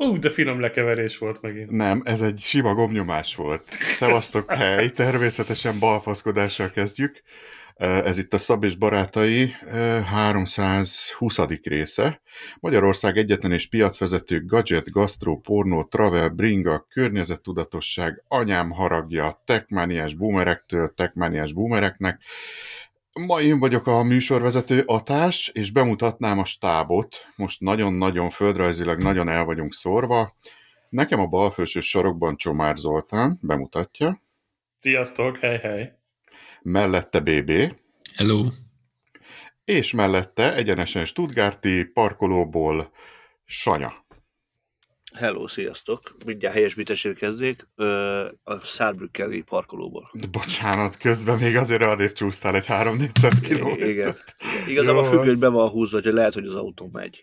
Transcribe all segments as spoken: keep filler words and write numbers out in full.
Ú, de finom lekeverés volt megint. Nem, ez egy sima gombnyomás volt. Szevasztok, hely, természetesen balfaszkodással kezdjük. Ez itt a Szab és Barátai háromszázhuszadik része. Magyarország egyetlen és piacvezető gadget, gasztró, pornó, travel, bringa, környezettudatosság, anyám haragja, techmániás boomerektől techmániás boomereknek. Ma én vagyok a műsorvezető Atás, és bemutatnám a stábot. Most nagyon-nagyon földrajzilag nagyon el vagyunk szórva. Nekem a balfelső sarokban Csomár Zoltán bemutatja. Sziasztok, hely, hely. Mellette bé bé. Hello. És mellette egyenesen Stuttgarti parkolóból Sanya. Hello, sziasztok. Mindjárt helyesbítésére kezdnék. A Saarbrückeni parkolóból. De bocsánat, közben még azért arrébb csúsztál egy három-négyszáz kilométert. Igen. Igazából függő, hogy be van húzva, hogy lehet, hogy az autó megy.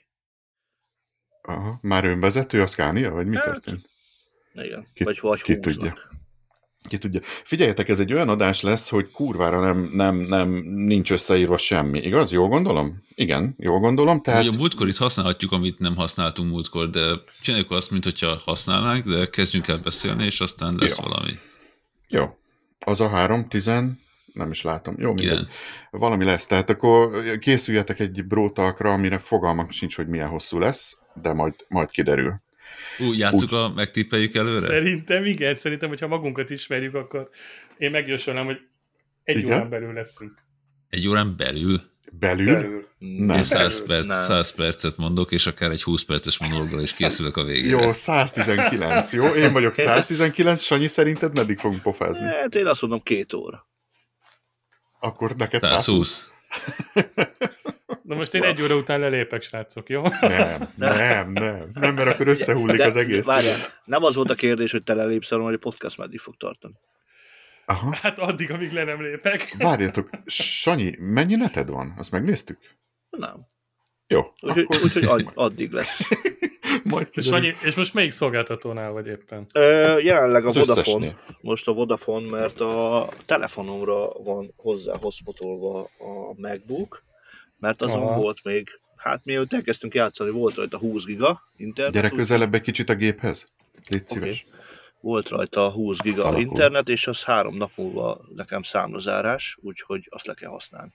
Aha. Már önvezető a Scania, vagy mi hát, történt? Igen. Ki, vagy vagy ki húznak. tudja. Ki tudja. Figyeljetek, ez egy olyan adás lesz, hogy kurvára nem, nem, nem nincs összeírva semmi. Igaz? Jól gondolom? Igen, jól gondolom. Tehát... Ugye a múltkor itt használhatjuk, amit nem használtunk múltkor, de csináljuk azt, mintha használnánk, de kezdjünk el beszélni, és aztán lesz Jó. valami. Jó. Az a három, tizen... Nem is látom. Jó, mindegy. Kilenc. Valami lesz. Tehát akkor készüljetek egy brótalkra, amire fogalmak sincs, hogy milyen hosszú lesz, de majd, majd kiderül. Ú, játsszuk a megtippeljük előre? Szerintem igen, szerintem, hogyha magunkat ismerjük, akkor én megjósolnám, hogy egy Igen? órán belül leszünk. Egy órán belül? Belül? Belül. Nem. Én száz, Belül. perc, Nem. száz percet mondok, és akár egy húsz perces monológgal is készülök a végére. Jó, száztizenkilenc, jó? Én vagyok száztizenkilenc, Sanyi, szerinted meddig fogunk pofázni? Hát én azt mondom két óra. Akkor neked százhúsz? százhúsz. Na most én egy óra után lelépek, srácok, jó? Nem, nem, nem. Nem, mert akkor összehullik De- az egész. Várjál, nem az volt a kérdés, hogy te lelépsz, hanem hogy a podcast meddig fog tartani. Aha. Hát addig, amíg le nem lépek. Várjatok, Sanyi, mennyi neted van? Azt megnéztük? Nem. Jó. Úgyhogy akkor... úgy, hogy addig lesz. Majd És, kiderül. annyi, és most melyik szolgáltatónál vagy éppen? Ö, jelenleg a Az Vodafone. összesnél. Most a Vodafone, mert a telefonomra van hozzá hotspotolva a MacBook, mert azon Aha. volt még, hát mielőtt elkezdtünk játszani, volt rajta húsz giga internet. Gyere úgy- közelebb egy kicsit a géphez. Légy szíves. Oké. Volt rajta húsz giga Alakul. internet, és az három nap múlva nekem számlazárás, úgyhogy azt le kell használni.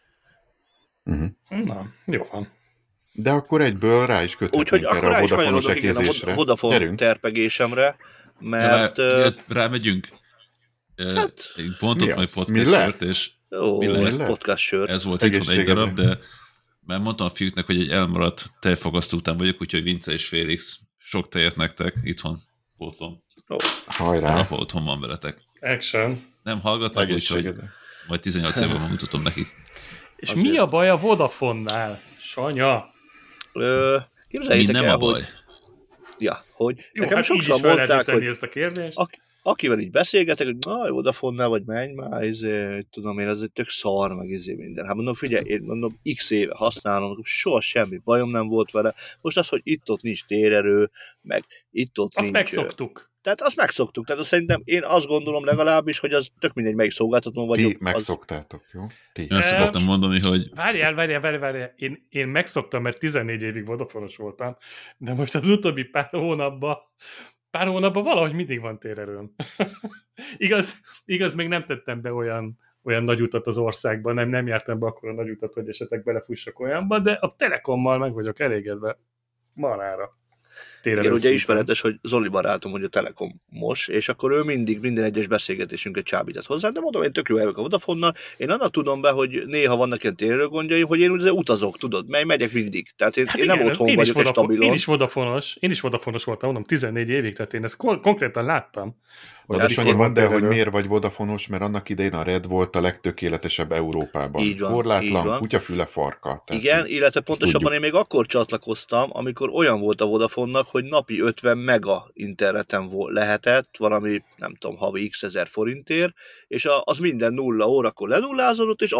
Uh-huh. Na, jó van. De akkor egyből rá is Úgyhogy köthetnénk erre akkor a rá is Vodafone-os kanyarodok, igen, a ekézésre. Vod- Vodafone Gyerünk. terpegésemre, mert... Rá, ö, rámegyünk. hát, Hát, egy pontot mi majd az? Mi podcast lehet? sört, és Jó, mi lehet? egy podcast sör. ez volt itthon egy Egészségedre. darab, de mert mondtam a fiúknak, hogy egy elmaradt tejfagasztó után vagyok, úgyhogy Vince és Félix sok tejet nektek itthon pótlom. Hajrá. Nap otthon van veletek. Action. Nem hallgatnak, úgyhogy Egészségedre. majd tizennyolc évvel megmutatom nekik. És Azért. mi a baj a Vodafone-nál? Sanya. Ö, Mi Képzeljétek nem el, a baj? hogy... Ja, hogy Jó, nekem hát így sokszor is fel lehet mondták, tenni hogy ezt a kérdést. Ak- akivel így beszélgetek, hogy na, Vodafone-nál vagy menj már, izé, tudom én, ez egy tök szar, meg izé minden. Hát mondom, figyelj, én mondom, x éve használom, soha semmi bajom nem volt vele. Most az, hogy itt-ott nincs térerő, meg itt-ott Azt nincs... megszoktuk. Tehát azt megszoktuk. Tehát azt szerintem én azt gondolom legalábbis, hogy az tök mindegy, melyik szolgáltatón Ti vagyok. Az... megszoktátok, jó? Ti. Én azt Em, akartam mondani, hogy Várjál, várjál, várjál, várjál. Én, én megszoktam, mert tizennégy évig Vodafone-os voltam, de most az utóbbi pár hónapban, pár hónapban valahogy mindig van térerőm. igaz, igaz, még nem tettem be olyan, olyan nagy utat az országban, nem, nem jártam be akkor a nagy utat, hogy esetleg belefussak olyanba, de a Telekommal meg vagyok elégedve marára. Igen, ugye szinten. ismeretes, hogy Zoli barátom, hogy a Telekomos, és akkor ő mindig minden egyes beszélgetésünket csábített hozzá, de mondom, én tök jó vagyok a Vodafone-nal, én annak tudom be, hogy néha vannak ilyen térőgondjaim, hogy én ugye utazok, tudod, mely megyek mindig. Tehát én, Hát én igen, nem otthon én vagyok is és Vodafone, stabilon. Én is Vodafone-os, én is Vodafone-os voltam, mondom, tizennégy évig, tehát én ezt kon- konkrétan láttam. Na, de mikor Sanyi, van mondd el, hogy térerő. miért vagy Vodafone-os, mert annak idején a Red volt a legtökéletesebb Európában. Így van, így Korlátlan, van. kutyafüle farka. Tehát Igen, illetve pontosabban tudjuk. én még akkor csatlakoztam, amikor olyan volt a Vodafone-nak, hogy napi ötven mega interneten volt, lehetett, valami, nem tudom, havi x ezer forintért, és a, az minden nulla órakor lenullázódott, és aznap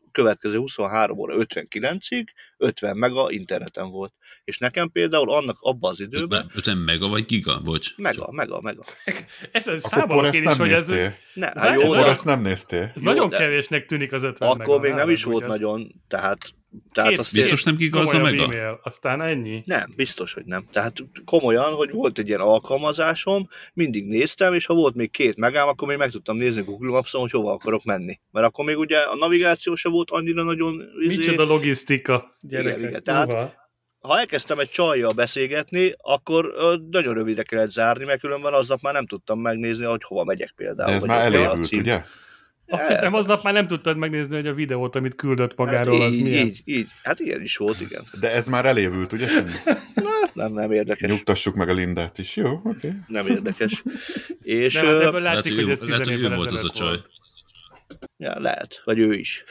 következő huszonhárom óra ötvenkilencig ötven mega interneten volt. És nekem például annak abban az időben... ötven mega vagy giga? Bocs. Mega, mega, mega. Ezen Akkor számolok én is, hogy ez... néztél? Ne, hát jó, Akkor de, ezt nem néztél? Ez Jó, nagyon de- kevésnek tűnik az ötven mega. akkor még nem nálam, is volt hogy ez nagyon, tehát... tehát két- azt Biztos nem giga az a komolyabb mega? e-mail, aztán ennyi. Nem, biztos, hogy nem. Tehát komolyan, hogy volt egy ilyen alkalmazásom, mindig néztem, és ha volt még két megám, akkor még meg tudtam nézni Google Maps-on, hogy hova akarok menni. Mert akkor még ugye a navigáció se volt annyira nagyon... izé- Micsoda logisztika, gyerekek. Igen, igen, tehát- Uha. Ha elkezdtem egy csajjal beszélgetni, akkor ö, nagyon rövidre kellett zárni, mert különben aznap már nem tudtam megnézni, hogy hova megyek például. De ez vagy már hogy a elévült, cím. ugye? Azt hittem, aznap már nem tudtad megnézni, hogy a videót, amit küldött magáról, hát az így, milyen. így, így. Hát ilyen is volt, igen. De ez már elévült, ugye? Sanyi? Hát nem, nem érdekes. Nyugtassuk meg a Lindát is. Jó, oké. Okay. Nem érdekes. És Nem, hát ö, ebből látszik, Lehet, hogy ez hogy ő- lehet, tíz hogy ő évvel volt az a ezelőtt csaj. volt. ja, lehet, vagy ő is.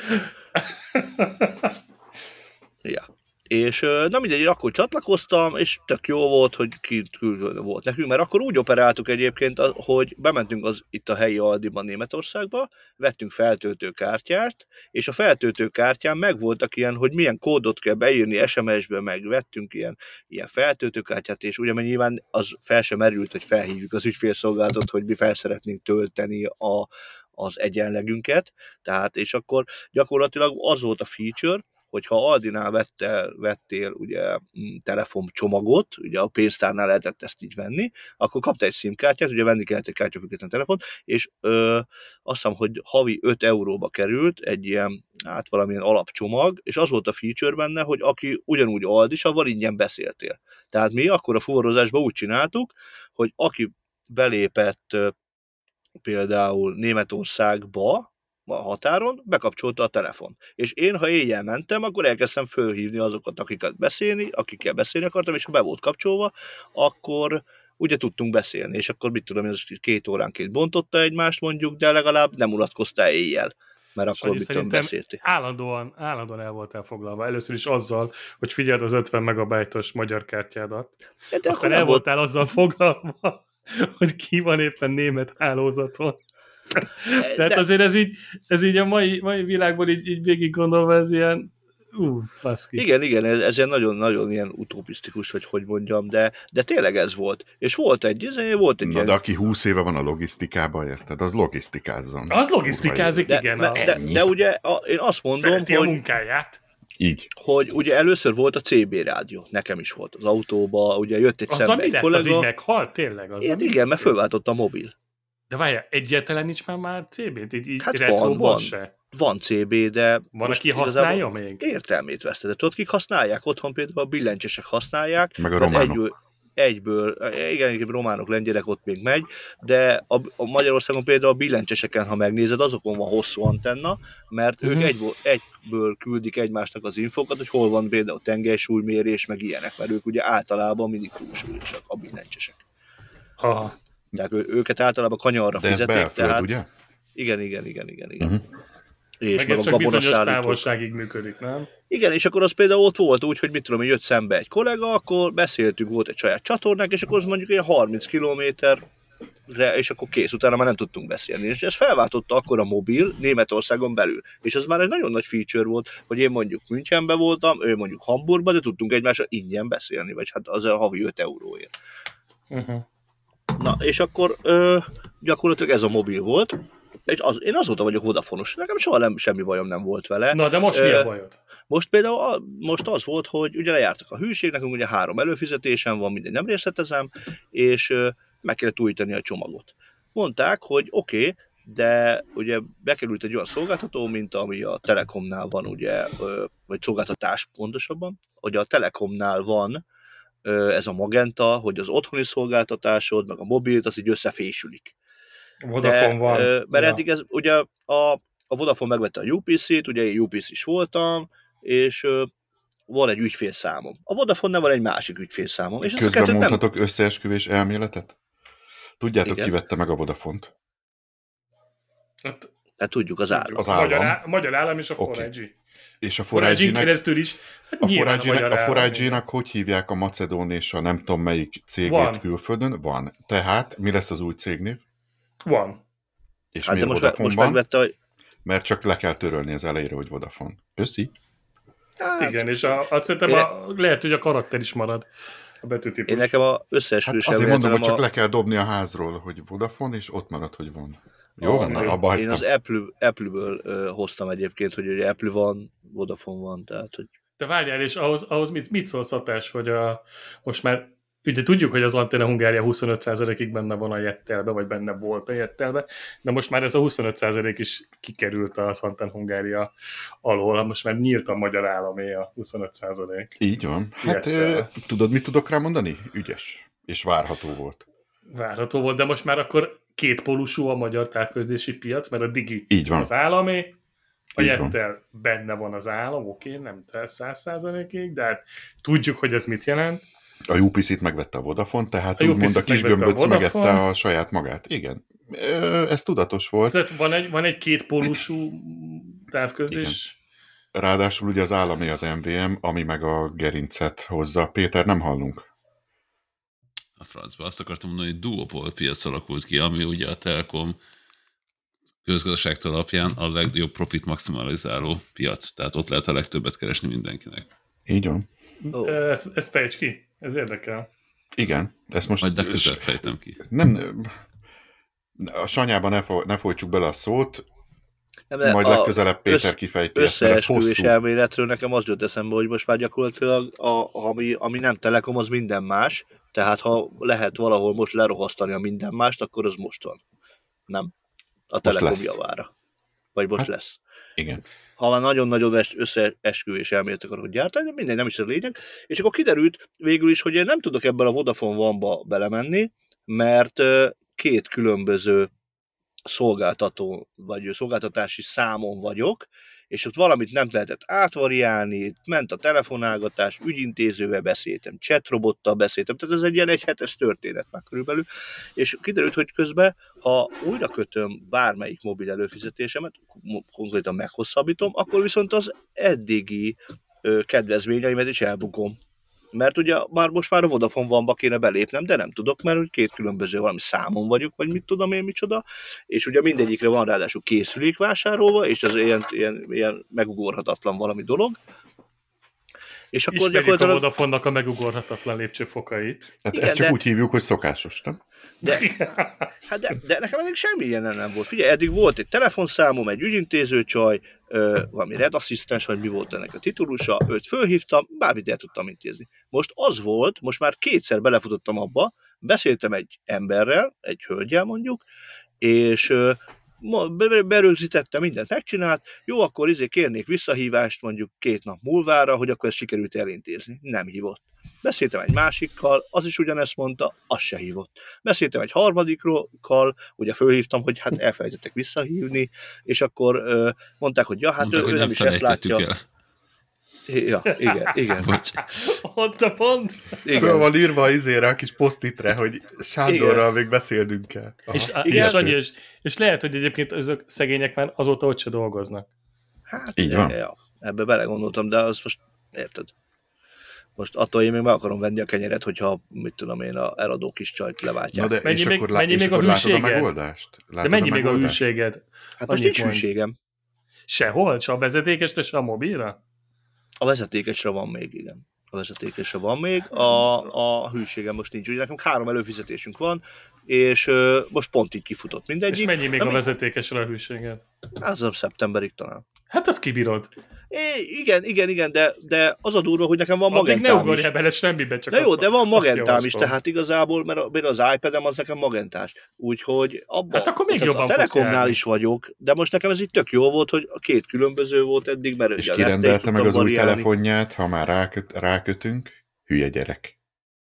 Ja. És ö, na mindegy, akkor csatlakoztam, és tök jó volt, hogy ki külön volt nekünk, mert akkor úgy operáltuk egyébként, a- hogy bementünk az, itt a helyi Aldiban Németországba, vettünk feltöltőkártyát, és a feltöltőkártyán megvoltak ilyen, hogy milyen kódot kell beírni es em es-be, meg vettünk ilyen, ilyen feltöltőkártyát, és ugye mert nyilván az fel sem merült, hogy felhívjuk az ügyfélszolgálatot, hogy mi fel szeretnénk tölteni a, az egyenlegünket, tehát és akkor gyakorlatilag az volt a feature, hogyha Aldinál vettél, vettél ugye mm, telefoncsomagot, ugye a pénztárnál lehetett ezt így venni, akkor kaptál egy SIM-kártyát, ugye venni kellett egy kártyafüggetlen telefon, és ö, azt hiszem, hogy havi öt euróba került egy ilyen, hát valamilyen alapcsomag, és az volt a feature benne, hogy aki ugyanúgy Aldis, avval ingyen beszéltél. Tehát mi akkor a fuvarozásban úgy csináltuk, hogy aki belépett ö, például Németországba, a határon, bekapcsolta a telefon. És én, ha éjjel mentem, akkor elkezdtem fölhívni azokat, akiket beszélni, akikkel beszélni akartam, és ha be volt kapcsolva, akkor ugye tudtunk beszélni, és akkor mit tudom, ez két óránként bontotta egymást mondjuk, de legalább nem unatkoztál éjjel, mert akkor Sanyi, mit tudom, szerintem beszéltél. állandóan, állandóan el voltál foglalva. Először is azzal, hogy figyeld az ötven megabajtos magyar kártyádat. De, de akkor Aztán nem el volt, voltál azzal foglalva, hogy ki van éppen német hálózaton. Tehát de, azért ez így, ez így a mai, mai világban így, így végig gondolva, ez ilyen ú, baszki. igen, igen, ez, ez ilyen nagyon-nagyon ilyen utopisztikus, vagy hogy mondjam, de, de tényleg ez volt. És volt egy, ez, volt egy Na, ilyen... de aki húsz éve van a logisztikában, érted? Az logisztikázzon. Az logisztikázik, De, igen. de, A, de, de ugye a, én azt mondom, szereti a hogy, munkáját. Így. hogy ugye először volt a cé bé rádió, nekem is volt az autóba, ugye jött egy Azzal szembe mi egy lett? Az így kollega. meghalt tényleg? Azzal Igen, mi igen, mert történt? fölváltott a mobil. De várjál, egyáltalán nincs már már cé bé-t? Így, így Hát van, retróban van. se? Van cé bé, de Van, most aki igazából használja még? értelmét veszte. De tudod, kik használják? Otthon például a billencsesek használják. Meg a mert románok. Egyből, egyből, igen, igen, románok, lengyelek ott még megy, de a, a Magyarországon például a billencseseken, ha megnézed, azokon van hosszú antenna, mert Mhm. ők egyből, egyből küldik egymásnak az infókat, hogy hol van például tengely-súlymérés, meg ilyenek, mert ők ugye általában mindig túlsúlyosak, a billencsesek. Aha. Tehát ő, őket általában kanyarra De ez fizetik, belföld, tehát ugye? igen, igen, igen, igen, igen. Uh-huh. És Meg meg ez a csak bizonyos gabonaszállítók. távolságig működik, nem? Igen, és akkor az például ott volt úgy, hogy mit tudom, hogy jött szembe egy kollega, akkor beszéltünk, volt egy saját csatornánk, és akkor az mondjuk ilyen harminc kilométerre, és akkor kész, utána már nem tudtunk beszélni. És ez felváltotta akkor a mobil Németországon belül. És az már egy nagyon nagy feature volt, hogy én mondjuk Münchenben voltam, ő mondjuk Hamburgban, de tudtunk egymással ingyen beszélni, vagy hát az a havi öt euróért. Uh-huh. Na, és akkor ö, gyakorlatilag ez a mobil volt, és az, én azóta vagyok Vodafonos, nekem soha nem, semmi bajom nem volt vele. Na, de most mi Ö, a bajod? Most például a, most az volt, hogy ugye lejártak a hűség, nekünk ugye három előfizetésem van, mindegy, nem részletezem, és ö, meg kellett újítani a csomagot. Mondták, hogy oké, okay, de ugye bekerült egy olyan szolgáltató, mint ami a Telekomnál van, ugye, ö, vagy szolgáltatás pontosabban, hogy a Telekomnál van ö, ez a Magenta, hogy az otthoni szolgáltatásod, meg a mobilt, az így összefésülik. Vodafone van. Ö, mert Ja. eddig ez ugye a, a Vodafone megvette a yú pé cét, ugye én yú pé cé is voltam, és ö, van egy ügyfélszámom. A Vodafone-nál van egy másik ügyfélszámom. És ezt a Közben kettőt nem... mondhatok összeesküvés elméletet? Tudjátok, Igen. ki vette meg a Vodafont? Hát, Tehát tudjuk az árat. Az a magyar, állam. á- a magyar állam és a Oké. four G. És a four G-n four G-nek keresztül is. Hát a nyilván four G-nek, magyar a állam, four igen. G-nak hogy hívják a Macedón és a nem tudom melyik cégét Van. külföldön? Van. Tehát mi lesz az új cégnév? Van. És Hát de miért most, me- Vodafone most van? megvette a... Mert csak le kell törölni az elejére, hogy Vodafone. Köszi. Hát, igen, és a, azt szerintem a, lehet, hogy a karakter is marad. A betűtípus. Én nekem a összeesküvés hát azért mondom, hogy csak a... le kell dobni a házról, hogy Vodafone, és ott marad, hogy van. Jó, van, na, abba hagytam. Én az Apple, Apple-ből uh, hoztam egyébként, hogy ugye Apple van, Vodafone van, tehát hogy... De várjál, és ahhoz, ahhoz mit, mit szólsz, Hatás, hogy a, most már ugye tudjuk, hogy az Antenna Hungária huszonöt százalékig benne van a Jettelbe, vagy benne volt a Jettelbe, de most már ez a huszonöt százalék is kikerült az Antenna Hungária alól, most már nyílt a magyar államé a huszonöt százalék. Így van. Hát ö, tudod, mit tudok rá mondani? Ügyes. És várható volt. Várható volt, de most már akkor kétpólusú a magyar távközlési piac, mert a Digi így van. az államé, a így Jettel van. benne van az állam, oké, nem száz százalékig, de hát tudjuk, hogy ez mit jelent. A U P C-t megvette a Vodafone, tehát A úgymond a kis gömböc megette a saját magát. Igen. Ez tudatos volt. Tehát van egy, van egy kétpólusú távközlés. Igen. Ráadásul ugye az állami az M V M, ami meg a gerincet hozza. Péter, nem hallunk. A francba azt akartam mondani, hogy duopol piac alakult ki, ami ugye a Telekom közgazdaságtan alapján a legjobb profit maximalizáló piac. Tehát ott lehet a legtöbbet keresni mindenkinek. Így van. Oh. Ez, ez fejts ki, ez érdekel. Igen, ezt most... Majd legközelebb fejtem ki. Nem, a Sanyában ne, fo- ne folytsuk bele a szót, nem, majd legközelebb Péter össz, kifejti ezt, mert ez hosszú. Összeesküvés elméletről nekem az jött eszembe, hogy most már gyakorlatilag a, ami, ami nem Telekom, az minden más, tehát ha lehet valahol most lerohasztani a minden mást, akkor az most van. Nem. A Telekom javára. Vagy most hát, lesz. Igen. Ha már nagyon-nagyon összeesküvés elmélet akarok gyártani, de mindegy, nem is a lényeg. És akkor kiderült végül is, hogy én nem tudok ebben a Vodafone One-ba belemenni, mert két különböző szolgáltató, vagy szolgáltatási számon vagyok, és ott valamit nem lehetett átvariálni, ment a telefonálgatás, ügyintézővel beszéltem, chatrobottal beszéltem, tehát ez egy ilyen egyhetes történet már körülbelül, és kiderült, hogy közben, ha újra kötöm bármelyik mobil előfizetésemet, konkrétan meghosszabbítom, akkor viszont az eddigi ö, kedvezményeimet is elbukom. Mert ugye már most már a Vodafone One-ba kéne belépnem, de nem tudok, mert két különböző valami számon vagyok, vagy mit tudom én micsoda, és ugye mindegyikre van ráadásul készülék vásárolva, és ez ilyen, ilyen, ilyen megugorhatatlan valami dolog. És akkor ismerjük gyakorlatilag... a Vodafone-nak a megugorhatatlan lépcsőfokait. Hát igen, ezt csak de... úgy hívjuk, hogy szokásos, nem? De, hát de, de nekem eddig semmi ilyen nem volt. Figyelj, eddig volt egy telefonszámom, egy ügyintézőcsaj, ö, valami Red Asszisztens, vagy mi volt ennek a titulusa, őt fölhívtam, bármit el tudtam intézni. Most az volt, most már kétszer belefutottam abba, beszéltem egy emberrel, egy hölgyel mondjuk, és ö, berögzítette, mindent megcsinált, jó, akkor izé kérnék visszahívást mondjuk két nap múlvára, hogy akkor ezt sikerült elintézni. Nem hívott. Beszéltem egy másikkal, az is ugyanezt mondta, az se hívott. Beszéltem egy harmadikkal, ugye fölhívtam, hogy hát elfelejtettek visszahívni, és akkor uh, mondták, hogy ja, hát mondták, ő, ő nem, nem is ezt látja. El. Ja, igen, igen. Ott a pont. Föl van írva az izére, a kis posztitre, hogy Sándorral még beszélnünk kell. Aha, és, igen, Sanyi, és, és lehet, hogy egyébként azok szegények már azóta ott se dolgoznak. Hát, így van. Ja, ebbe belegondoltam, de az most, érted? Most attól én még meg akarom venni a kenyeret, hogyha, mit tudom én, a eladó kis csajt leváltják. Na de mennyi és még, akkor, mennyi és még akkor a látod a hűséged? megoldást? Látod de mennyi a még megoldást? a hűséged? Hát most nincs hűségem. Sehol? Se a vezetékesre, se a mobilra? A vezetékesre van még, igen. A vezetékesre van még, a, a hűségem most nincs. Ugye nekünk három előfizetésünk van, és uh, most pont így kifutott mindegyik. És mennyi még Na, a vezetékesre a hűséged? Az a szeptemberig talán. Hát azt kibírod. É, igen, igen, igen, de, de az a durva, hogy nekem van magentám is. Addig ne ugorjál bele semmibe, csak de jó, azt de van magentám is, javaslom. tehát igazából, mert, mert az iPad-em az nekem magentás. Úgyhogy abban, hát akkor még jobban a Telekomnál is vagyok, de most nekem ez így tök jó volt, hogy a két különböző volt eddig, mert és kirendelte meg az új telefonját, ha már ráköt, rákötünk, hülye gyerek.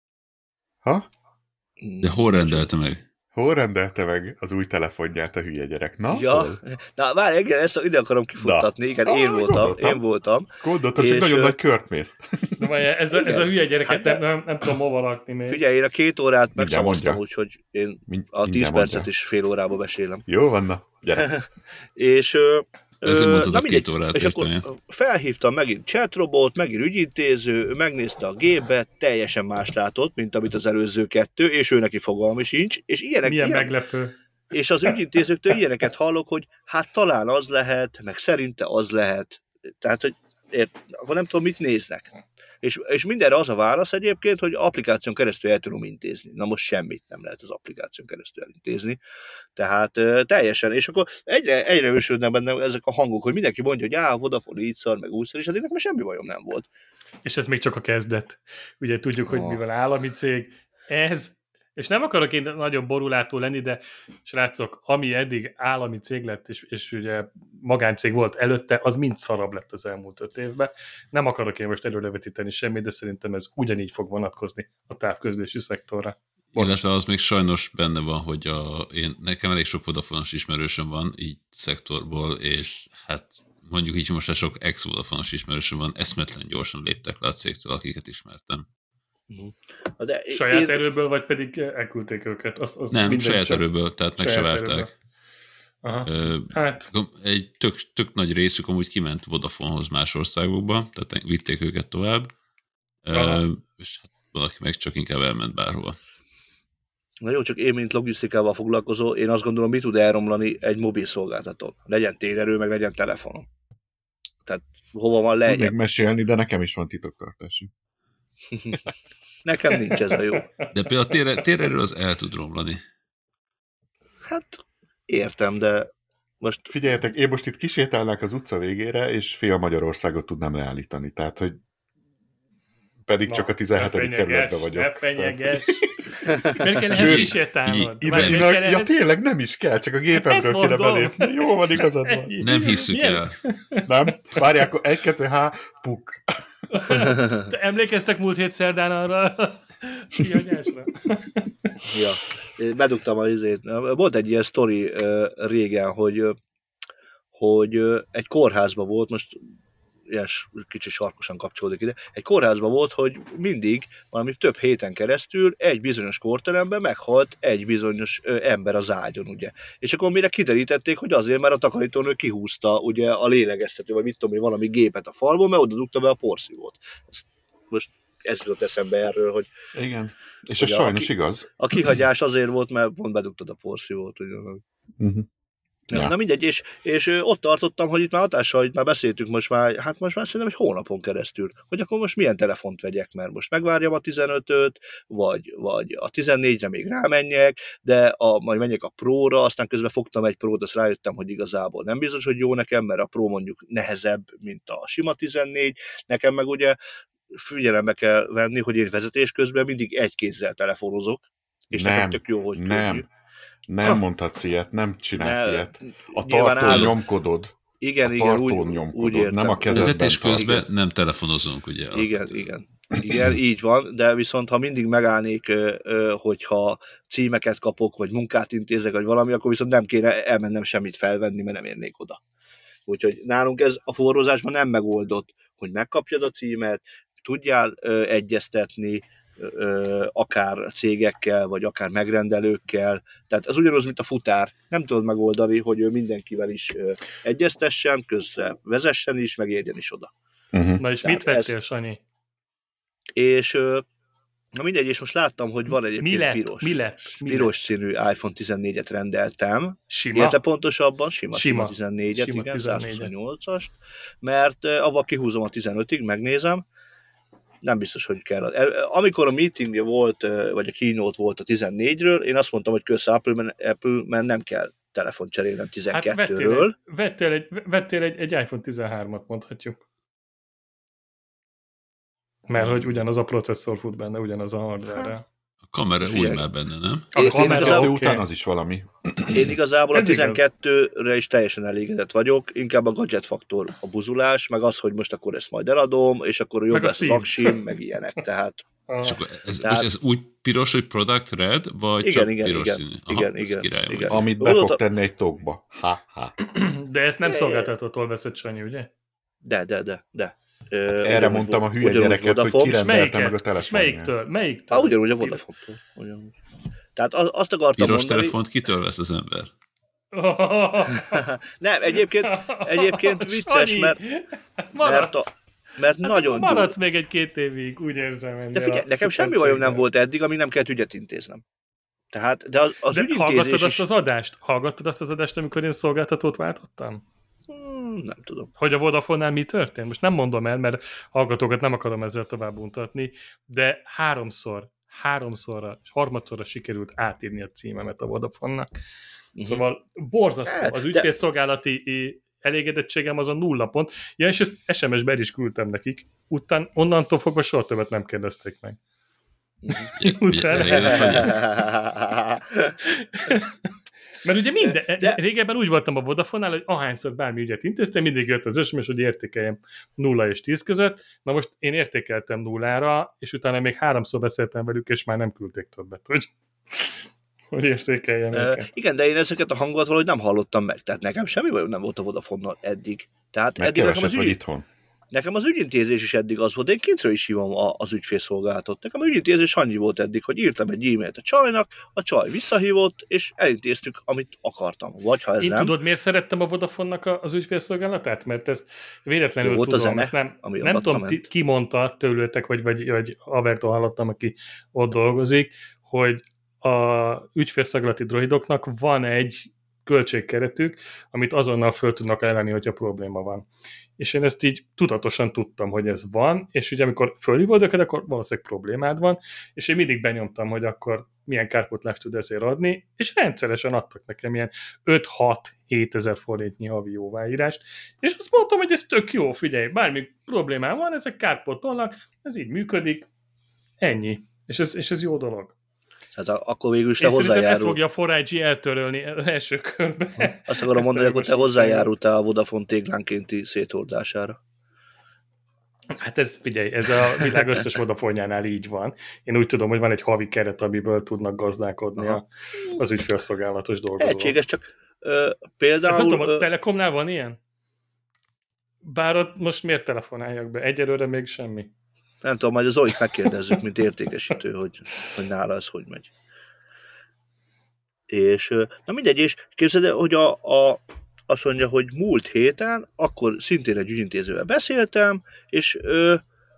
Ha? De hol rendelte meg? Hol rendelte meg az új telefonját a hülye gyerek? Na, ja. hol? Na, várj, igen, ezt ide akarom kifuttatni. Igen, ah, én voltam. Gondoltam. Én voltam. Gondoltam, csak nagyon ö... nagy kört mész. De várj, ez, a, ez a hülye gyereket hát, nem, nem, nem tudom hova lakni még. Figyelj, én a két órát megszavaztam, úgyhogy én Mind, a tíz percet is fél órába besélem. Jó van, na, gyere. És... Ezért mondtad na, a két órát, és akkor felhívtam megint chatrobot, megint ügyintéző, megnézte a gépet, teljesen más látott, mint amit az előző kettő, és ő neki fogalmi sincs. És ilyenek, milyen ilyen, meglepő. és az ügyintézőktől ilyeneket hallok, hogy hát talán az lehet, meg szerinte az lehet. Tehát, hogy ért, akkor nem tudom, mit néznek. És, és mindenre az a válasz egyébként, hogy applikáción keresztül el tudom intézni. Na most semmit nem lehet az applikáción keresztül elintézni. Tehát uh, teljesen, és akkor egyre, egyre ősödnek benne ezek a hangok, hogy mindenki mondja, hogy á, a Vodafone így szar, meg úgy szar, és hát nekem semmi bajom nem volt. És ez még csak a kezdet. Ugye tudjuk, hogy Oh. mivel állami cég, ez, és nem akarok én nagyon borulátó lenni, de srácok, ami eddig állami cég lett, és, és ugye magáncég volt előtte, az mind szarabb lett az elmúlt öt évben. Nem akarok én most előrevetíteni semmit, de szerintem ez ugyanígy fog vonatkozni a távközlési szektorra. Illetve az még sajnos benne van, hogy a, én, nekem elég sok Vodafone-os ismerősöm van így szektorból, és hát mondjuk így most sok ex-Vodafone-os ismerősöm van, eszmetlen gyorsan léptek le a cégtől, akiket ismertem. De Saját én... erőből, vagy pedig elküldték őket? Az, az Nem, saját csak... erőből, tehát meg se várták. Ö, hát. Egy tök, tök nagy részük amúgy kiment Vodafonehoz más országokba, tehát vitték őket tovább, Ö, és hát valaki meg csak inkább elment bárhova. Na jó, csak én, mint logisztikával foglalkozó, én azt gondolom, mi tud elromlani egy mobil szolgáltatón. Legyen térerő, meg legyen telefonom. Tehát hova van lejjebb. Tudnék mesélni, de nekem is van titoktartási. Nekem nincs ez a jó. De például tér, térerő az el tud romlani. Hát értem, de most... Figyeljetek, én most itt kisétálnák az utca végére, és fél Magyarországot tudnám leállítani. Tehát, hogy pedig Na, csak a tizenhetedik kerületben vagyok. Ne fenyeges. Tehát... Miért kell ehhez kisétálnod? Ide, ide, ja, ehhez... tényleg nem is kell, csak a gépemről kéne belépni. Jó van, igazad van. Nem hiszük el. Nem? Várják, egy, kettő, há, puk. Te emlékeztek múlt hét szerdán arra kihagyásra? Ja, bedugtam az izét. Volt egy ilyen sztori uh, régen, hogy, uh, hogy uh, egy kórházban volt, most ilyen kicsi sarkosan kapcsolódik ide, egy kórházban volt, hogy mindig valami több héten keresztül egy bizonyos kórteremben meghalt egy bizonyos ö, ember az ágyon, ugye. És akkor mire kiderítették, hogy azért, mert a takarítónő kihúzta ugye a lélegeztető, vagy mit tudom én, valami gépet a falból, mert oda dugta be a porszívót. Most ez jutott eszembe erről, hogy... Igen, és ez sajnos a, igaz. A kihagyás azért volt, mert pont bedugtad a porszívót, ugye. Uh-huh. Ja. Ja. Na mindegy, és, és ott tartottam, hogy itt már hatással, hogy már beszéltük most már, hát most már szerintem egy hónapon keresztül, hogy akkor most milyen telefont vegyek, mert most megvárjam a tizenötöt, vagy, vagy a tizennégyre még rámenjek, de a, majd menjek a Pro-ra, aztán közben fogtam egy Pro-t, azt rájöttem, hogy igazából nem biztos, hogy jó nekem, mert a Pro mondjuk nehezebb, mint a sima tizennégy, nekem meg ugye figyelembe kell venni, hogy én vezetés közben mindig egy kézzel telefonozok, és nem, nekem tök jó, hogy nem. könnyű. Nem mondhatsz ilyet, nem csinálsz ne, ilyet. A tartón áll... nyomkodod. Igen, a igen, úgy, nyomkodod, úgy értem. nem a kezedben. Vezetés közben igen. Nem telefonozunk, ugye? Igen, igen. Igen, így van, de viszont ha mindig megállnék, hogyha címeket kapok, vagy munkát intézek, vagy valami, akkor viszont nem kéne elmennem semmit felvenni, mert nem érnék oda. Úgyhogy nálunk ez a forrózásban nem megoldott, hogy megkapjad a címet, tudjál egyeztetni, akár cégekkel, vagy akár megrendelőkkel. Tehát az ugyanaz, mint a futár. Nem tudod megoldani, hogy ő mindenkivel is egyeztessen, közben vezessen is, megérjen is oda. Uh-huh. Na és Tehát mit vettél, ez... Sanyi? És na mindegy, és most láttam, hogy van egyébként mi lett? piros. Mi lett? Mi piros lett? színű iPhone tizennégyet rendeltem. Sima? Érte pontosabban? Sima, sima. sima tizennégyet, Sima igen, tizennégyet. százhuszonnyolcas, mert avval kihúzom a tizenötig, megnézem, nem biztos, hogy kell. Amikor a meeting volt, vagy a keynote volt a tizennégyről, én azt mondtam, hogy kösz Apple, mert, Apple, mert nem kell telefont cserélnem tizenkettőről. Hát vettél egy, vettél egy, vettél egy, egy iPhone tizenhármat, mondhatjuk. Mert hogy ugyanaz a processzor fut benne, ugyanaz a hardware-rel. A kamera Figyelj. úgy már benne, nem? A Én kamera, igazából oké. után az is valami. Én igazából a Ez igaz. tizenkettőre is teljesen elégedett vagyok, inkább a gadget faktor a buzulás, meg az, hogy most akkor ezt majd eladom, és akkor jobb Meg a lesz az szín. aksim, meg ilyenek, tehát A... És akkor ez, Tehát- most ez úgy piros, hogy product red, vagy Igen, csak igen, piros igen. színű? Igen, ez igen, király vagy. igen. Amit be Gondolod, fog tenni egy tokba. Ha, ha. De ezt nem É. szolgáltatótól veszed, Sanyi, ugye? de, de, de, de. Ö, Erre ugyanúgy mondtam a vo- hülye ugyanúgy gyereket, hogy Vodafone. És kirendeltem meg a melyiket? És telefonját. melyiktől? Melyiktől? Ah, ugyanúgy a Vodafone-tól. Ugyanúgy. Tehát az, azt akartam Piros mondani... telefont kitől vesz az ember? Nem, egyébként, egyébként vicces, Sanyi, mert, maradsz. mert, a, mert Hát nagyon akkor maradsz még egy-két évig, úgy érzem. De figyelj, nekem semmi bajom nem volt eddig, amíg nem kellett ügyet intéznem. Tehát, de az, az De ügyintézés hallgattad azt is... az adást? Hallgattad azt az adást, amikor én szolgáltatót váltottam? Hmm, nem tudom. Hogy a Vodafone-nál mi történt? Most nem mondom el, mert hallgatókat nem akarom ezzel tovább untatni, de háromszor, háromszorra, és harmadszorra sikerült átírni a címemet a Vodafone-nak. Uh-huh. Szóval borzasztó. Az ügyfélszolgálati elégedettségem azon nulla pont. Ja, és ezt es em es-be el is küldtem nekik. Után, onnantól fogva soha többet nem kérdezték meg. Mert ugye minden, de... régebben úgy voltam a Vodafone-nál, hogy ahányszor bármi ügyet intéztem, mindig jött az es em es, hogy értékeljem nulla és tíz között. Na most én értékeltem nullára, és utána még háromszor beszéltem velük, és már nem küldték többet, hogy, hogy értékeljem uh, őket. Igen, de én ezeket a hangokat valahogy nem hallottam meg. Tehát nekem semmi bajom nem volt a Vodafone-nal eddig. Tehát meg eddig nekem az ügy... itthon. Nekem az ügyintézés is eddig az volt, de én kintről is hívom az ügyfélszolgálatot. Nekem az ügyintézés annyi volt eddig, hogy írtam egy e-mailt a csajnak, a csaj visszahívott, és elintéztük, amit akartam. Vagy ha ez én nem... tudod, miért szerettem a Vodafone-nak az ügyfélszolgálatát? Mert ezt véletlenül jó, tudom, zene, ezt nem, nem tudom, ti, ki mondta tőlőtek, vagy, vagy, vagy havertól hallottam, aki ott dolgozik, hogy a ügyfélszolgálati droidoknak van egy költségkeretük, amit azonnal föl tudnak elleni, hogyha probléma van. És én ezt így tudatosan tudtam, hogy ez van, és ugye amikor fölhívod őket, akkor valószínűleg problémád van, és én mindig benyomtam, hogy akkor milyen kárpótlást tud ezért adni, és rendszeresen adtak nekem ilyen öt-hat-hét ezer forintnyi havi jóváírást, és azt mondtam, hogy ez tök jó, figyelj, bármi problémám van, ezek kárpótolnak, ez így működik, ennyi. És ez, és ez jó dolog. Tehát akkor végül is te én hozzájárul. Szerintem ezt fogja a four I G eltörölni az első körben. Azt akarom mondani, hogy akkor te hozzájárultál a Vodafone téglánkénti széthordására. Hát ez, figyelj, ez a világ összes Vodafone-jánál így van. Én úgy tudom, hogy van egy havi keret, amiből tudnak gazdálkodni a, az ügyfélszolgálatos dolgozók. Lehetséges, csak ö, például... Ezt nem tudom, a Telekomnál van ilyen? Bár ott most miért telefonáljak be? Egyelőre még semmi. Nem tudom, majd az Zolit megkérdezzük, mint értékesítő, hogy, hogy nála ez hogy megy. És, na mindegy, és képzeld el, hogy a, a, azt mondja, hogy múlt héten, akkor szintén egy ügyintézővel beszéltem, és ö,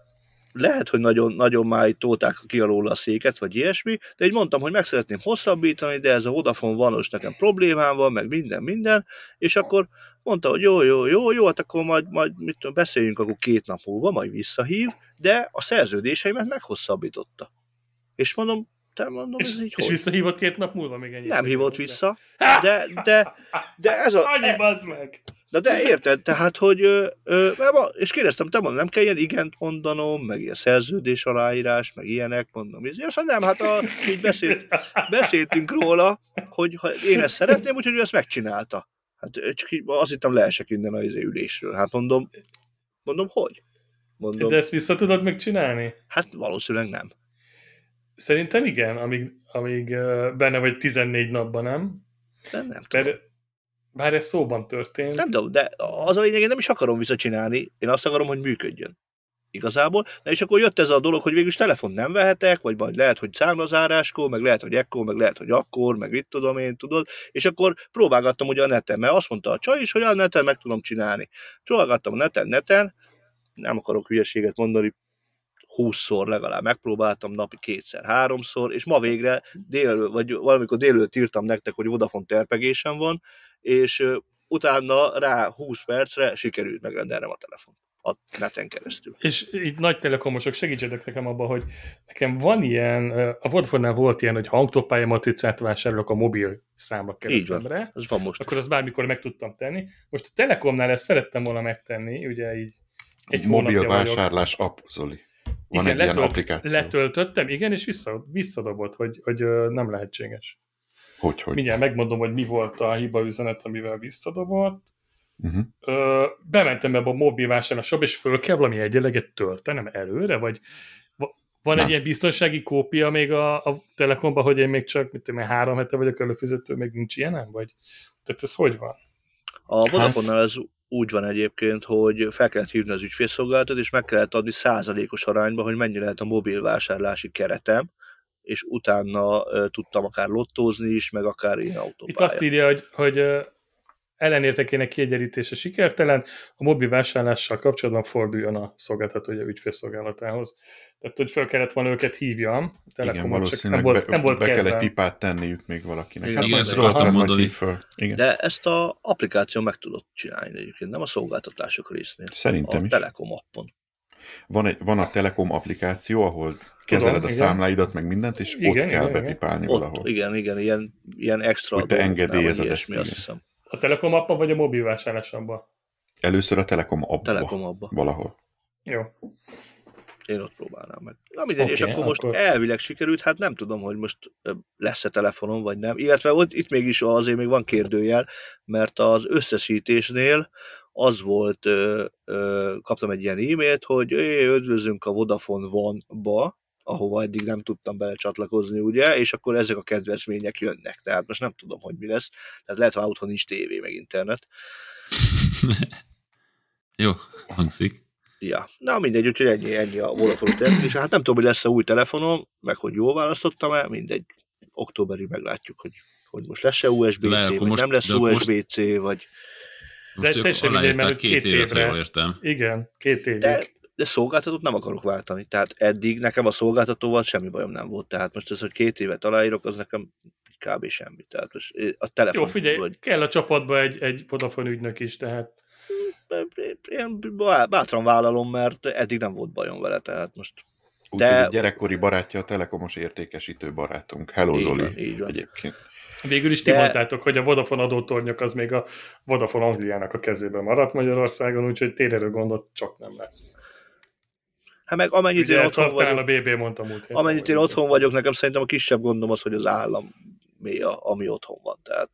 lehet, hogy nagyon, nagyon már tolták ki alól a széket, vagy ilyesmi, de így mondtam, hogy meg szeretném hosszabbítani, de ez a Vodafone vanos nekem problémám van, meg minden, minden, és akkor mondta, hogy jó, jó, jó, jó, hát akkor majd, majd mit tudom, beszéljünk akkor két nap múlva, majd visszahív, de a szerződéseimet meghosszabbította. És mondom, te mondom, és, ez így és hogy? visszahívott két nap múlva még ennyi? Nem hívott vissza, de, de, de ez a... Annyi, bazd meg! De, de érted, tehát, hogy ö, ö, és kérdeztem, te mondom, nem kell ilyen igent mondanom, meg ilyen szerződés aláírás, meg ilyenek, mondom, és azt mondom, nem, hát a, így beszélt, beszéltünk róla, hogy ha én ezt szeretném, úgyhogy ő ezt megcsinálta. Hát csak így, azt hittem leesek innen az ülésről. Hát mondom, mondom, hogy? Mondom, de ezt vissza tudod megcsinálni? Hát valószínűleg nem. Szerintem igen, amíg, amíg benne vagy tizennégy napban, nem? De nem tudom. Bár, bár ez szóban történt. Nem tudom, de az a lényeg, én nem is akarom visszacsinálni, én azt akarom, hogy működjön. Igazából. Na és akkor jött ez a dolog, hogy végülis telefon nem vehetek, vagy majd lehet, hogy számlazáráskor, meg lehet, hogy ekkor, meg lehet, hogy akkor, meg mit tudom én, tudod. És akkor próbálgattam ugye a neten, mert azt mondta a csaj is, hogy a neten meg tudom csinálni. Próbálgattam a neten, neten, nem akarok hülyeséget mondani, húszszor legalább megpróbáltam, napi kétszer, háromszor, és ma végre délelőtt, vagy valamikor délelőtt írtam nektek, hogy Vodafone terpegésem van, és uh, utána rá húsz percre sikerült megrendelnem a telefon a neten keresztül. És így nagy telekomosok, segítsetek nekem abban, hogy nekem van ilyen, a Vodafone-nál volt ilyen, hogy ha autópálya matricát vásárolok a mobil számla keretemre, ez van most akkor is. azt bármikor meg tudtam tenni. Most a Telekomnál ezt szerettem volna megtenni, ugye így egy mobil vásárlás app, Zoli. Van igen, egy letölt, ilyen applikáció. Letöltöttem, igen, és vissza, visszadobott, hogy, hogy nem lehetséges. Hogy, hogy? Mindjárt megmondom, hogy mi volt a hiba üzenet, amivel visszadobott. Uh-huh. Ö, bementem ebbe a mobil vásárlásba, és föl kell valami egyenleget töltenem előre, vagy van nem. Egy ilyen biztonsági kópia még a, a Telekomban, hogy én még csak mit tudom, három hete vagyok előfizető, még nincs ilyen, nem? Vagy, tehát ez hogy van? A Vodafone-nál ez úgy van egyébként, hogy fel kellett hívni az ügyfélszolgálatot, és meg kellett adni százalékos arányba, hogy mennyi lehet a mobil vásárlási keretem, és utána uh, tudtam akár lottózni is, meg akár ilyen autópályát. Itt azt írja, hogy, hogy uh, ellenértékének kiegyenlítése sikertelen, a mobil vásárlással kapcsolatban forduljon a szolgáltatója ügyfélszolgálatához. Tehát, hogy fel kellett volna őket hívjam. Igen, valószínűleg nem volt, be, nem volt be kell egy kedvem. pipát tenniük még valakinek. Igen, Hát igen, majd ezt akartam Zoltán majd mondani. hív föl. Igen. De ezt a applikáció meg tudod csinálni egyébként, nem a szolgáltatások résznél. Szerintem a is. Telekom appon. Van, egy, van a Telekom applikáció, ahol kezeled Tudom, a igen. számláidat, meg mindent, és Igen, ott kell igen, bepipálni Ott, valahol. igen, igen, ilyen, ilyen extra Hogy te dolgoknál, engedélyezed vagy ezt, ilyesmi, azt igen. hiszem. A Telekom appa vagy a mobil vásárlásabban? Először a Telekom abba. Telekom abba. Valahol. Jó. Én ott próbálnám meg. Na mindegy, Oké, és akkor most akkor- elvileg sikerült, hát nem tudom, hogy most ö, lesz-e telefonom, vagy nem. Illetve ott, itt mégis azért még van kérdőjel, mert az összesítésnél az volt, ö, ö, kaptam egy ilyen e-mailt, hogy "É, üdvözlünk a Vodafone One-ba, ahova eddig nem tudtam belecsatlakozni, ugye, és akkor ezek a kedvezmények jönnek. Tehát most nem tudom, hogy mi lesz. Tehát lehet, hogy otthon nincs tévé, meg internet. Jó, hangzik. Ja, na mindegy, úgyhogy ennyi, ennyi a Vodafone-os termék, hát nem tudom, hogy lesz-e új telefonom, meg hogy jól választottam el, mindegy, októberig meglátjuk, hogy, hogy most lesz-e u es bé-C, De akkor vagy most- nem lesz de akkor u es bé-C, vagy... Most De ők teljesen mindegy, aláírták mert két két évet, ha évre. jól értem. Igen, két évig. De, de szolgáltatót nem akarok váltani, tehát eddig nekem a szolgáltatóval semmi bajom nem volt, tehát most ez, hogy két évet aláírok, az nekem kb. Semmi, tehát most a telefon... Jó, figyelj, vagy, kell a csapatba egy, egy Vodafone ügynök is, tehát én bátran vállalom, mert eddig nem volt bajom vele, tehát most... Úgyhogy De- egy gyerekkori barátja a Telekomos értékesítő barátunk. Hello Így Zoli van, így van. egyébként. végül is ti De- mondtátok, hogy a Vodafone adótornyok az még a Vodafone Angliának a kezében maradt Magyarországon, úgyhogy térerő gondot csak nem lesz. Hát meg amennyit Ugye én ezt otthon a, talán vagyok, a bé bé mondta múlt héten. amennyit én vagy- otthon vagyok, nekem szerintem a kisebb gondom az, hogy az állam mi a, ami otthon van. Tehát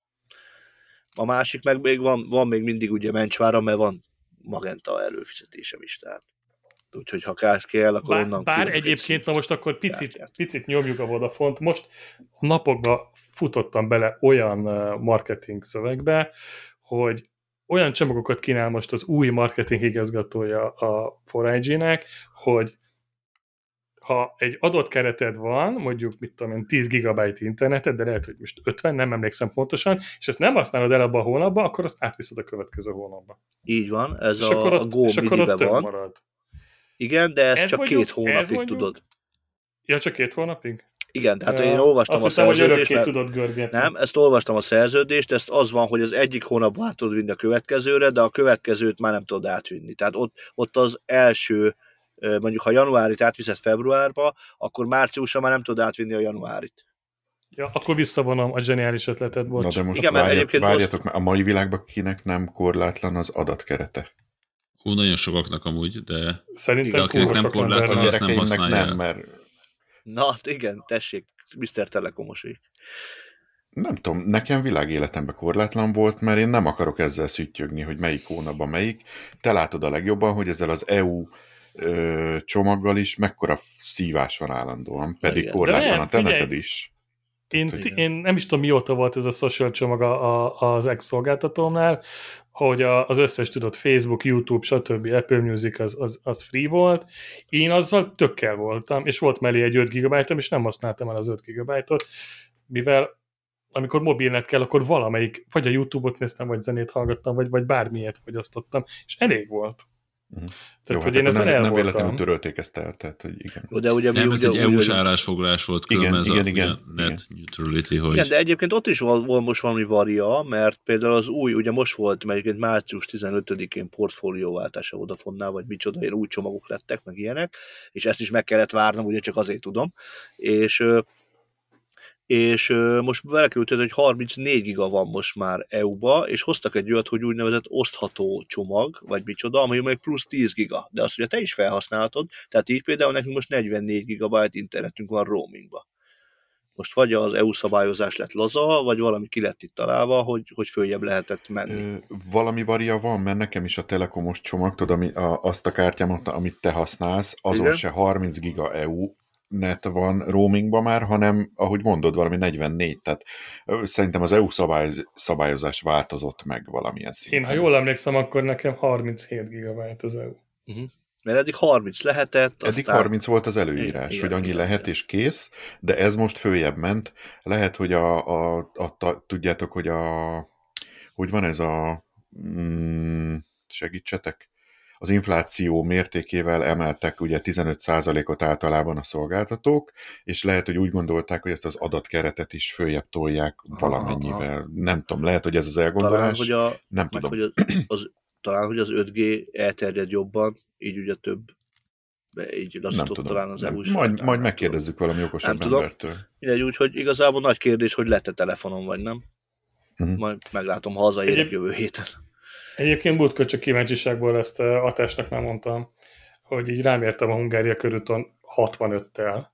a másik meg még van, van még mindig ugye Mencsvára, mert van Magenta előfizetésem is. Tehát. Úgyhogy ha kász kell, akkor Bár, onnan bár kihozok egy egyébként, na szívet. most akkor picit, kártyát. picit nyomjuk a Vodafont. Most napokban futottam bele olyan uh, marketing szövegbe, hogy olyan csomagokat kínál most az új marketing igazgatója a four I G-nek, hogy ha egy adott kereted van, mondjuk, mit tudom én, tíz gigabyte internetet, de lehet, hogy most ötven, nem emlékszem pontosan, és ezt nem használod el abban a hónapban, akkor azt átviszed a következő hónapba. Így van, ez És a, akkor a ott, Go és akkor ott Minibe több van. marad. Igen, de ez, Ez csak mondjuk- két ez hónapig mondjuk- tudod. Ja, csak két hónapig? Igen, tehát Ja, én olvastam azt a hiszem, hogy szerződést, örökké mert tudod görgetni. nem, ezt olvastam a szerződést, ezt az van, hogy az egyik hónapban át tudod vinni a következőre, de a következőt már nem tudod átvinni. Tehát ott, ott az első, mondjuk ha januárit átviszed februárba, akkor márciusra már nem tudod átvinni a januárit. Ja, akkor visszavonom a zseniális ötletet, bocs. Na de most Igen, mert várjat, egyébként várjatok, mert a mai világban kinek nem korlátlan az adatkerete. Hú, nagyon sokaknak amúgy, de Szerintem Igen, akinek kurva nem sok korlátlan, embernek. azt nem Gyerekeimnek használja. nem, mert Na, hát igen, tessék, miszter Telekomosék. nem tudom, nekem világéletemben korlátlan volt, mert én nem akarok ezzel szüttyögni, hogy melyik hónapban melyik. Te látod a legjobban, hogy ezzel az é u ö, csomaggal is mekkora szívás van állandóan, pedig Igen. korlátlan De a te figyelj, neted is. Én, Igen. én nem is tudom, mióta volt ez a social csomag a, a, az ex-szolgáltatómnál, hogy a, az összes, tudod, Facebook, YouTube, stb. Apple Music az, az, az free volt. Én azzal tökkel voltam, és volt mellé egy öt gigabájtom, és nem használtam el az öt gigabájtot, mivel amikor mobilnet kell, akkor valamelyik, vagy a YouTube-ot néztem, vagy zenét hallgattam, vagy, vagy bármilyet fogyasztottam, és elég volt. Uh-huh. Tehát, Jó, hogy hát én akkor ezzel nem, el nem voltam. véletlenül törölték ezt el, tehát, hogy igen. De ugye mi Nem, ez ugye, egy úgy é u-s vagyunk- állásfoglalás volt, Igen, különben ez igen, a igen, ugye, net neutrality, hogy Igen, de egyébként ott is van, van most valami varia, mert például az új, ugye most volt, mert egyébként március tizenötödikén portfólióváltás a Vodafone-nál, vagy micsoda, ilyen új csomagok lettek, meg ilyenek, és ezt is meg kellett várnom, ugye csak azért tudom, és, ö, és ö, most belekerült, hogy harmincnégy giga van most már é u-ba, és hoztak egy olyat, hogy úgynevezett osztható csomag, vagy micsoda, ami meg plusz tíz giga, de azt ugye te is felhasználhatod, tehát így például nekünk most negyvennégy gigabyte internetünk van roamingba. Most vagy az é u szabályozás lett laza, vagy valami ki lett itt találva, hogy, hogy följebb lehetett menni. Ö, valami varia van, mert nekem is a telekomos csomag, tudod, ami, a, azt a kártyámat, amit te használsz, azon Igen. se harminc giga é u net van roamingban már, hanem, ahogy mondod, valami negyvennégy, tehát ö, szerintem az é u szabályoz, szabályozás változott meg valamilyen szinten. Én, ha jól emlékszem, akkor nekem harminchét gigabyte az é u. Uh-huh. Mert eddig harminc lehetett, Eddig aztán... harminc volt az előírás, Igen, hogy annyi igen, lehet igen. és kész, de ez most följebb ment. Lehet, hogy a, a, a, a tudjátok, hogy a hogy van ez a, mm, segítsetek, az infláció mértékével emeltek ugye tizenöt százalékot általában a szolgáltatók, és lehet, hogy úgy gondolták, hogy ezt az adatkeretet is följebb tolják valamennyivel. Nem tudom, lehet, hogy ez az elgondolás. Talán, hogy a, nem meg, tudom. Hogy az, az, talán, hogy az öt G elterjed jobban, így ugye több, így lassított talán az é u-s. Majd, majd megkérdezzük valami okosabb nem embertől. Mindegy, úgyhogy igazából nagy kérdés, hogy lett-e telefonon, vagy nem. Uh-huh. Majd meglátom, ha hazaérek Egyéb... jövő héten. Egyébként múltkor csak kíváncsiságból ezt Atásnak már mondtam, hogy így rám értem a Hungária körúton hatvanöttel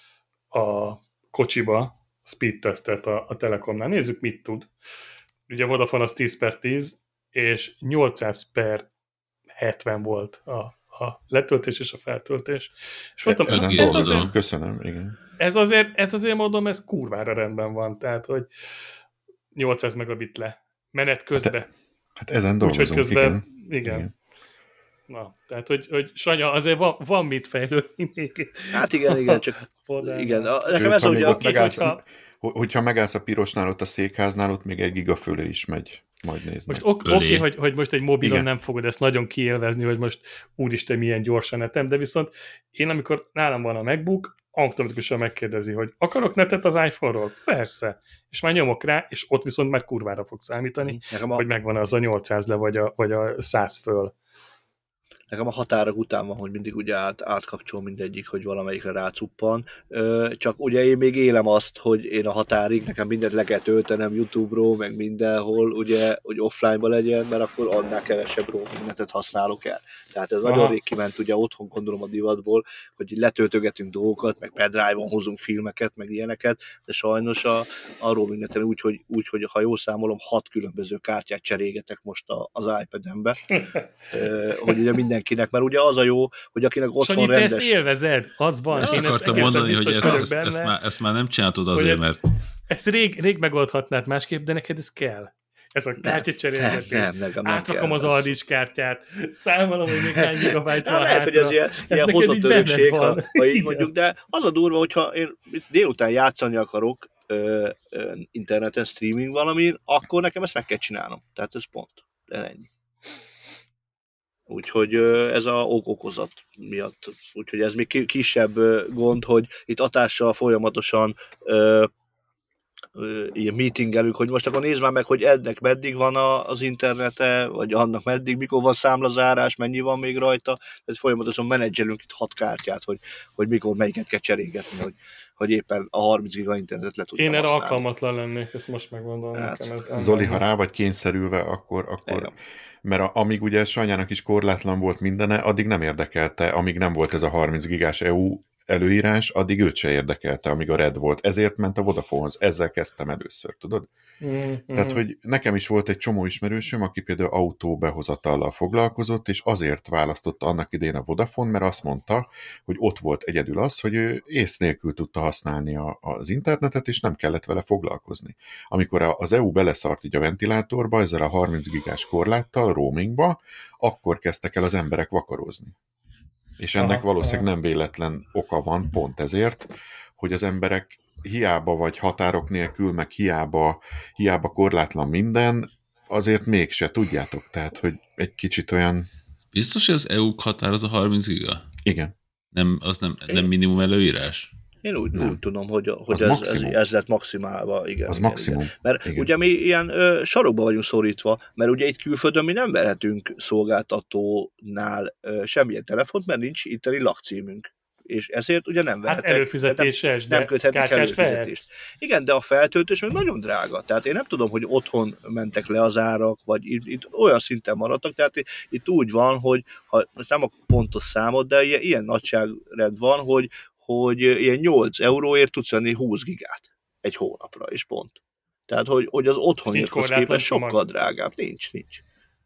a kocsiba, speed testet a, a Telekomnál. Nézzük, mit tud. Ugye a Vodafone az tíz per tíz, és nyolcszáz per hetven volt a, a letöltés és a feltöltés. És mondtam, ezen ez azért, köszönöm, igen. Ez azért, ez azért mondom, ez kurvára rendben van, tehát, hogy nyolcszáz megabit le, menet közben. Hát, hát ezen dolgozunk, Úgyhogy közben, igen. igen. igen. Na, tehát, hogy, hogy Sanya, azért van, van mit fejlődni még. Hát igen, igen, csak igen. A, nekem Sőt, ez ha ugye... Ott megállsz, hogyha... hogyha megállsz a pirosnál, ott a székháznál, ott még egy giga fölé is megy. Majd nézni. Most oké, okay, hogy, hogy most egy mobilon igen. nem fogod ezt nagyon kiélvezni, hogy most úristen milyen gyorsan netem, de viszont én, amikor nálam van a MacBook, automatikusan megkérdezi, hogy akarok netet az iPhone-ról? Persze. És már nyomok rá, és ott viszont már kurvára fog számítani, a... hogy megvan az a nyolcszáz le, vagy a, vagy a száz föl. Nekem a határok után van, hogy mindig ugye át, átkapcsol mindegyik, hogy valamelyikre rácuppan. Csak ugye én még élem azt, hogy én a határig nekem mindent le kell töltenem YouTube-ról, meg mindenhol, ugye, hogy offline-ba legyen, mert akkor annál kevesebb roaming-netet használok el. Tehát ez Aha. nagyon rég kiment ugye otthon, gondolom a divatból, hogy letöltögetünk dolgokat, meg pendrive-on hozunk filmeket, meg ilyeneket, de sajnos a, a roaming-neten úgy, hogy, úgy, hogy ha jól számolom, hat különböző kártyát cserégetek most a, az iPad-embe, hogy ugye minden mindenkinek, mert ugye az a jó, hogy akinek otthon Sanyi, rendes... te ezt élvezed, az van. Ezt én akartam ezt mondani, hogy ezt, ezt, benne, ezt, már, ezt már nem csináltod azért, ezt, mert... Ezt rég, rég megoldhatnád másképp, de neked ez kell. Ez a kártyacserélgetés. Átrakom az Aldis kártyát, számolom, hogy még hány gigabájt van lehet, hátra. hogy ez ilyen, ilyen hozott örökség, ha, ha így mondjuk, de az a durva, hogyha én délután játszani akarok ö, ö, interneten, streaming valamin, akkor nekem ezt meg kell csinálnom. Tehát ez pont. De ennyi. Úgyhogy ez a ok-okozat miatt. Úgyhogy ez még kisebb gond, hogy itt Atással folyamatosan ö, ö, ilyen meetingelünk, hogy most akkor nézd már meg, hogy ennek meddig van a, az internete, vagy annak meddig, mikor van számlazárás, mennyi van még rajta. Tehát folyamatosan menedzselünk itt hat kártyát, hogy, hogy mikor melyiket kell cserélgetni, hogy, hogy éppen a harminc giga internetet le tudjam Én erre használni. alkalmatlan lennék, ezt most megmondom. Hát, nekem ez Zoli, ha rá vagy kényszerülve, akkor... akkor... mert a, amíg ugye Sanyának is korlátlan volt mindene, addig nem érdekelte, amíg nem volt ez a harminc gigás é u előírás, addig őt se érdekelte, amíg a Red volt. Ezért ment a Vodafonehoz. Ezzel kezdtem először, tudod? Mm-hmm. Tehát, hogy nekem is volt egy csomó ismerősöm, aki például autóbehozatallal foglalkozott, és azért választotta annak idén a Vodafone, mert azt mondta, hogy ott volt egyedül az, hogy ő ész nélkül tudta használni a, az internetet, és nem kellett vele foglalkozni. Amikor az é u beleszart így a ventilátorba, ezzel a harminc gigás korláttal, roamingba, akkor kezdtek el az emberek vakarozni. És ennek aha, valószínűleg aha. nem véletlen oka van, pont ezért, hogy az emberek hiába vagy határok nélkül, meg hiába, hiába korlátlan minden, azért mégse tudjátok. Tehát, hogy egy kicsit olyan... Biztos, hogy az é u határoz a harminc giga? Igen. Nem, az nem, nem minimum előírás? Én úgy, úgy tudom, hogy, hogy ez, ez, ez lett maximálva. Igen, az igen, maximum. Igen. Mert igen. ugye mi ilyen ö, sarokba vagyunk szorítva, mert ugye itt külföldön mi nem vehetünk szolgáltatónál ö, semmilyen telefont, mert nincs itteni lakcímünk. És ezért ugye nem vehetek. Hát előfizetéses, nem, nem köthetnek előfizetést. Vehetsz. Igen, de a feltöltés meg nagyon drága. Tehát én nem tudom, hogy otthon mentek le az árak, vagy itt, itt olyan szinten maradtak. Tehát itt, itt úgy van, hogy ha nem a pontos számot, de ilyen, ilyen nagyságrend van, hogy hogy ilyen nyolc euróért tudsz venni húsz gigát egy hónapra, és pont. Tehát, hogy, hogy az otthoniakhoz képest sokkal drágább. Nincs, nincs.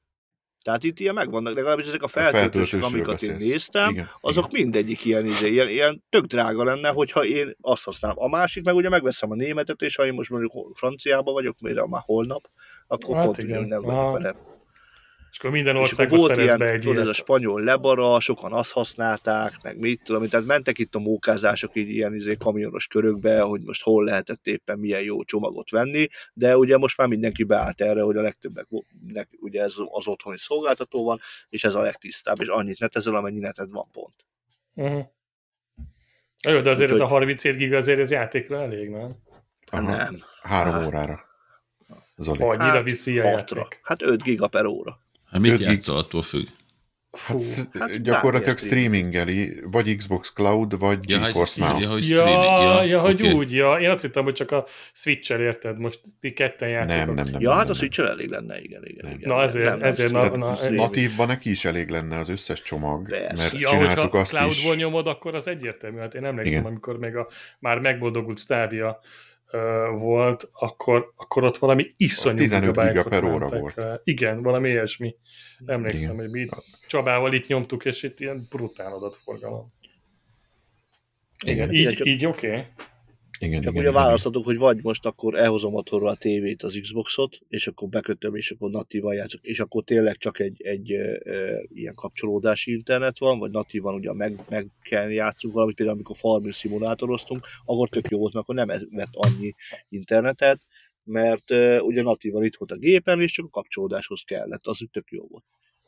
Tehát itt ilyen megvannak, legalábbis ezek a feltöltések, amiket én néztem, igen, azok igen. mindegyik ilyen, ilyen, ilyen tök drága lenne, hogyha én azt használom. A másik meg ugye megveszem a németet, és ha én most mondjuk franciába vagyok, mire már holnap, akkor hát pont igen. ugye nem vagyok vele. És akkor minden És akkor országban volt szerez ilyen, be egy tudod, ez a ilyet. spanyol lebara, sokan azt használták, meg mit tudom, tehát mentek itt a mókázások így ilyen izé, kamionos körökbe, hogy most hol lehetett éppen milyen jó csomagot venni, de ugye most már mindenki beállt erre, hogy a legtöbbeknek ugye ez az otthoni szolgáltató van, és ez a legtisztább, és annyit netezel, amennyi neted van pont. Uh-huh. Jó, de azért Úgy, ez a harminchét giga azért ez játékra elég, nem? Aha, Nem. Három Hát. órára. Zoli. Annyira Hát, viszi a hatra. játék. Hát öt giga per óra. Hát mit öt gig- játszol, attól függ. Fú. Hát, hát gyakorlatilag bármilyen streamingeli, vagy Xbox Cloud, vagy Ja, hogy, GeForce Now. ja, hogy Ja, streaming. ja, ja, hogy oké. úgy, ja. Én azt hittem, hogy csak a Switch-el érted, most ti ketten játszotok. Nem, nem, nem. Ja, nem, hát nem, a Switch-el elég lenne, igen, igen. Nem. igen. Na, ezért- Nem, nem ezért streaming, na- na- streaming. Natívban neki is elég lenne az összes csomag, Persze. mert Ja, csináltuk hogyha azt is. cloudból nyomod, akkor az egyértelmű. Hát én emlékszem, Igen. amikor még a már megboldogult Stadia uh, volt, akkor, akkor ott valami iszonyú tizenöt giga gigabyte-ot per óra mentek volt. rá. Igen, valami ilyesmi. Emlékszem, Igen. hogy mi itt Csabával itt nyomtuk, és itt ilyen brutál adatforgalom. Igen, Igen. így, Igen, csak- így oké. Okay. Igen, Csak igen, ugye igen. választhatok, hogy vagy most akkor elhozom otthonról a tévét, az Xboxot, és akkor bekötöm, és akkor natívan játszok, és akkor tényleg csak egy, egy e, e, ilyen kapcsolódási internet van, vagy natívan ugye meg, meg kell játszunk valamit, például amikor Farming szimulátoroztunk, akkor tök jó volt, mert akkor nem vett annyi internetet, mert e, ugye natívan itt volt a gépen, és csak a kapcsolódáshoz kellett, az úgy tök jó volt.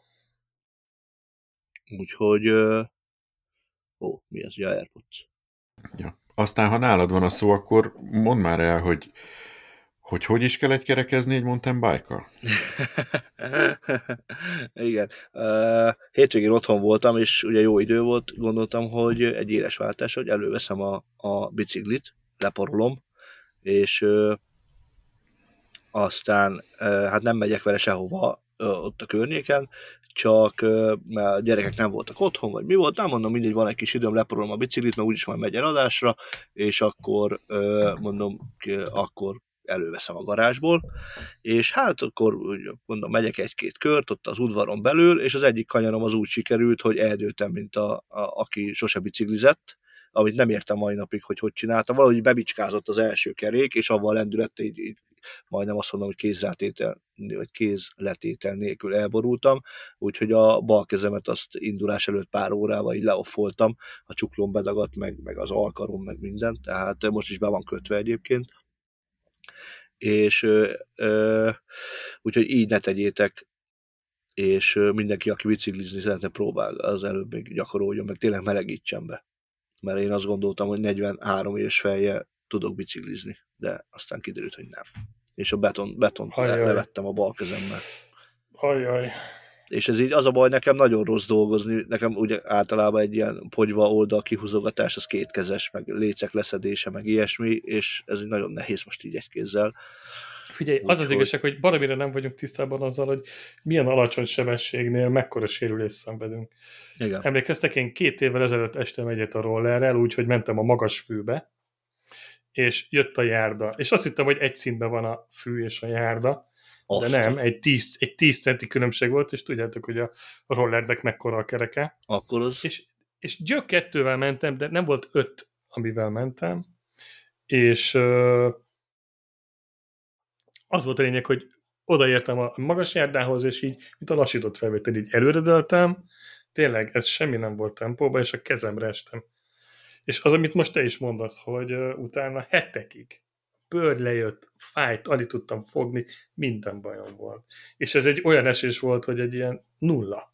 Úgyhogy e, ó, mi az, ja, AirPods. Ja. Aztán, ha nálad van a szó, akkor mondd már el, hogy hogy, hogy is kell egy kerekezni egy mountain bike-kal? Igen. Uh, hétvégén otthon voltam, és ugye jó idő volt, gondoltam, hogy egy éles váltás, hogy előveszem a, a biciklit, leporolom, és uh, aztán uh, hát nem megyek vele sehova uh, ott a környéken, csak uh, mert a gyerekek nem voltak otthon, vagy mi volt, nem mondom, mindegy, van egy kis időm, leporolom a biciklit, mert úgyis majd megy eladásra, és akkor uh, mondom, akkor előveszem a garázsból, és hát akkor mondom, megyek egy-két kört ott az udvaron belül, és az egyik kanyarom az úgy sikerült, hogy eldőltem, mint a, a, aki sose biciklizett, amit nem értem mai napig, hogy hogy csináltam. Valahogy bebicskázott az első kerék, és avval lendület, így, így majdnem azt mondom, hogy kézletétel, vagy kézletétel nélkül elborultam, úgyhogy a bal kezemet azt indulás előtt pár órával így leoffoltam, a csuklón bedagadt, meg, meg az alkarom, meg minden, tehát most is be van kötve egyébként. És ö, ö, úgyhogy így ne tegyétek, és ö, mindenki, aki biciklizni szeretne, próbál, az előbb még gyakoroljon, meg tényleg melegítsen be. Mert én azt gondoltam, hogy negyvenhárom éves fejjel tudok biciklizni, de aztán kiderült, hogy nem. És a beton, betont le, levettem a bal kezemmel. Ajaj. És ez így az a baj, nekem nagyon rossz dolgozni, nekem ugye általában egy ilyen pogyva oldal kihúzogatás, az kétkezes, meg lécek leszedése, meg ilyesmi, és ez így nagyon nehéz most így egy kézzel. Figyelj, Úgy, az az hogy... igazság, hogy baromira nem vagyunk tisztában azzal, hogy milyen alacsony sebességnél mekkora sérülést szenvedünk. Igen. Emlékeztek, én két évvel ezelőtt estem egyet a rollerrel, úgyhogy mentem a magas fűbe, és jött a járda. És azt hittem, hogy egy színben van a fű és a járda, de Aztán. nem, egy tíz, egy tíz centi különbség volt, és tudjátok, hogy a rollernek mekkora a kereke. Akkor az... És, és gyök kettővel mentem, de nem volt öt, amivel mentem, és uh, az volt a lényeg, hogy odaértem a magas járdához, és így, mint a lassított felvétel, így előredöltem, tényleg ez semmi nem volt tempóban, és a kezemre estem. És az, amit most te is mondasz, hogy uh, utána hetekig bőr lejött, fájt, alig tudtam fogni, minden bajom volt. És ez egy olyan esés volt, hogy egy ilyen nulla.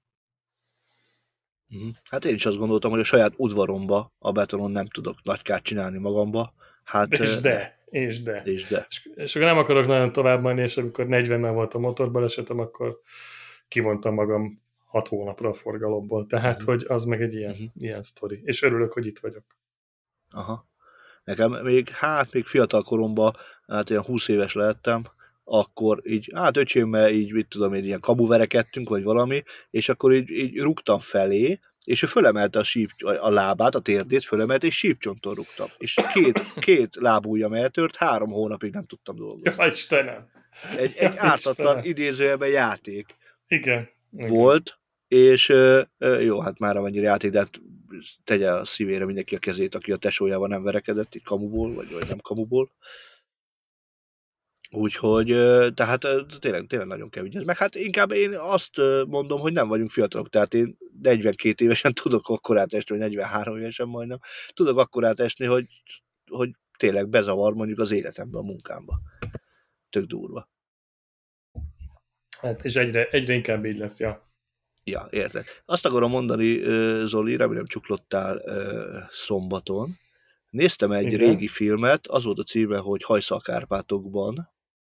Hát én is azt gondoltam, hogy a saját udvaromba, a betonon nem tudok nagy kárt csinálni magamba. Hát, És de, de. és de. És de. És, és akkor nem akarok nagyon tovább menni, és amikor negyvennel volt a motorbalesetem, akkor kivontam magam hat hónapra a forgalomból. Tehát, uh-huh. hogy az meg egy ilyen, uh-huh. ilyen sztori. És örülök, hogy itt vagyok. Aha. Nekem még, hát még fiatal koromban, hát olyan húsz éves lehettem, akkor így, hát öcsémmel így, mit tudom én, ilyen kabuverekedtünk, vagy valami, és akkor így, így rúgtam felé, és ő fölemelte a, síp, a lábát, a térdét fölemelte, és sípcsonton rúgtam. És két, két lábujjam eltört, három hónapig nem tudtam dolgozni. Ja, Istenem! Egy, egy Ja, ártatlan Istenem. idézőjelben játék Igen. volt, és jó, hát már amennyire játék, de hát tegye a szívére mindenki a kezét, aki a tesójával nem verekedett, itt kamuból, vagy, vagy nem kamuból. Úgyhogy, tehát tényleg, tényleg nagyon kell vigyázni. Meg hát inkább én azt mondom, hogy nem vagyunk fiatalok, tehát én negyvenkét évesen tudok akkorát esni, vagy negyvenhárom évesen majdnem, tudok akkorát esni, hogy, hogy tényleg bezavar mondjuk az életembe, a munkámba. Tök durva. Hát, és egyre, egyre inkább így lesz, ja. Ja, érted. Azt akarom mondani, Zoli, remélem csuklottál szombaton. Néztem egy Igen. régi filmet, az volt a címe, hogy Hajsz a Kárpátokban,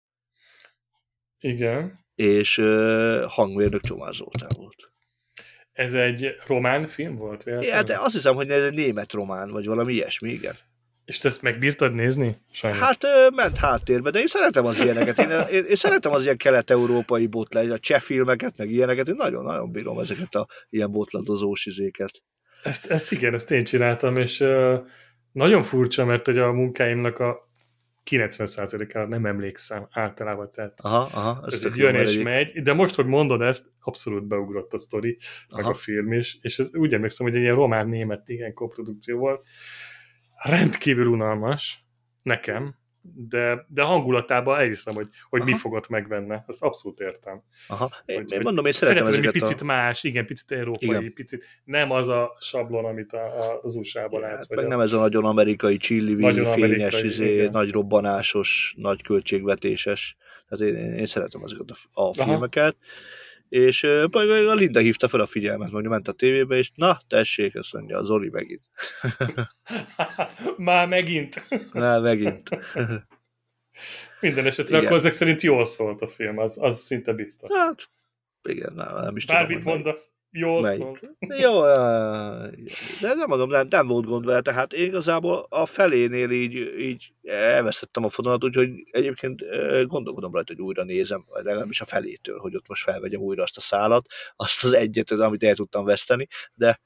Igen. és hangmérnök Csomár Zoltán volt. Ez egy román film volt? Ja, de azt hiszem, hogy ez egy német román, vagy valami ilyesmi, igen. És te ezt megbírtad nézni? Sajnos. Hát ment háttérbe, de én szeretem az ilyeneket. Én, én, én szeretem az ilyen kelet-európai botlány, a cseh filmeket, meg ilyeneket. Én nagyon-nagyon bírom ezeket a ilyen botladozós izéket. Ezt, ezt igen, ezt én csináltam, és uh, nagyon furcsa, mert hogy a munkáimnak a kilencven százalékára nem emlékszem általában, tehát aha, aha, ez egy jön és megy, de most, hogy mondod ezt, abszolút beugrott a sztori, aha. meg a film is, és ez úgy emlékszem, hogy egy ilyen román-német igen koprodukció volt. Rendkívül unalmas nekem, de, de hangulatában elhiszem, hogy, hogy mi fogott meg benne. Azt abszolút értem. Aha. Én, hogy, én mondom, én szeretem ezeket picit a... más, igen, picit európai, igen. picit nem az a sablon, amit a, a, az u es á-ban ja, látsz. Meg a... nem ez a nagyon amerikai chilli fényes, izé, nagy robbanásos, nagy költségvetéses. Tehát én, én, én szeretem ezeket a, a filmeket. És uh, a Linda hívta fel a figyelmet, mondja, ment a tévébe, és na, tessék, azt mondja, az Zoli megint. Már megint. Már megint. Minden esetre igen. Akkor ezek szerint jól szólt a film, az, az szinte biztos. Hát, igen, nem, nem is Bármit tudom. Bármit mondasz, jól melyik. Szólt. Jó, de nem mondom, nem, nem volt gond vele, tehát én igazából a felénél így, így elveszettem a fonalat, úgyhogy egyébként gondolkodom rajta, hogy újra nézem, vagy legalábbis a felétől, hogy ott most felvegyem újra azt a szálat, azt az egyet, amit el tudtam veszteni, de,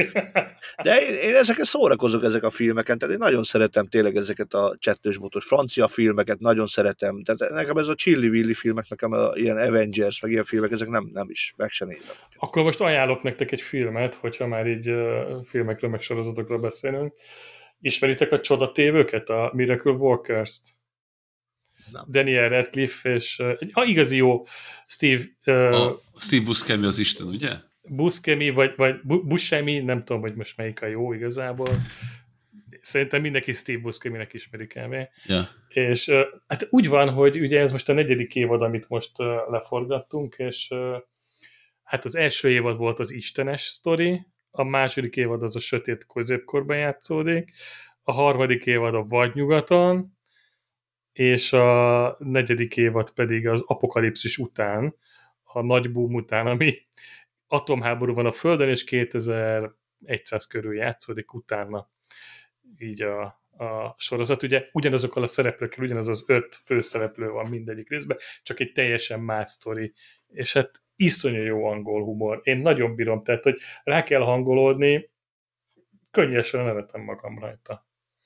de én, én ezeket szórakozok ezek a filmeken, tehát én nagyon szeretem tényleg ezeket a csettősbotos francia filmeket, nagyon szeretem, tehát nekem ez a Chilli-Willi filmek, nekem a, ilyen Avengers, meg ilyen filmek, ezek nem, nem is, meg se nézem. Akkor most ajánlok nektek egy filmet, hogyha már így uh, filmekről, meg sorozatokról beszélünk. Ismeritek a csodatévőket, a Miracle Workers-t? Nem. Daniel Radcliffe, és uh, egy ah, igazi jó Steve... Uh, a Steve Buscemi az Isten, ugye? Buscemi, vagy, vagy Buscemi, nem tudom, hogy most melyik a jó igazából. Szerintem mindenki Steve Busceminek ismerik el. Yeah. És uh, hát úgy van, hogy ugye ez most a negyedik évad, amit most uh, leforgattunk, és uh, hát az első évad volt az istenes sztori, a második évad az a sötét középkorban játszódik, a harmadik évad a vadnyugaton, és a negyedik évad pedig az apokalipszis után, a nagy boom után, ami atomháború van a Földön, és kétezer-száz körül játszódik utána így a, a sorozat. Ugye ugyanazokkal a szereplőkkel, ugyanaz az öt főszereplő van mindegyik részben, csak egy teljesen más sztori. És hát iszonyú jó angol humor. Én nagyon bírom, tehát, hogy rá kell hangolódni, könnyesen nevetem magam rajta.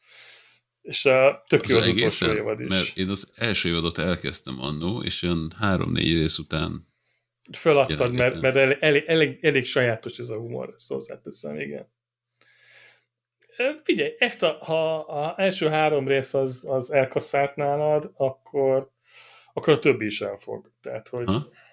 És a tök jó az, az utolsó évad is. Mert én az első évadot elkezdtem annó, és olyan három-négy rész után föladtad, mert, mert elég, elég, elég, elég sajátos ez a humor, ezt hozzáteszem, igen. Figyelj, ezt a, ha az első három rész az, az elkasszált nálad, akkor, akkor a többi is elfog. Tehát, hogy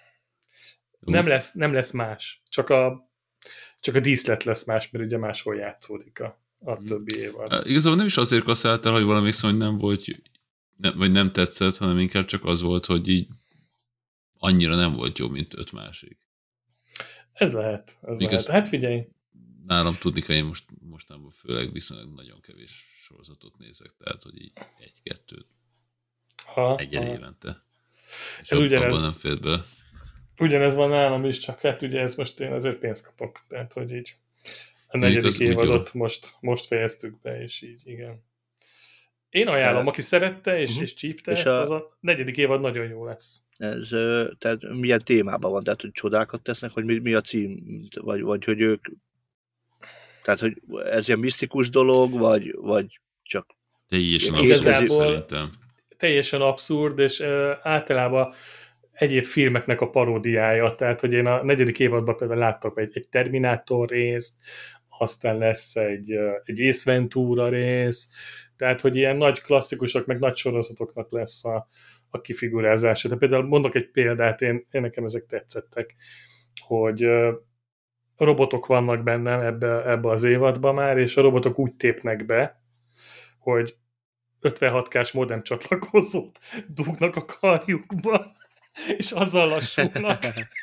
nem lesz, nem lesz más. Csak a, csak a díszlet lesz más, mert ugye máshol játszódik a, a többi évad. Uh, igazából nem is azért kasszált el, hogy valami szóval nem volt, nem, vagy nem tetszett, hanem inkább csak az volt, hogy így annyira nem volt jó, mint öt másik. Ez lehet. Ez Még lehet. Hát figyelj. Nálam tudni kell, én most, mostanában főleg viszonylag nagyon kevés sorozatot nézek, tehát, hogy így egy-kettőt egyen évente. És ez ugyanez. Nem fér be. Ugyanez van nálam is, csak hát ugye ez most én azért pénzt kapok, tehát, hogy így a negyedik évadot most, most fejeztük be, és így, igen. Én ajánlom, aki szerette és, uh-huh. és csípte és ezt, a... az a negyedik évad nagyon jó lesz. Ez, tehát milyen témában van? Tehát, hogy csodákat tesznek, hogy mi, mi a cím? Vagy, vagy hogy ők... Tehát, hogy ez ilyen misztikus dolog, vagy, vagy csak... Teljesen abszurd szerintem. Teljesen abszurd, és uh, általában egyéb filmeknek a paródiája, tehát, hogy én a negyedik évadban például láttam egy, egy Terminátor részt, aztán lesz egy, egy Ace Ventura rész, tehát, hogy ilyen nagy klasszikusok, meg nagy sorozatoknak lesz a, a kifigurázása. De például mondok egy példát, én, én nekem ezek tetszettek, hogy robotok vannak benne ebbe, ebbe az évadban már, és a robotok úgy tépnek be, hogy ötvenhat ká-s modem csatlakozót dugnak a karjukba, és azzal lassulnak.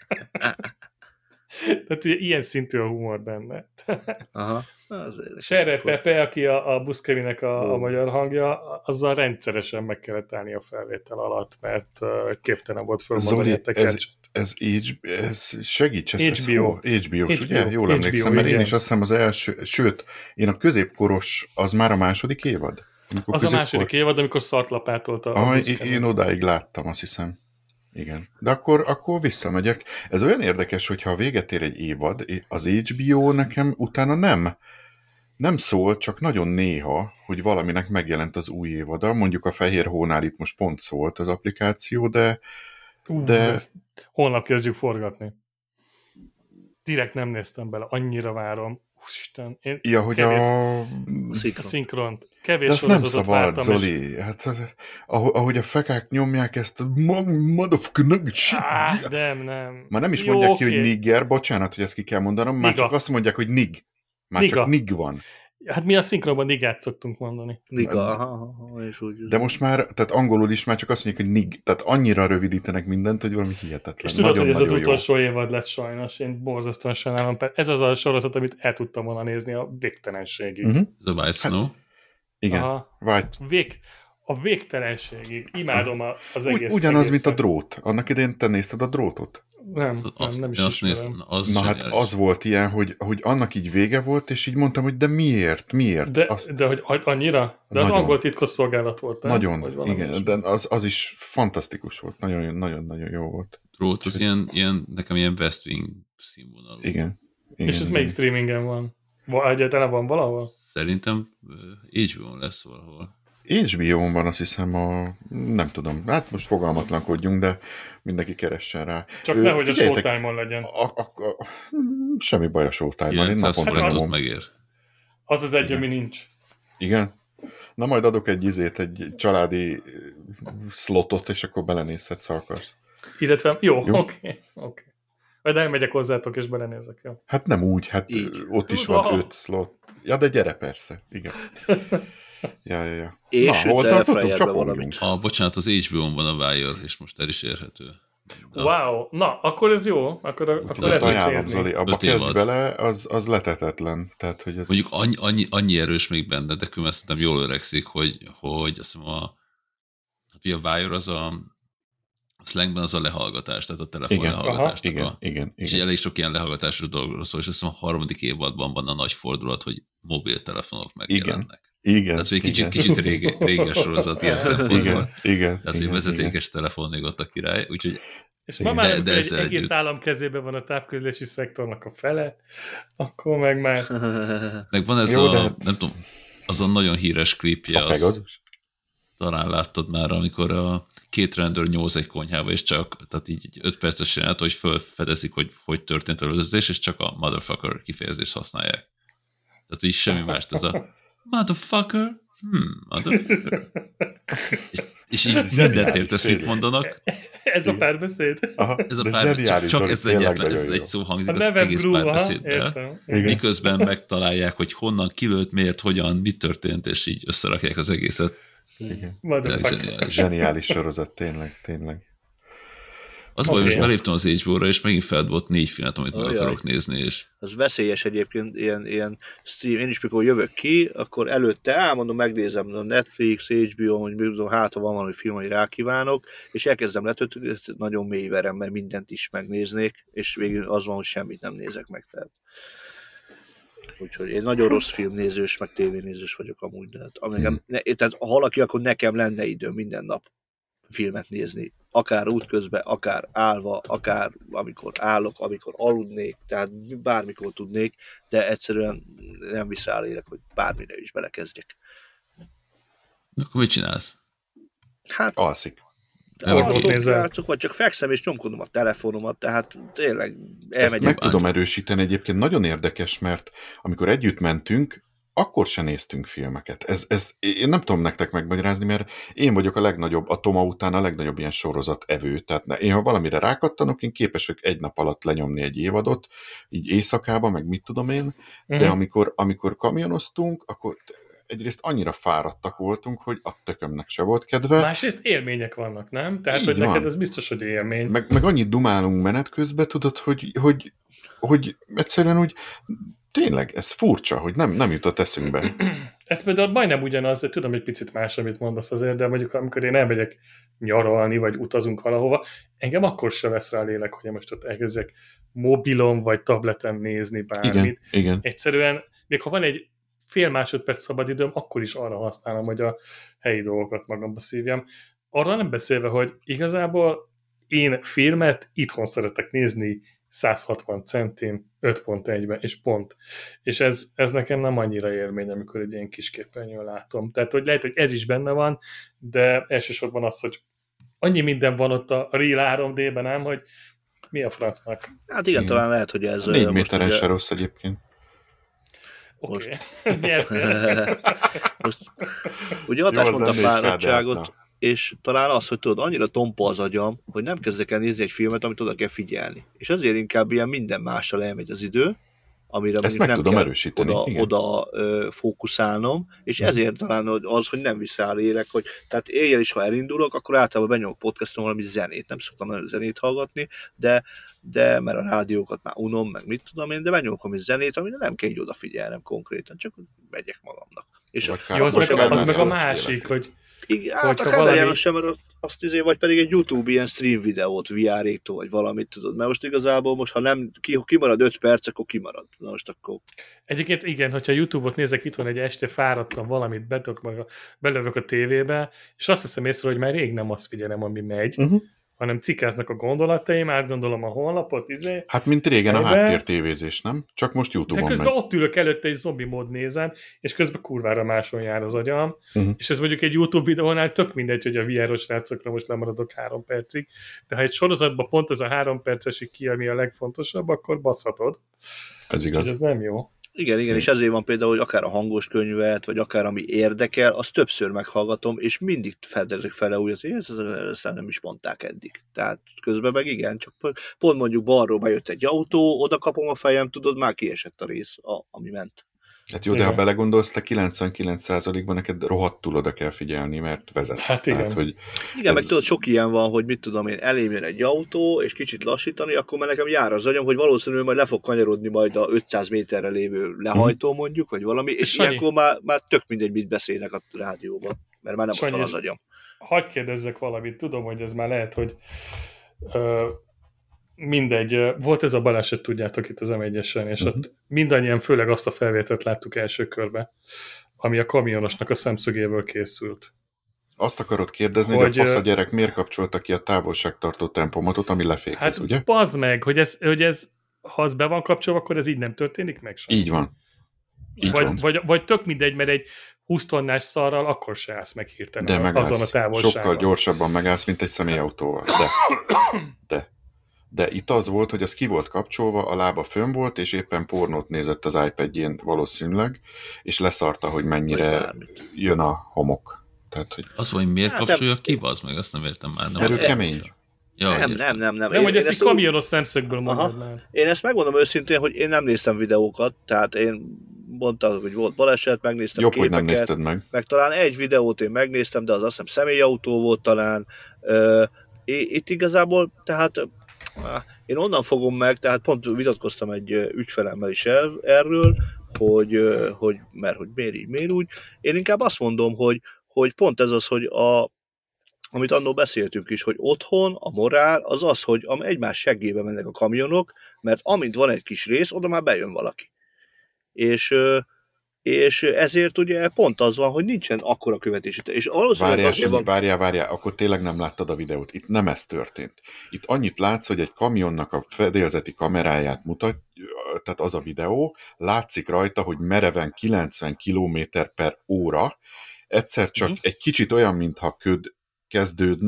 Tehát ugye ilyen szintű a humor benne. Aha. Serre Pepe, aki a, a Busceminek a, a magyar hangja, azzal rendszeresen meg kellett állni a felvétel alatt, mert uh, képtelen volt fölmondani a tekercs. Ez, ez segíts, ez, há bé ó. Ez há bé ó-s, ugye? Jól emlékszem, há bé ó, mert én igen. is azt hiszem az első, sőt, én a középkoros, az már a második évad? Amikor az középkor... a második évad, amikor szartlapátolt a, ah, a én, én odáig láttam, azt hiszem. Igen. De akkor, akkor visszamegyek. Ez olyan érdekes, hogyha véget ér egy évad, az há bé ó nekem utána nem, nem szól, csak nagyon néha, hogy valaminek megjelent az új évada. Mondjuk a Fehér Hónál itt most pont szólt az applikáció, de... Uh, de... Holnap kezdjük forgatni. Direkt nem néztem bele, annyira várom. Isten, én ja, hogy kevés... a... a szinkront. Kevés de azt nem sorozatot szabad, vártam, Zoli. és... Hát, az, ahogy a fekák nyomják ezt a motherfucker shit. Ah, nem, nem. Már nem is Jó, mondják okay. ki, hogy nigger, bocsánat, hogy ezt ki kell mondanom, már Niga. csak azt mondják, hogy nig. Már Niga. csak nig van. Hát mi a szinkronban nigát szoktunk mondani. Niga, aha, aha, és úgy. De most már, tehát angolul is már csak azt mondják, hogy nig. Tehát annyira rövidítenek mindent, hogy valami hihetetlen. És tudod, nagyon, hogy ez az jó. utolsó évad lett sajnos. Én borzasztóan sajnálom. Ez az a sorozat, amit el tudtam volna nézni a végtelenségig. Uh-huh. The White Snow? Hát, igen. Aha. White. Vég, a végtelenségig. Imádom a, az Ugy, egész. Ugyanaz, egészet. mint a drót. Annak idején te nézted a drótot? Nem, nem, azt, nem is azt ismerem. néztem, az Na hát az volt ilyen, hogy, hogy annak így vége volt, és így mondtam, hogy de miért, miért? De, azt... de hogy annyira? De az Nagyon. angol titkosszolgálat volt. Nagyon, igen, de az, az is fantasztikus volt. Nagyon-nagyon jó volt. Drót az ilyen, ilyen, nekem ilyen West Wing színvonalú. Igen. igen És ez igen. melyik streamingen van? Egyáltalán van valahol? Szerintem há bé ó-n lesz valahol. há bé ó-n van, azt hiszem, a... nem tudom, hát most fogalmatlankodjunk, de mindenki keressen rá. Csak Ö, nehogy a figyeljetek, Showtime-on legyen. A, a, a, semmi baj a Showtime-on, én naponta kilencszáz nyomom. megér. Az az egy, Igen. ami nincs. Igen? Na majd adok egy izét, egy családi slotot, és akkor belenézhetsz, ha akarsz. Illetve, jó, Jó. oké. Okay, okay. Majd elmegyek hozzátok, és belenézek, jó? Hát nem úgy, hát Így. ott is Tudom. van öt slot. Ja, de gyere persze, igen. Ja, ja, ja. És Na, hol ütsz tartottunk? elfryerbe Csapolunk. valamit. A, bocsánat, az há bé ó-n van a Wire, és most el is érhető. De Wow, na, akkor ez jó. Akkor, akkor Úgyhogy ezt ezt ajánlom, nézni. Zoli, abba Öt kezdj évad. bele, az, az letetetlen. Tehát, hogy ez... Mondjuk annyi, annyi, annyi erős még benne, de különben szerintem jól öregszik, hogy, hogy azt hiszem a, hát ugye a Wire az a, a slangben az a lehallgatás, tehát a telefon igen, lehallgatás. igen, a, igen, és igen. elég sok ilyen lehallgatásról dolgozol szól, és azt hiszem a harmadik évadban van a nagy fordulat, hogy mobiltelefonok megjelennek. Igen, Tehát egy kicsit, igen. kicsit rége, réges sorozat ilyen szempontból. Igen, igen. Tehát, hogy vezetékes telefon még ott a király, úgyhogy És Igen. ma már, De- amikor de egy ezzel egész együtt. állam kezében van a távközlési szektornak a fele, akkor meg már... meg van ez Jó, a, de hát- nem tudom, az a nagyon híres klipje, A az, Pegasus? talán láttad már, amikor a két rendőr nyolc egy konyhába, és csak, tehát így így öt perces jelenet, hogy felfedezik, hogy hogy történt a lövöldözés, és csak a motherfucker kifejezést használják. Tehát így semmi más, ez a motherfucker, hmm, motherfucker. És, és így mindent értesz, mit mondanak. Ez a párbeszéd? Aha, Ez a de pár, csak, zseniális, csak Zoli, ez, tényleg egyetlen, nagyon ez jó. egy szó hangzik A az nevem egész Groove, aha, párbeszéddel. értem. Igen. Miközben megtalálják, hogy honnan kilőtt, miért, hogyan, mit történt, és így összerakják az egészet. Igen. Motherfucker. Zseniális. Zseniális sorozat, tényleg, tényleg. Az okay. Baj, Oké. most beléptem az há bé ó-ra, és megint feldobott négy filmet, amit meg Ajaj. akarok nézni, és Az veszélyes egyébként, ilyen, ilyen stream. Én is mikor jövök ki, akkor előtte elmondom, megnézem a Netflix, há bé ó, hogy tudom, hát ha van valami film, hogy rákívánok, és elkezdem letölteni, ezt nagyon mélyverem, mert mindent is megnéznék, és végül az van, hogy semmit nem nézek meg fel. Úgyhogy én nagyon rossz filmnézős, meg tévénézős vagyok amúgy. De hát, nekem, ne, tehát ha valaki, akkor nekem lenne idő minden nap filmet nézni. Akár útközben, akár állva, akár amikor állok, amikor aludnék, tehát bármikor tudnék, de egyszerűen nem visszaállélek, hogy bármire is belekezdjek. akkor mit csinálsz? Hát, Alszik. Pornót nézel. játszok, vagy csak fekszem és nyomkodom a telefonomat, tehát tényleg Ezt elmegyek. meg tudom erősíteni egyébként, nagyon érdekes, mert amikor együtt mentünk, akkor se néztünk filmeket. Ez, ez, én nem tudom nektek megmagyarázni, mert én vagyok a legnagyobb, a Toma után a legnagyobb ilyen sorozat evő. Tehát ne, én ha valamire rákattanok, én képes vagyok egy nap alatt lenyomni egy évadot, így éjszakába, meg mit tudom én, de Mhm. amikor, amikor kamionoztunk, akkor egyrészt annyira fáradtak voltunk, hogy a tökömnek se volt kedve, Másrészt élmények vannak, nem? Tehát, Így hogy van. neked ez biztos, hogy élmény. meg, meg annyit dumálunk menet közben, tudod, hogy, hogy, hogy egyszerűen úgy tényleg, ez furcsa, hogy nem, nem jutott eszünkbe. Ez például majdnem ugyanaz, de tudom, egy picit más, amit mondasz azért, de mondjuk amikor én elmegyek nyaralni, vagy utazunk valahova, engem akkor se vesz rá a lélek, hogy én most ott elkezdjek mobilon, vagy tableten nézni bármit. Igen, igen. Egyszerűen, még ha van egy fél másodperc szabadidőm, akkor is arra használom, hogy a helyi dolgokat magamba szívjam. Arra nem beszélve, hogy igazából én filmet itthon szeretek nézni száz hatvan centin, öt pont egyben, és pont. És ez, ez nekem nem annyira élmény, amikor egy ilyen kis képernyőn látom. Tehát, hogy lehet, hogy ez is benne van, de elsősorban az, hogy annyi minden van ott a Real három dé-ben, ám, hogy mi a francnak. Hát igen, Igen. talán lehet, hogy ez... Négy most méteren ugye- se rossz egyébként. Oké. Okay. Most ugye Jó, az hatás mondta nem négy ká, de fáradtságot, hát és talán az, hogy tudod, annyira tompa az agyam, hogy nem kezdek el nézni egy filmet, amit oda kell figyelni. És azért inkább ilyen minden mással elmegy az idő, amire Ezt mondjuk meg nem tudom kell erősíteni, oda, igen. oda ö, fókuszálnom, és ezért talán hogy az, hogy nem visszáll élek, hogy tehát éjjel is, ha elindulok, akkor általában benyomok podcaston valami zenét, nem szoktam nagyon zenét hallgatni, de, de mert a rádiókat már unom, meg mit tudom én, de benyomok valami zenét, amire nem kell így odafigyelnem konkrétan, csak megyek magamnak. És Vagy Jó, az, Most meg, ebben az nem meg a fogok másik, élek. hogy igen, hát Hogyha a Kádár valami- János sem, mert azt izé, vagy pedig egy YouTube ilyen stream videót vé er-től, vagy valamit tudod, mert most igazából most, ha nem, ki, kimarad öt perc, akkor kimarad. Na most akkor... egyébként igen, hogyha YouTube-ot nézek itthon egy este, fáradtam valamit, betök meg a, belövök a tévébe, és azt hiszem észre, hogy már rég nem azt figyelem, ami megy, Uh-huh. hanem cikáznak a gondolataim, átgondolom a honlapot, izé, Hát, mint régen a Fejbe. háttértévézés, nem? Csak most de YouTube-on közben megy. ott ülök előtte, egy zombi mód nézem, és közben kurvára máson jár az agyam, Uh-huh. és ez mondjuk egy YouTube videónál tök mindegy, hogy a vé er-os srácokra most lemaradok három percig, de ha egy sorozatban pont ez a három percesig ki, ami a legfontosabb, akkor basszhatod. Ez Úgyhogy igaz. ez nem jó. Igen, igen, és ezért van például, hogy akár a hangos könyvet, vagy akár ami érdekel, azt többször meghallgatom, és mindig fedezek fel újat, hogy ezt, ezt nem is mondták eddig. Tehát közben meg igen, csak pont mondjuk balról bejött egy autó, oda kapom a fejem, tudod, már kiesett a rész, a, ami ment. Hát jó, de Igen. ha belegondolsz, te kilencvenkilenc százalékban neked rohadtul oda kell figyelni, mert vezetsz. Hát igen. Tehát, hogy Igen, meg Ez- tudod, sok ilyen van, hogy mit tudom én, elém jön egy autó, és kicsit lassítani, akkor már nekem jár az agyam, hogy valószínűleg majd le fog kanyarodni majd a ötszáz méterre lévő lehajtó mondjuk, vagy valami, és Sanyi. ilyenkor már, már tök mindegy, mit beszélnek a rádióban, mert már nem ott Sanyi, van az és- agyam. Hadd kérdezzek valamit, tudom, hogy ez már lehet, hogy ö, mindegy, ö, volt ez a baleset, tudjátok, itt az em egyesen, és Mhm. ott mindannyian főleg azt a felvételt láttuk első körbe, ami a kamionosnak a szemszögéből készült. azt akarod kérdezni, Hogy, hogy a fasz a ö, gyerek miért kapcsolta ki a távolságtartó tempomatot, ami lefékez, Hát ugye? bazd meg, hogy ez, hogy ez, ha az be van kapcsolva, akkor ez így nem történik meg sem. Így van. Így vagy, van. vagy, vagy tök mindegy, mert egy húsz tonnás szarral akkor se állsz meg hirtelen De azon a megállsz. távolságon. Sokkal gyorsabban megállsz, mint egy személyautóval. De. De. De itt az volt, hogy az ki volt kapcsolva, a lába fönn volt, és éppen pornót nézett az iPadjén valószínűleg, és leszarta, hogy Vagy mennyire bármit. jön a homok. Tehát, hogy Az, hogy miért Hát kapcsolja ki, bazd meg, azt nem értem már. Nem Erő az- kemény. Ja, Nem, értem. nem, nem, nem. Nem, hogy ezt egy ezt úgy- kamionos szemszögből mondod Aha. már. Én ezt megmondom őszintén, hogy én nem néztem videókat, tehát én mondtam, hogy volt baleset, megnéztem jobb, hogy képeket, nem nézted meg. meg talán egy videót én megnéztem, de az azt hiszem személyautó volt talán. Ö, i- itt igazából, tehát ö, én onnan fogom meg, tehát pont vitatkoztam egy ö, ügyfelemmel is el, erről, hogy, ö, hogy mert hogy miért így, miért úgy. Én inkább azt mondom, hogy, hogy pont ez az, hogy a amit annól beszéltünk is, hogy otthon a morál az az, hogy am- egymás seggébe mennek a kamionok, mert amint van egy kis rész, oda már bejön valaki. És, ö, és ezért ugye pont az van, hogy nincsen akkora követési. És valószínűleg Várjál, azért Sanyi, van, várjál, várjál, akkor tényleg nem láttad a videót. Itt nem ez történt. Itt annyit látsz, hogy egy kamionnak a fedélzeti kameráját mutat, tehát az a videó, látszik rajta, hogy mereven kilencven kilométer per óra, egyszer csak Mhm. egy kicsit olyan, mintha köd kezdődne,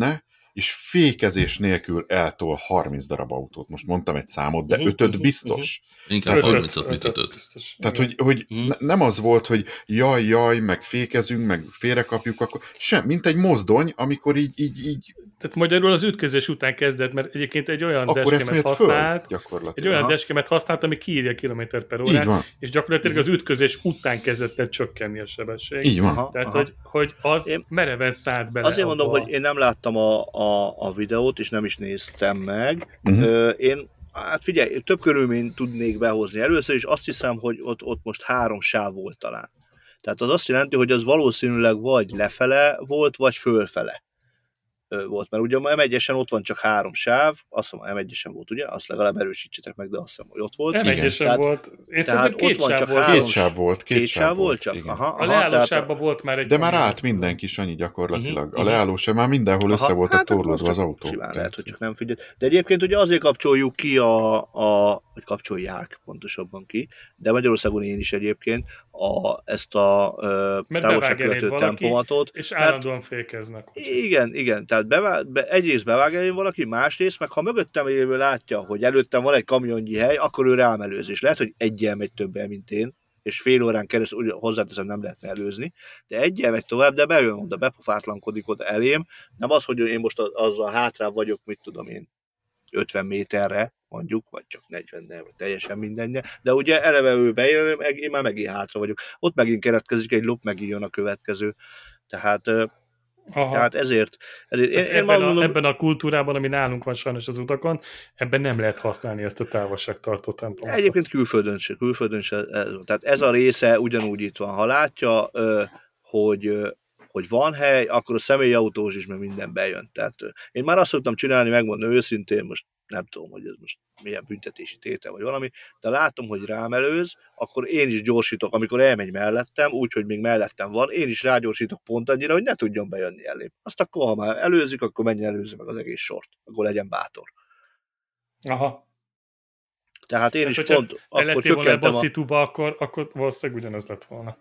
és fékezés nélkül eltol harminc darab autót. Most mondtam egy számot, de Uh-huh, ötöt uh-huh, biztos. Inkább Tehát, harmincat, mint ötöt. biztos. Tehát, Igen. hogy, hogy Mhm. ne- nem az volt, hogy jaj, jaj, meg fékezünk, meg félrekapjuk, akkor sem, mint egy mozdony, amikor így, így, így Tehát magyarul az ütközés után kezdett, mert egyébként egy olyan akkor deskemet eszmélt föl, használt, egy gyakorlatilag. olyan Aha. deskemet használt, ami kiírja kilométer per Így órát, van, és gyakorlatilag az ütközés után kezdett el csökkenni a sebesség. így van. Aha, Tehát, aha. hogy, hogy az Én- mereven szállt bele. Azért mondom, abba. hogy én nem láttam a, a, a videót, és nem is néztem meg. Uh-huh. Ö, én, hát figyelj, több körülményt tudnék behozni. Először is azt hiszem, hogy ott, ott most három sáv volt talán. Tehát az azt jelenti, hogy az valószínűleg vagy lefele volt, vagy fölfele ö, volt. Mert ugye a em egyesen ott van csak három sáv, azt hiszem, em egyesen volt, ugye? Azt legalább erősítsetek meg, de azt hiszem, hogy ott volt. Nem Igen. egyesen Tehát- volt. Én tehát szerintem két ott van sáv csak volt. három- Két sáv volt, két, Két sáv volt csak? igen. Aha, A aha, leálló tehát- sávban volt már egy De már kamion, állt azt tudom. mindenki, Sanyi, gyakorlatilag. Uh-huh, A leálló sem már mindenhol össze Aha, voltak hát akkor torlódva csak az autó. Simán lehet, hogy csak nem figyel. De egyébként ugye azért kapcsoljuk ki a, a hogy kapcsolják pontosabban ki, de Magyarországon én is egyébként a, ezt a ö, Mert távolságkövető bevág elét valaki, tempomatot. És mert- állandóan fékeznek. Igen, igen, tehát bevá, be, egyrészt bevág elén valaki, másrészt, meg ha mögöttem lévő látja, hogy előttem van egy kamionnyi hely, akkor ő rám előz, és lehet, hogy egyel megy többel, mint én, és fél órán keresztül, úgy hozzáteszem, nem lehetne előzni, de egyel megy tovább, de bejön oda, bepofátlankodik oda elém, nem az, hogy én most azzal hátrább vagyok, mit tudom én, ötven méterre, mondjuk, vagy csak negyven, vagy teljesen mindenre, de ugye eleve ő bejön, meg, én már megint hátra vagyok. Ott megint keretkezik egy lop, megint jön a következő. Tehát, ö, Aha. tehát ezért, ezért én, Tehát én ebben, már a, mondom, ebben a kultúrában, ami nálunk van sajnos az utakon, ebben nem lehet használni ezt a távolságtartó tempomatot. egyébként külföldön se, külföldön se, ez, tehát ez a része ugyanúgy itt van. Ha látja, ö, hogy, ö, hogy van hely, akkor a személyautós is, meg minden bejön. Tehát ö, én már azt szoktam csinálni, megmondom őszintén, most nem tudom, hogy ez most milyen büntetési tétel vagy valami, de látom, hogy rám előz, akkor én is gyorsítok, amikor elmegy mellettem, úgyhogy még mellettem van, én is rágyorsítok pont annyira, hogy ne tudjon bejönni elém. Azt akkor, ha már előzik, akkor menjen előző meg az egész sort. Akkor legyen bátor. Aha. Tehát én Tehát, is hogyha pont te akkor lettél volna ebbe csökkentem a a... szituba, akkor, akkor valószínűleg ugyanez lett volna.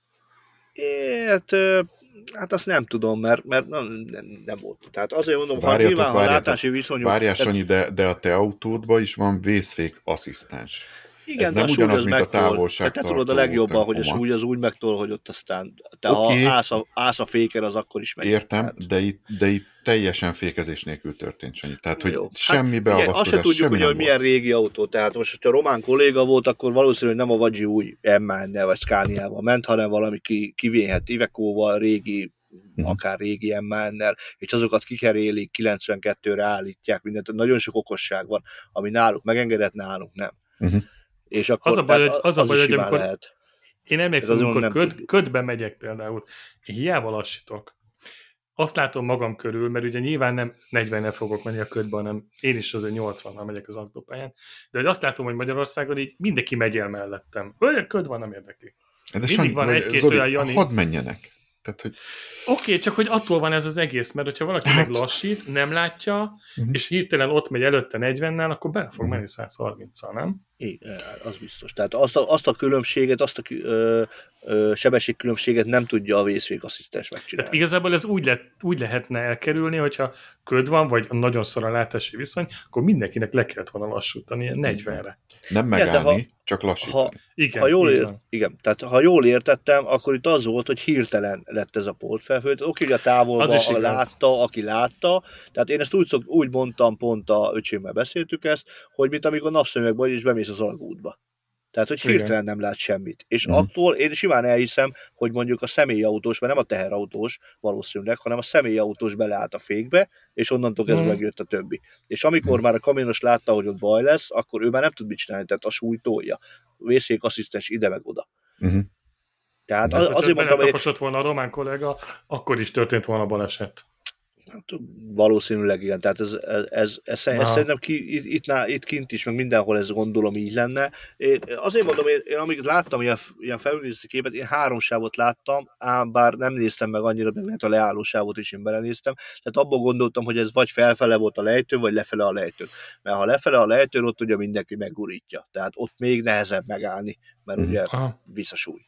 Hát, ö, hát azt nem tudom, mert, mert nem, nem, nem volt. Tehát azért mondom, ha Várjatok, nyilván, ha várjatok. látási viszonyok... Várjál, tehát- Sanyi, de, de a te autódban is van vészfék asszisztens. Igen, Ez de nem a súly ugyanaz, az mint a megtol. távolságtartó Te tudod a legjobban, hogy a tempomat. súly az úgy megtol, hogy ott aztán, te Oké. ha állsz a, állsz a féken, az akkor is megy. Értem, Tehát, de itt, de itt teljesen fékezés nélkül történt, Sanyi. Tehát, hogy jó. semmi Hát, ugye, azt se beavatkozás, tudjuk, semmi ugye, hogy nem milyen volt. régi autó. Tehát most, hogyha román kolléga volt, akkor valószínűleg nem a Vadzsi új em nel vagy Scania-val ment, hanem valami ki, kivénhet Iveco-val, régi, Mhm. akár régi em nel, és azokat kikerélik, kilencvenkettőre állítják, mindent. Nagyon sok okosság van, ami náluk megengedett, náluk nem. Mhm. És akkor Az a baj, tehát hogy- az a az baj, is hogy simán amikor- lehet. Én Ez emlékszem, azon amikor nem köd, tudjuk. ködbe megyek például, én hiába lassítok. Azt látom magam körül, mert ugye nyilván nem negyvennel fogok menni a ködbe, hanem én is azért nyolcvannal megyek az autópályán. De hogy azt látom, hogy Magyarországon így mindenki megy el mellettem. Olyan köd van, nem érdekli. De Mindig Sanyi, van vagy egy-két Zoli, olyan Jani- hadd menjenek. Tehát, hogy Oké, okay, csak hogy attól van ez az egész, mert hogyha valaki Hát- meg lassít, nem látja, Mhm. és hirtelen ott megy előtte negyvennel, akkor bele fog Mhm. menni száz harminccal, nem? Igen, az biztos. Tehát azt a, azt a különbséget, azt a kü- ö, ö, sebességkülönbséget nem tudja a vészfékasszisztens Tehát megcsinálni. igazából ez úgy, lett, úgy lehetne elkerülni, hogyha köd van, vagy nagyon szor a látási viszony, akkor mindenkinek le kellett volna lassítani ilyen negyvenre. nem Igen, de megállni, ha- csak Ha, lassítani. Igen, ha, jól így ért, van. igen, tehát ha jól értettem, akkor itt az volt, hogy hirtelen lett ez a portfelfőt. Oké, hogy a távolban Az is a igaz. látta, aki látta. Tehát én ezt úgy, szok, úgy mondtam, pont a öcsémmel beszéltük ezt, hogy mint amikor napszemüveg vagy, és bemész az alagútba. Tehát, hogy Igen. hirtelen nem lát semmit. És Mhm. attól én simán elhiszem, hogy mondjuk a személyautós, mert nem a teherautós valószínűleg, hanem a személyautós beleállt a fékbe, és onnantól kezdve Mhm. megjött a többi. És amikor már a kamionos látta, hogy ott baj lesz, akkor ő már nem tud mit csinálni, tehát a súly tolja. Vészfékasszisztens ide meg oda. Uh-huh. Tehát Tehát, az, hogyha azért mondtam, hogy beletaposott volna a román kollega, akkor is történt volna baleset. hát, valószínűleg igen, tehát ez, ez, ez, ez, ez Na. szerintem ki, itt, itt, ná- itt kint is, meg mindenhol ez gondolom így lenne. Én azért mondom, én, én amíg láttam ilyen, ilyen felülnézeti képet, én három sávot láttam, ám bár nem néztem meg annyira, meg lehet a leálló sávot is én belenéztem, tehát abból gondoltam, hogy ez vagy felfele volt a lejtőn, vagy lefele a lejtőn. Mert ha lefele a lejtőn, ott ugye mindenki meggurítja. Tehát ott még nehezebb megállni, mert Mhm. ugye Aha. visszasúly.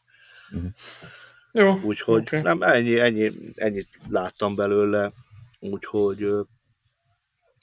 Jó, Úgyhogy oké. nem, ennyi, ennyi, ennyit láttam belőle, úgyhogy ö,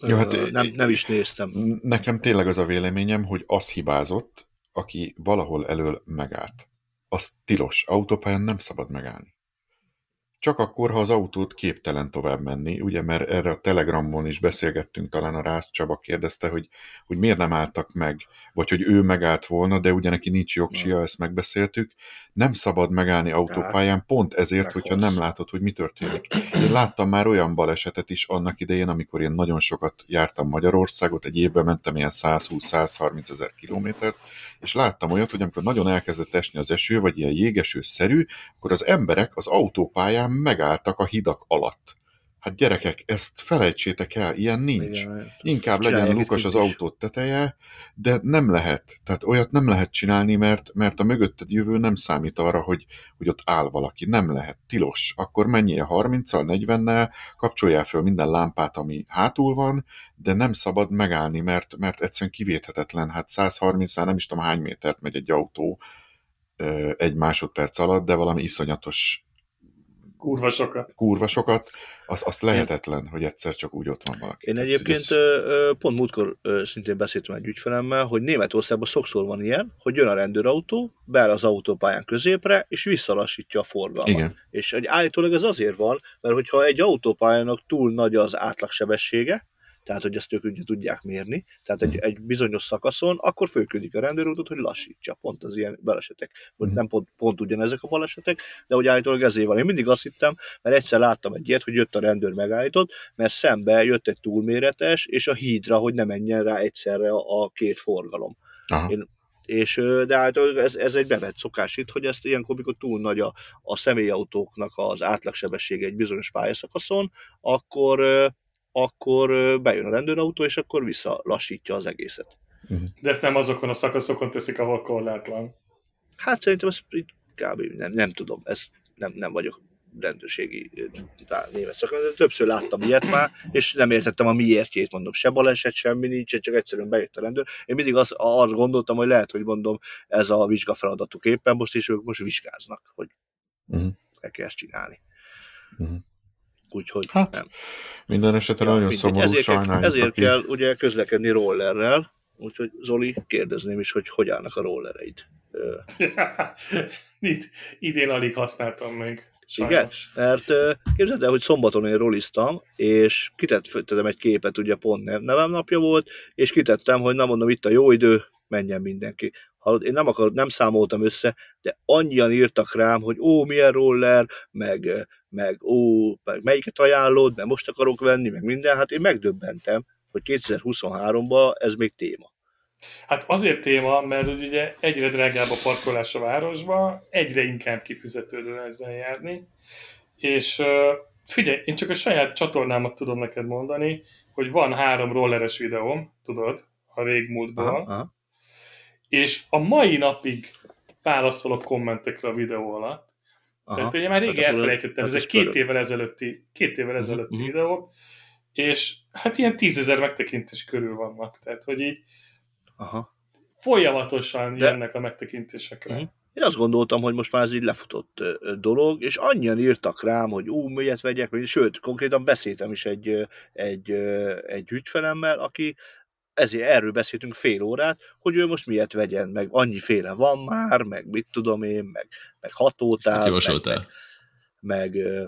Jó, hát Ö, nem, nem is néztem. Nekem tényleg az a véleményem, hogy az hibázott, aki valahol elől megállt. Az tilos. Autópályán nem szabad megállni. Csak akkor, ha az autót képtelen tovább menni, ugye, mert erre a Telegramon is beszélgettünk, talán a Rász Csaba kérdezte, hogy, hogy miért nem álltak meg, vagy hogy ő megállt volna, de ugye neki nincs jogsia, ezt megbeszéltük. Nem szabad megállni autópályán, pont ezért, hogyha nem látod, hogy mi történik. Én láttam már olyan balesetet is annak idején, amikor én nagyon sokat jártam Magyarországot, egy évben mentem ilyen százhúsz-százharminc ezer kilométert, és láttam olyat, hogy amikor nagyon elkezdett esni az eső, vagy ilyen jégeső-szerű, akkor az emberek az autópályán megálltak a hidak alatt. Hát gyerekek, ezt felejtsétek el, ilyen nincs. Igen, inkább legyen lukas az autót teteje, de nem lehet. Tehát olyat nem lehet csinálni, mert, mert a mögötted jövő nem számít arra, hogy, hogy ott áll valaki. Nem lehet. Tilos. Akkor menjél harminccal, negyvennel, kapcsoljál föl minden lámpát, ami hátul van, de nem szabad megállni, mert, mert egyszerűen kivéthetetlen. Hát százharmincnál nem is tudom hány métert megy egy autó egy másodperc alatt, de valami iszonyatos kurva sokat. Kurva sokat, az, az lehetetlen, hogy egyszer csak úgy ott van valaki. Én egyébként ez... pont múltkor szintén beszéltem egy ügyfelemmel, hogy Németországban sokszor van ilyen, hogy jön a rendőrautó, beáll az autópályán középre, és visszalassítja a forgalmat. Igen. És állítólag ez azért van, mert hogyha egy autópályának túl nagy az átlagsebessége, tehát hogy ezt ők ugye tudják mérni, tehát egy, egy bizonyos szakaszon, akkor fölküldik a rendőrautót, hogy lassítsa. Pont az ilyen balesetek. Mm. Nem pont, pont ugyanezek a balesetek, de hogy állítólag ezért van. Én mindig azt hittem, mert egyszer láttam egy ilyet, hogy jött a rendőr, megállított, mert szembe jött egy túlméretes, és a hídra, hogy ne menjen rá egyszerre a, a két forgalom. Én, és, de állítólag ez, ez egy bevett szokás itt, hogy ezt ilyenkor, amikor túl nagy a, a személyautóknak az átlagsebessége egy bizonyos pályaszakaszon, akkor akkor bejön a rendőrautó, és akkor visszalassítja az egészet. De ezt nem azokon a szakaszokon teszik, ahol korlátlan. Hát szerintem ezt kb. nem, nem tudom, ezt nem, nem vagyok rendőrségi német szakaszon, de többször láttam ilyet már, és nem értettem a miértjét, mondom, se baleset, semmi nincs, csak egyszerűen bejött a rendőr. Én mindig azt, azt gondoltam, hogy lehet, hogy mondom, ez a vizsgafeladatuk éppen most, és ők most vizsgáznak, hogy uh-huh. el kell ezt csinálni. Uh-huh. Úgyhogy hát, nem. Minden esetre ja, nagyon szomorú, ezért sajnáljuk. Ezért aki... kell ugye közlekedni rollerrel, úgyhogy Zoli, kérdezném is, hogy hogy állnak a rollereid. Idén alig használtam még. Sajnos. Igen, mert képzeld el, hogy szombaton én rolliztam, és kitettem egy képet, ugye pont nevem napja volt, és kitettem, hogy na mondom, itt a jó idő, menjen mindenki. Hallod, én nem, akar, nem számoltam össze, de annyian írtak rám, hogy ó, milyen roller, meg, meg ó, meg melyiket ajánlod, mert most akarok venni, meg minden. Hát én megdöbbentem, hogy kétezer-huszonháromban ez még téma. Hát azért téma, mert ugye egyre drágább a parkolás a városba, egyre inkább kifizetődő ezzel járni, és figyelj, én csak a saját csatornámat tudom neked mondani, hogy van három rolleres videóm, tudod, a régmúltból, aha, aha. És a mai napig válaszolok kommentekre a videó alatt. Aha. Tehát ugye már rég hát elfelejtettem, ez egy két évvel ezelőtti, két évvel ezelőtti uh-huh. videó, és hát ilyen tízezer megtekintés körül vannak, tehát hogy így aha. folyamatosan De... jönnek a megtekintésekre. Uh-huh. Én azt gondoltam, hogy most már ez így lefutott dolog, és annyian írtak rám, hogy ú, miért vegyek, sőt, konkrétan beszéltem is egy, egy, egy ügyfelemmel, aki ezért erről beszéltünk fél órát, hogy ő most miért vegyen, meg annyiféle van már, meg mit tudom én, meg, meg hatótár, meg, meg, meg ö,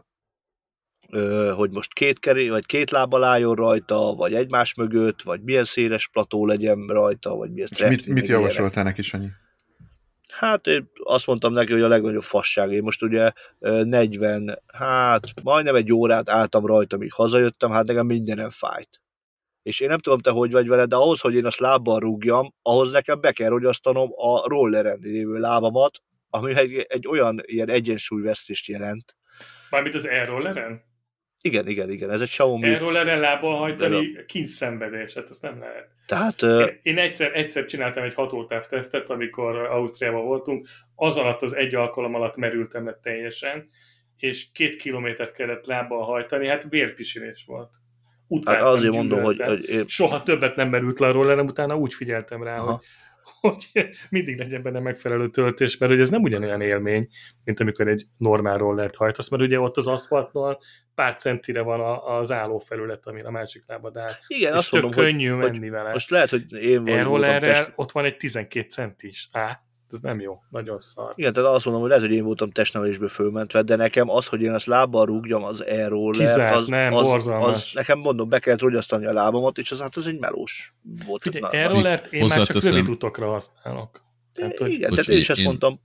ö, hogy most két keré, vagy két lábbal álljon rajta, vagy egymás mögött, vagy milyen széles plató legyen rajta, vagy milyen... És mit, mit javasoltál neki, Sanyi? Hát én azt mondtam neki, hogy a legnagyobb fasság. Én most ugye negyven, hát majdnem egy órát álltam rajta, míg hazajöttem, hát nekem mindenem fájt. És én nem tudom, te hogy vagy vele, de ahhoz, hogy én azt lábbal rúgjam, ahhoz nekem be kell rogyasztanom a rolleren lévő lábamat, ami egy, egy olyan ilyen egyensúlyvesztést jelent. Mármint az e-rolleren? Igen, igen, igen. Ez egy Xiaomi... E-rolleren lábbal hajtani a... kínszenvedés, hát ezt nem lehet. Tehát, én, én egyszer, egyszer csináltam egy hatótávtesztet, amikor Ausztriában voltunk, az alatt az egy alkalom alatt merültem le teljesen, és két kilométert kellett lábbal hajtani, hát vérpisilés volt. Utána hát azért mondom, hogy, hogy én... soha többet nem merült le arról, hanem utána úgy figyeltem rá, aha. hogy hogy mindig legyen benne megfelelő töltés, mert ugye ez nem ugyanolyan élmény, mint amikor egy normál rollert hajtasz, mert ugye ott az aszfaltnál pár centire van az állófelület, amin a másik lábad áll. Igen, és azt tök mondom, hogy, könnyű hogy menni vele. most lehet, hogy én vagy E-rollerrel test... ott van egy tizenkét centis. Á, ez nem jó, nagyon szar. Igen, tehát azt mondom, hogy lehet, hogy én voltam testnevelésből fölmentve, de nekem az, hogy én azt lábbal rúgjam az e-roller, Kizárt, az, nem, az, borzalmas. az, nekem mondom, be kellett rogyasztani a lábamat, és az hát az egy melós volt. Figyelj, Na, e-rollert én már csak Hozzáteszem. rövid utokra használok. Tehát, hogy igen, Bocs, tehát én is ezt én- mondtam.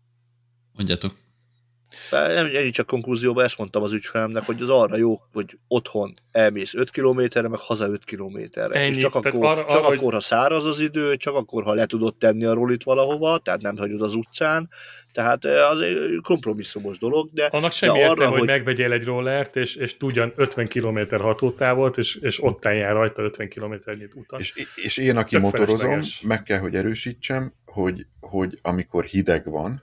Mondjátok. Nem, én csak konklúzióban ezt mondtam az ügyfelemnek, hogy az arra jó, hogy otthon elmész öt kilométerre, meg haza öt kilométerre. Ennyi. És csak, Tehát akkor, arra- csak arra, hogy- akkor, ha száraz az idő, csak akkor, ha le tudod tenni a rolit valahova, tehát nem hagyod az utcán. Tehát eh, az egy kompromisszumos dolog, de, annak semmi de arra, értelme, hogy hogy- megvegyél egy rollert, és, és tudjan ötven kilométer hatótávot, és, és ott jár rajta ötven kilométernyit utat. És, és én, aki Tök motorozom, felesleges. meg kell, hogy erősítsem, hogy, hogy amikor hideg van,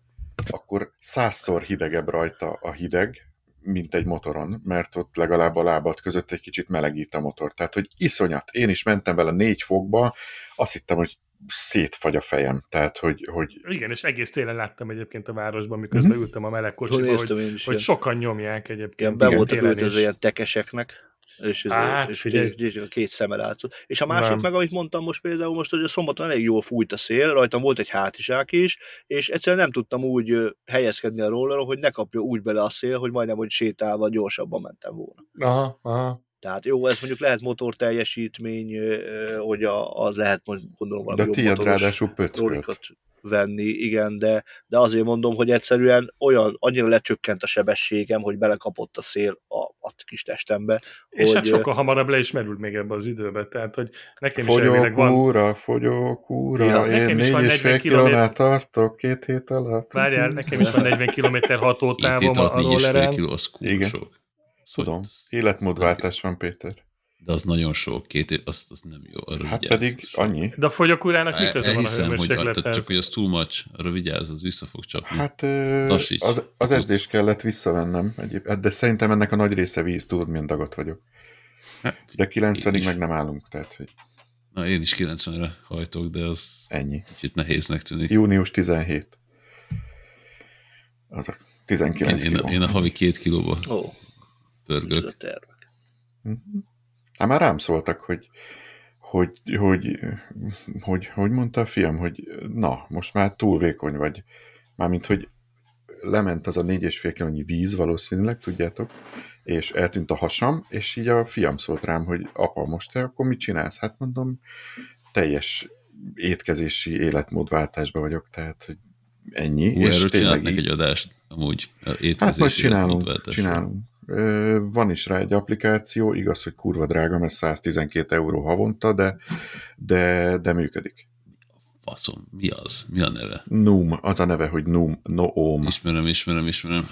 akkor százszor hidegebb rajta a hideg, mint egy motoron, mert ott legalább a lábad között egy kicsit melegít a motor. Tehát, hogy iszonyat. Én is mentem vele négy fokba, azt hittem, hogy szétfagy a fejem. Tehát, hogy, hogy Igen, és egész télen láttam egyébként a városban, miközben Mhm. ültem a meleg Jól kocsiba, néztem hogy, én is hogy ilyen. sokan nyomják egyébként. Igen, be Igen. voltak télen öltözve is. ilyen tekeseknek, és, Hát, és, figyelj. és, és a két szeme látszott. És a másik Nem. meg, amit mondtam most például, most, hogy a szombaton elég jól fújt a szél, rajtam volt egy hátizsák is, és egyszerűen nem tudtam úgy ö, helyezkedni a rolleron, hogy ne kapja úgy bele a szél, hogy majdnem, hogy sétálva gyorsabban mentem volna. Aha, aha. Tehát jó, ez mondjuk lehet motor teljesítmény, ö, ö, hogy a, az lehet, mondjuk gondolom de valami a jobb tiéd motoros ráadásul pöckölt. rolikat venni, igen, de, de azért mondom, hogy egyszerűen olyan, annyira lecsökkent a sebességem, hogy belekapott a szél a, a kis testembe. És hogy, hát sokkal hamarabb le is merült még ebbe az időbe, tehát hogy nekem is elvileg van, Fogyókúra, fogyókúra, Ja, én nekem is négy van és fél negyven kilónál tartok két hét alatt. várjál, nekem is van negyven kilométer Két hatótávom hét a, alatt a négy és fél rolleren. kiló, az kurva Igen. sok. Tudom, az- életmódváltás van, Péter. De az nagyon sok. Két év, az, az nem jó. Arra Hát vigyázz. pedig Sok. annyi. De a fogyókúrának mi köze van a Elhiszem, hogy, tehát hőmérséklethez? csak hogy az too much, arra vigyázz, az vissza fog csapni. Hát ö, Lassíts. az, az edzést kellett visszavennem, egyéb, de szerintem ennek a nagy része víz, tudod, milyen dagat vagyok. Hát, De kilencvenig én is. meg nem állunk, tehát hogy Na, én is kilencvenre hajtok, de az ennyi. kicsit nehéznek tűnik. június tizenhét. Az a Én, tizenkilenc én, kiló. a, én a havi két kilóba Ó, pörgök. a tervek. Mhm. Hát már rám szóltak, hogy hogy, hogy, hogy, hogy mondta a fiam, hogy na, most már túl vékony vagy. Mármint, hogy lement az a négy és fél kilónyi víz valószínűleg, tudjátok, és eltűnt a hasam, és így a fiam szólt rám, hogy apa, most te akkor mit csinálsz? Hát mondom, teljes étkezési életmódváltásban vagyok, tehát hogy ennyi. Hú, erről csinálnak így- egy adást, amúgy étkezési Hát majd csinálunk, életmódváltásról. csinálunk. Ö, van is rá egy applikáció, igaz, hogy kurva drága, mert száztizenkét euró havonta, de, de, de működik. Faszom, mi az? Mi a neve? Noom, az a neve, hogy Noom, Noom. Ismerem, ismerem, ismerem.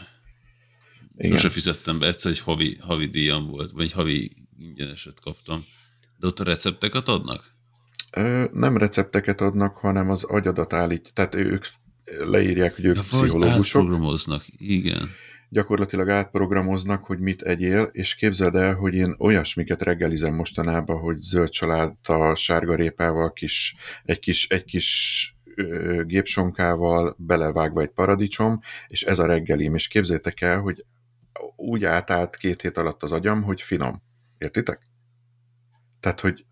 Igen. Sose fizettem be, egyszer egy havi, havi díjam volt, vagy egy havi ingyeneset kaptam. De ott a recepteket adnak? Ö, nem recepteket adnak, hanem az agyadat állít, tehát ők leírják, hogy ők Ja, vagy pszichológusok, átprogramoznak, igen. gyakorlatilag átprogramoznak, hogy mit egyél, és képzeld el, hogy én olyasmiket reggelizem mostanában, hogy zöld családdal, sárgarépával, kis, egy kis, egy kis ö, gépsonkával, belevágva egy paradicsom, és ez a reggelim, és képzeljétek el, hogy úgy átállt két hét alatt az agyam, hogy finom. Értitek? Tehát, hogy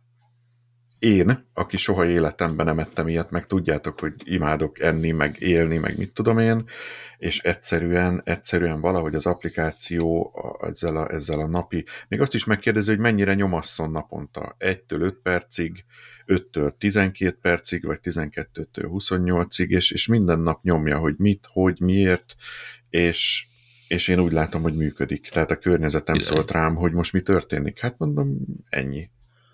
én, aki soha életemben nem ettem ilyet, meg tudjátok, hogy imádok enni, meg élni, meg mit tudom én, és egyszerűen, egyszerűen valahogy az applikáció a- ezzel a, ezzel a napi, még azt is megkérdezi, hogy mennyire nyomasszon naponta. egytől öt percig, öttől tizenkét percig, vagy tizenkettőtől huszonnyolcig, és, és minden nap nyomja, hogy mit, hogy, miért, és, és én úgy látom, hogy működik. Tehát a környezetem Király. szólt rám, hogy most mi történik. Hát mondom, ennyi.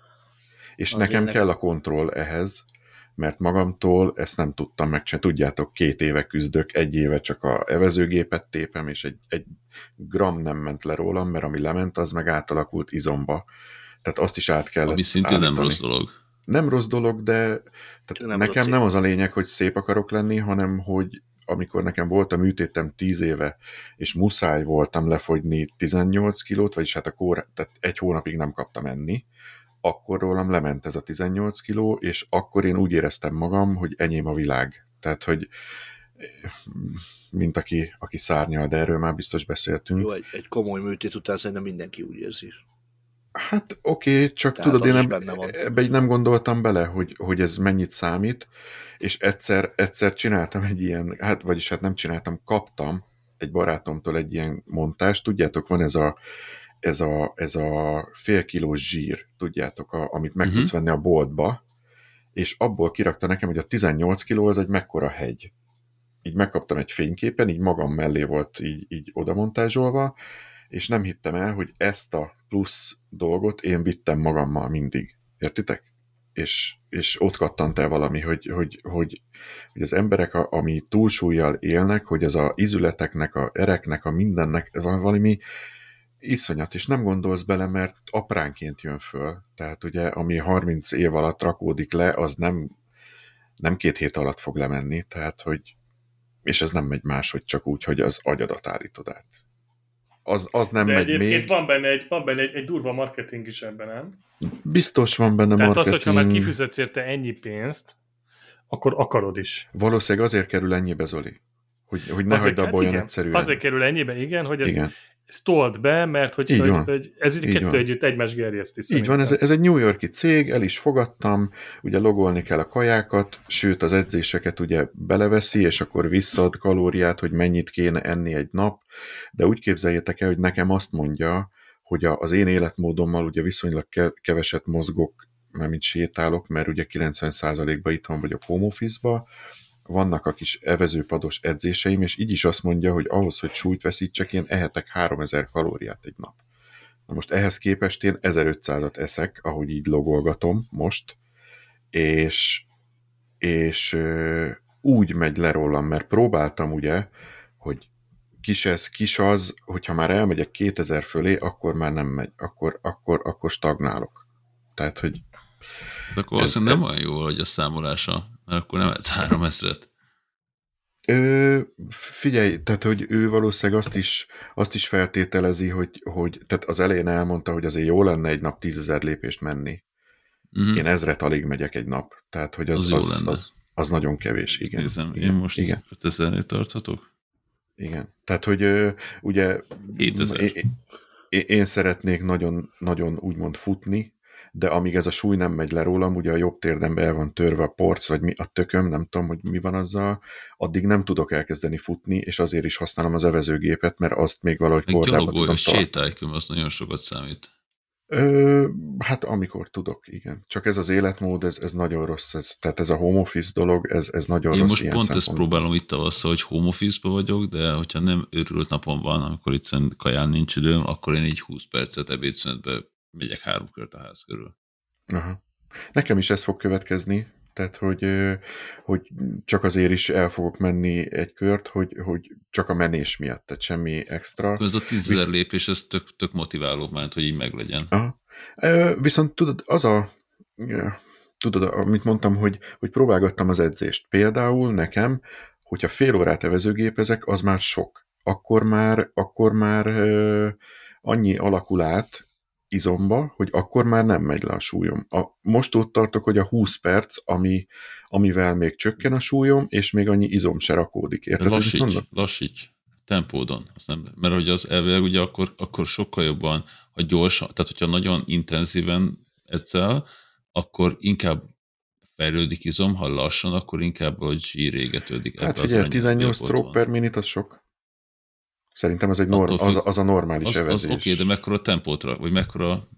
És Az nekem ének- kell a kontroll ehhez, mert magamtól ezt nem tudtam megcsinálni. Tudjátok, két éve küzdök, egy éve csak a evezőgépet tépem, és egy, egy gram nem ment le rólam, mert ami lement, az meg átalakult izomba. Tehát azt is át kellett Ami szintén nem állítani. rossz dolog. Nem rossz dolog, de tehát Nem nekem rossz nem az a lényeg, hogy szép akarok lenni, hanem hogy amikor nekem volt a műtétem tíz éve, és muszáj voltam lefogyni tizennyolc kilót, vagyis hát a kór, tehát egy hónapig nem kaptam enni, akkor rólam lement ez a tizennyolc kiló, és akkor én úgy éreztem magam, hogy enyém a világ. Tehát, hogy mint aki, aki szárnyal, de erről már biztos beszéltünk. Jó, egy, egy komoly műtét után szerintem mindenki úgy érzi. Hát oké, okay, csak Tehát tudod, én nem, van. ebbe így nem gondoltam bele, hogy, hogy ez mennyit számít, és egyszer, egyszer csináltam egy ilyen, hát vagyis hát nem csináltam, kaptam egy barátomtól egy ilyen montást, tudjátok, van ez a, ez a, ez a fél kilós zsír, tudjátok, a, amit meg uh-huh. tudsz venni a boltba, és abból kirakta nekem, hogy a tizennyolc kiló az egy mekkora hegy. Így megkaptam egy fényképen, így magam mellé volt így, így odamontázsolva, és nem hittem el, hogy ezt a plusz dolgot én vittem magammal mindig. Értitek? És, és ott kattant el valami, hogy, hogy, hogy, hogy az emberek, a, ami túlsúlyjal élnek, hogy ez a izületeknek, a ereknek, a mindennek van valami iszonyat, és nem gondolsz bele, mert apránként jön föl. Tehát ugye, ami harminc év alatt rakódik le, az nem, nem két hét alatt fog lemenni, tehát, hogy és ez nem megy máshogy, csak úgy, hogy az agyadat állítod át. Az, az nem de megy még. egyébként van benne, egy, van benne egy, egy durva marketing is ebben, nem? Biztos van benne Tehát marketing. az, hogyha már kifizetsz érte ennyi pénzt, akkor akarod is. Valószínűleg azért kerül ennyibe, Zoli. Hogy, hogy ne hagyd abba olyan igen, egyszerűen. Azért kerül ennyibe, igen, hogy ezt, igen. ezt told be, mert hogy, hogy, hogy ez így kettő van. Együtt egymás gerjeszti. Így van, ez, ez egy New York-i cég, el is fogadtam, ugye logolni kell a kajákat, sőt az edzéseket ugye beleveszi, és akkor visszaad kalóriát, hogy mennyit kéne enni egy nap, de úgy képzeljétek el, hogy nekem azt mondja, hogy az én életmódommal ugye viszonylag keveset mozgok, mármint sétálok, mert ugye kilencven százalékban itthon vagyok home office-ba, vannak a kis evezőpados edzéseim, és így is azt mondja, hogy ahhoz, hogy súlyt veszítsek, én ehetek háromezer kalóriát egy nap. Na most ehhez képest én ezerötszázat eszek, ahogy így logolgatom most, és, és ö, úgy megy le rólam, mert próbáltam ugye, hogy kis ez, kis az, hogyha már elmegyek kétezer fölé, akkor már nem megy, akkor, akkor, akkor stagnálok. Tehát, hogy de akkor azt nem olyan jó, hogy a számolása, mert akkor nem edz háromezret. Ö, figyelj, tehát, hogy ő valószínűleg azt is, azt is feltételezi, hogy, hogy tehát az elején elmondta, hogy azért jó lenne egy nap tízezer lépést menni. Uh-huh. Én ezret alig megyek egy nap. Tehát, hogy az, az, az, az, az nagyon kevés. Igen. Nézem, igen. Én most ötezernél tarthatok? Igen. Tehát, hogy ugye hétezer. Én, én, én szeretnék nagyon, nagyon úgymond futni, de amíg ez a súly nem megy le rólam, ugye a jobb térdembe el van törve a porc, vagy mi, a tököm, nem tudom, hogy mi van azzal, addig nem tudok elkezdeni futni, és azért is használom az evezőgépet, mert azt még valahogy kordába tudom tartani. Sétályküm, az nagyon sokat számít. Ö, hát amikor tudok, igen. Csak ez az életmód, ez, ez nagyon rossz. Ez, tehát ez a home office dolog, ez, ez nagyon Én rossz. Én most pont ezt próbálom itt tavasszal, hogy home office-ba vagyok, de hogyha nem őrült napon van, amikor itt kaján nincs időm, akkor én így húsz percet ebédszünetbe megyek három kört a ház körül. Aha. Nekem is ez fog következni, tehát hogy, hogy csak azért is el fogok menni egy kört, hogy, hogy csak a menés miatt, tehát semmi extra. Ez a tízezer Visz... lépés, ez tök, tök motiváló, mert hogy így meglegyen. Aha. Viszont tudod, az a, tudod, amit mondtam, hogy, hogy próbálgattam az edzést. Például nekem, hogyha fél órát evezőgépezek, az már sok. Akkor már, akkor már annyi alakul át izomba, hogy akkor már nem megy le a súlyom. A, most ott tartok, hogy a húsz perc, ami, amivel még csökken a súlyom, és még annyi izom se rakódik. Érted? Lassíts, lassíts, tempódon. Azt nem, mert hogy az elvileg ugye akkor, akkor sokkal jobban, ha gyorsan, tehát hogyha nagyon intenzíven edzel, akkor inkább fejlődik izom, ha lassan, akkor inkább hogy zsír égetődik. Hát figyelj, tizennyolc stroke per minute, az sok. Szerintem ez egy norm, az, az a normális az, evezés. Az oké, okay, de mekkora tempótra, vagy mekkora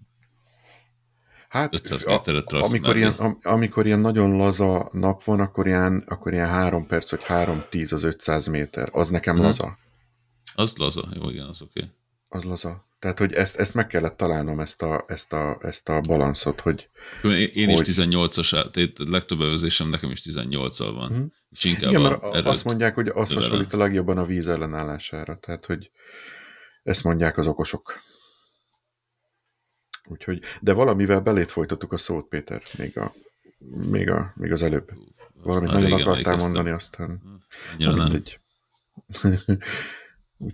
hát, ötszáz méteret raksz amikor ilyen, am, amikor ilyen nagyon laza nap van, akkor ilyen, akkor ilyen három perc, vagy három tíz az ötszáz méter. Az nekem hmm. laza. Az laza, jó, igen, az oké. Okay. Az laza. Tehát, hogy ezt, ezt meg kellett találnom, ezt a, ezt a, ezt a balanszot, hogy... Én, én hogy... is tizennyolcas, tehát legtöbb övezésem nekem is tizennyolccal van. Hmm. És inkább igen, mert azt mondják, hogy az hasonlít a legjobban a víz ellenállására. Tehát, hogy ezt mondják az okosok. Úgyhogy, de valamivel belét folytattuk a szót, Péter, még, a, még, a, még az előbb. Valamit nagyon akartál mondani, aztán mindegy.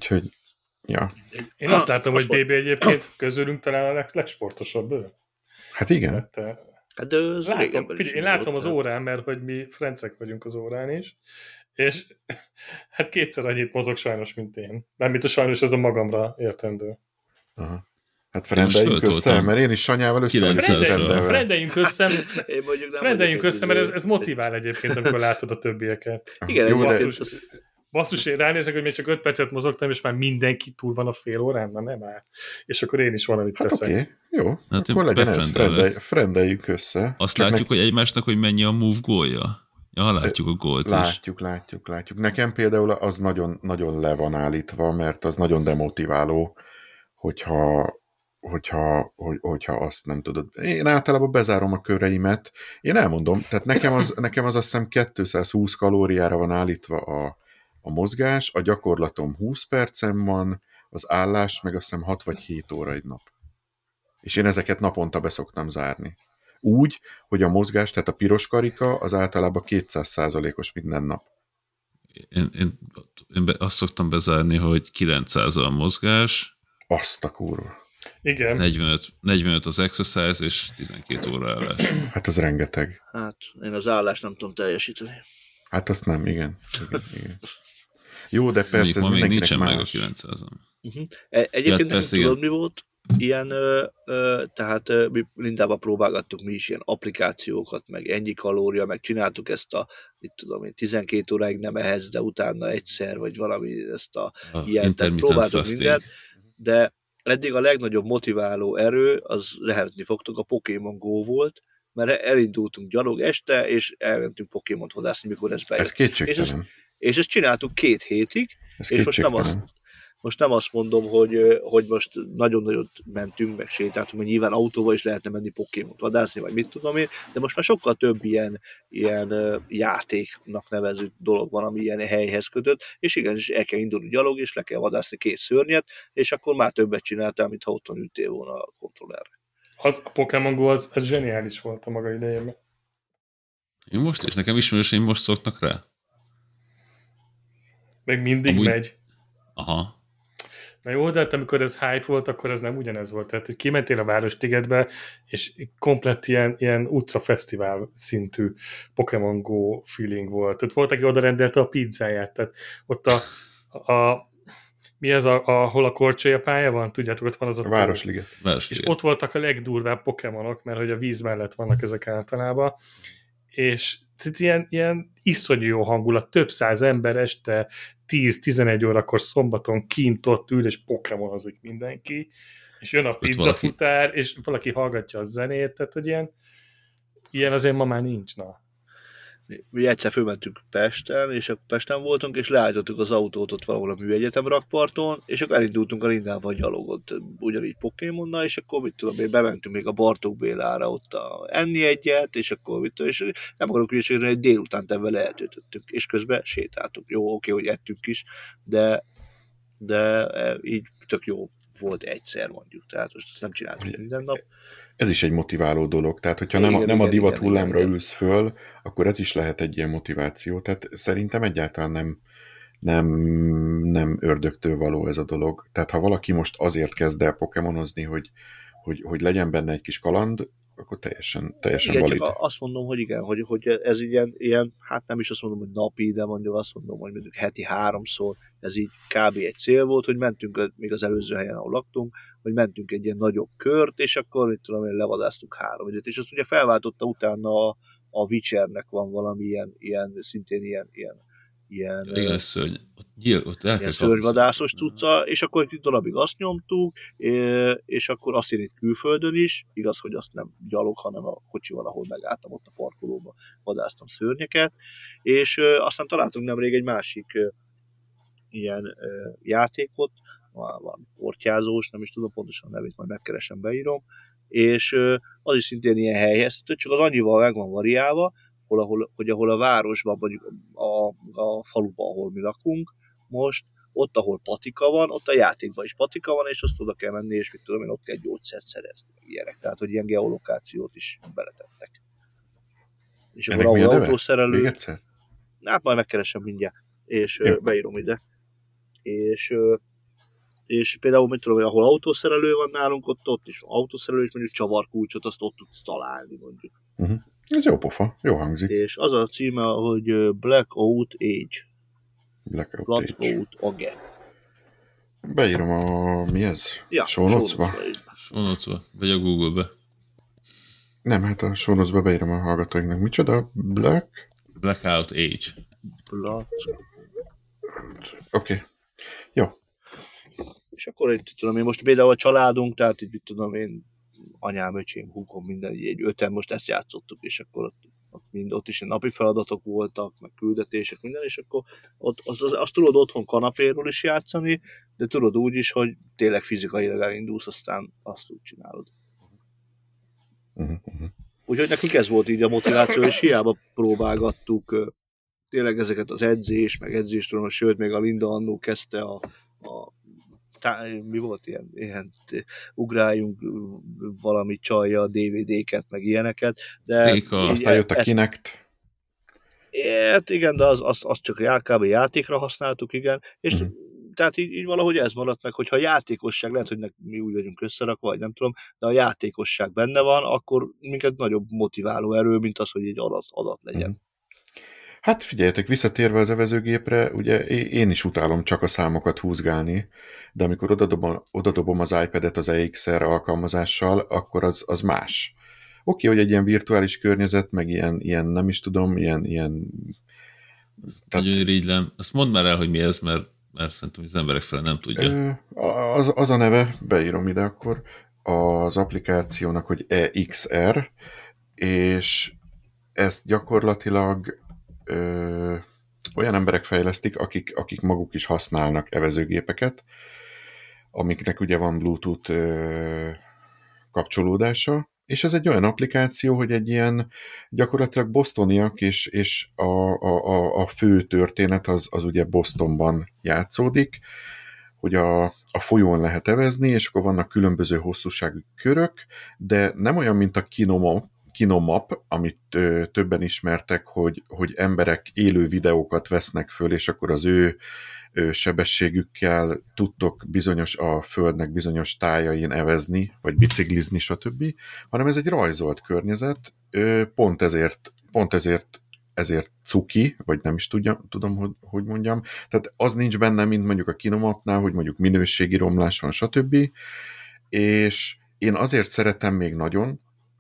Úgyhogy, ja. Én azt látom, hogy bé bé egyébként közülünk talán a leg, legsportosabb ő. Hát igen. Mert, eh, Hát de ez látom, régebben is figyelj, én így látom volt, az tehát- órán, mert hogy mi francek vagyunk az órán is, és hát kétszer annyit mozog sajnos, mint én. Nem, mint a sajnos, ez a magamra értendő. Aha. Hát Én most frendeljünk össze, föltoltam mert én is Sanyával össze vagyok kilencszázra. frendelve. Frendeljünk össze, Én mondjuk nem frendeljünk vagyok össze, egy mert ez, izé- ez motivál egyébként, amikor látod a többieket. Igen, Jó, egy de basszus, az- Basszus, én ránézek, hogy még csak öt percet mozogtam, és már mindenki túl van a fél órán, na nem áll. És akkor én is valamit Hát teszek. oké, okay, jó. Hát Akkor én legyen ez, befrendelek. frendelj, frendeljük össze. Azt Csak látjuk, hogy egymásnak, hogy mennyi a move gólja? Ja, látjuk a gólt is. Látjuk, látjuk, látjuk. Nekem például az nagyon, nagyon le van állítva, mert az nagyon demotiváló, hogyha, hogyha, hogy, hogyha azt nem tudod. Én általában bezárom a köreimet. Én elmondom, tehát nekem az, nekem az azt hiszem kétszázhúsz kalóriára van állítva a, a mozgás, a gyakorlatom húsz percen van, az állás meg azt hiszem hat vagy hét óra egy nap. És én ezeket naponta beszoktam zárni. Úgy, hogy a mozgás, tehát a piros karika, az általában kétszáz százalékos minden nap. Én, én, én be, azt szoktam bezárni, hogy kilencszáz a mozgás, Azt a kurva. Igen. negyvenöt, negyvenöt az exercise, és tizenkét óra állás. Hát az rengeteg. Hát én az állást nem tudom teljesíteni. Hát azt nem, igen. igen, igen. Jó, de persze Mondjuk ez ma még mindenkinek nincsen meg a más. kilencszázon. Uh-huh. Egyébként Ja, nem persze, tudod, igen. mi volt? Ilyen, ö, ö, tehát ö, mi Lindával próbálgattuk mi is ilyen applikációkat, meg ennyi kalória, meg csináltuk ezt a, mit tudom én, tizenkét óráig nem ehetsz, de utána egyszer, vagy valami ezt a A ilyen, tehát intermittent próbáltuk fasting. mindent, de eddig a legnagyobb motiváló erő, az lehetni fogtok, a Pokémon Go volt, mert elindultunk gyalog este, és elmentünk Pokémont vadászni, mikor ez bejött. Ez kétségtelen. És ezt csináltuk két hétig, Ez és most nem kétségtelen. azt, most nem azt mondom, hogy, hogy most nagyon nagyot mentünk, meg sétáltunk, mert nyilván autóval is lehetne menni Pokémont vadászni, vagy mit tudom én, de most már sokkal több ilyen, ilyen ö, játéknak nevező dolog van, ami ilyen helyhez kötött, és igenis el kell indulni gyalog, és le kell vadászni két szörnyet, és akkor már többet csináltál, mint ha otthon ültél volna a kontrollerre. Az, a Pokémon Go az, az zseniális volt a maga idejében. Én most is, nekem ismerőseim most szoknak rá. Még mindig Amúgy- megy. Aha. Na jó, de hát amikor ez hype volt, akkor ez nem ugyanez volt. Tehát, hogy kimentél a Városligetbe, és komplett ilyen, ilyen utcafesztivál szintű Pokémon Go feeling volt. Tehát volt, aki oda rendelte a pizzáját. Tehát ott a, a mi ez, a, ahol a korcsolya pálya van? Tudjátok, ott van az a A Városliget. És Városliget. ott voltak a legdurvább Pokémonok, mert hogy a víz mellett vannak ezek általában, és tehát ilyen, ilyen iszonyú jó hangulat, több száz ember este tíz-tizenegy órakor szombaton kint ott ül, és pokémonozik mindenki, és jön a pizzafutár, valaki... és valaki hallgatja a zenét, tehát hogy ilyen, ilyen azért ma már nincs, na. Mi egyszer fölmentünk Pesten, és akkor Pesten voltunk, és leállítottuk az autót ott valahol a műegyetem rakparton, és akkor elindultunk a Lindával gyalogot, ugyanígy Pokémonnal, és akkor mit tudom én, bementünk még a Bartók Bélára ott a enni egyet, és akkor mit tudom, és nem akarok hülyeségre, egy délután ebben eltöltöttük, és közben sétáltuk. Jó, oké, hogy ettünk is, de, de így tök jó volt egyszer mondjuk, tehát most ezt nem csináltuk minden nap. Ez is egy motiváló dolog, tehát hogyha Igen, nem, a, nem igen, a divat igen, hullámra igen. ülsz föl, akkor ez is lehet egy ilyen motiváció, tehát szerintem egyáltalán nem, nem, nem ördögtől való ez a dolog. Tehát ha valaki most azért kezd el pokémonozni, hogy, hogy, hogy legyen benne egy kis kaland, akkor teljesen, teljesen Igen, valid. csak azt mondom, hogy igen, hogy, hogy ez ilyen, ilyen, hát nem is azt mondom, hogy napi, de mondjuk azt mondom, hogy mondjuk heti háromszor, ez így kb. Egy cél volt, hogy mentünk még az előző helyen, ahol laktunk, hogy mentünk egy ilyen nagyobb kört, és akkor, mit tudom én, levadáztunk három időt, és azt ugye felváltotta utána a, a Witchernek van valami ilyen, ilyen szintén ilyen, ilyen, ilyen Igen, ez szörny. Ott, gyil, ott el ilyen kell szörnyvadászos kapni. cucca, és akkor egy darabig azt nyomtuk, és akkor azt írít külföldön is, igaz, hogy azt nem gyalog, hanem a kocsival, ahol megálltam ott a parkolóba, vadásztam szörnyeket, és aztán találtunk nemrég egy másik ilyen játékot, valami portyázós, nem is tudom pontosan a nevét, majd megkeresem, beírom, és az is szintén ilyen helyheztető, csak az annyival meg van variálva, hol, ahol, hogy ahol a városban, vagy a, a faluban, ahol mi lakunk, most ott, ahol patika van, ott a játékban is patika van, és azt oda kell menni, és mit tudom én, ott kell gyógyszert szerezni, meg ilyenek. Tehát, hogy ilyen geolokációt is beletettek. És Ennek akkor mi a ahol neve? autószerelő... Még egyszer? Hát majd megkeresem mindjárt, és Jó. ö, beírom ide. És ö, és például, mit tudom, ahol autószerelő van nálunk, ott, ott is autószerelő, és mondjuk csavarkulcsot, azt ott tudsz találni, mondjuk. Uh-huh. Ez jó pofa, jó hangzik. És az a címe, hogy Blackout Age. Blackout, Blackout Age. Beírom a... mi ez? Ja, Show notes-ba? Show notes-ba, vagy a Google-be. Nem, hát a show notes-ba beírom a hallgatóinknak. Micsoda? Black? Blackout Age. Black. Oké. Okay. Jó. És akkor itt tudom én, most például a családunk, tehát itt tudom én, anyám, öcsém, húgom, minden, egy öten most ezt játszottuk, és akkor ott, ott, mind, ott is napi feladatok voltak, meg küldetések, minden, és akkor ott, az, az, azt tudod otthon kanapéról is játszani, de tudod úgy is, hogy tényleg fizikailag elindulsz, aztán azt úgy csinálod. Uh-huh, uh-huh. Úgyhogy nekünk ez volt így a motiváció, és hiába próbálgattuk tényleg ezeket az edzés, meg edzést tudom, sőt, még a Linda annó kezdte a, a tá- mi volt ilyen, ilyen ugráljunk valami csajja, dé vé dé-ket, meg ilyeneket, de... Réka. Aztán jött a Kinect. Hát igen, de az, az, az csak kb. Játékra használtuk, igen, és uh-huh. tehát így, így valahogy ez maradt meg, hogyha a játékosság, lehet, hogy mi úgy vagyunk összerakva, vagy nem tudom, de a játékosság benne van, akkor minket nagyobb motiváló erő, mint az, hogy egy adat, adat legyen. Uh-huh. Hát figyeljetek, visszatérve az evezőgépre, ugye én is utálom csak a számokat húzgálni, de amikor odadobom, odadobom az iPad-et az e iksz er alkalmazással, akkor az, az más. Oké, hogy egy ilyen virtuális környezet, meg ilyen, ilyen nem is tudom, ilyen... ilyen tehát... Nagyon irigylem. Azt mondd már el, hogy mi ez, mert, mert szerintem az emberek fele nem tudja. Az, az a neve, beírom ide akkor, az applikációnak, hogy e iksz er, és ez gyakorlatilag Ö, olyan emberek fejlesztik, akik, akik maguk is használnak evezőgépeket, amiknek ugye van Bluetooth ö, kapcsolódása, és ez egy olyan applikáció, hogy egy ilyen gyakorlatilag bostoniak, és, és a, a, a fő történet az, az ugye Bostonban játszódik, hogy a, a folyón lehet evezni, és akkor vannak különböző hosszúságú körök, de nem olyan, mint a Kinomap, Kinomap, amit ö, többen ismertek, hogy, hogy emberek élő videókat vesznek föl, és akkor az ő ö, sebességükkel tudtok bizonyos a földnek bizonyos tájain evezni, vagy biciklizni, stb., hanem ez egy rajzolt környezet, ö, pont ezért, pont ezért ezért cuki, vagy nem is tudja, tudom, hogy, hogy mondjam. Tehát az nincs benne, mint mondjuk a Kinomapnál, hogy mondjuk minőségi romlás van, stb. És én azért szeretem még nagyon,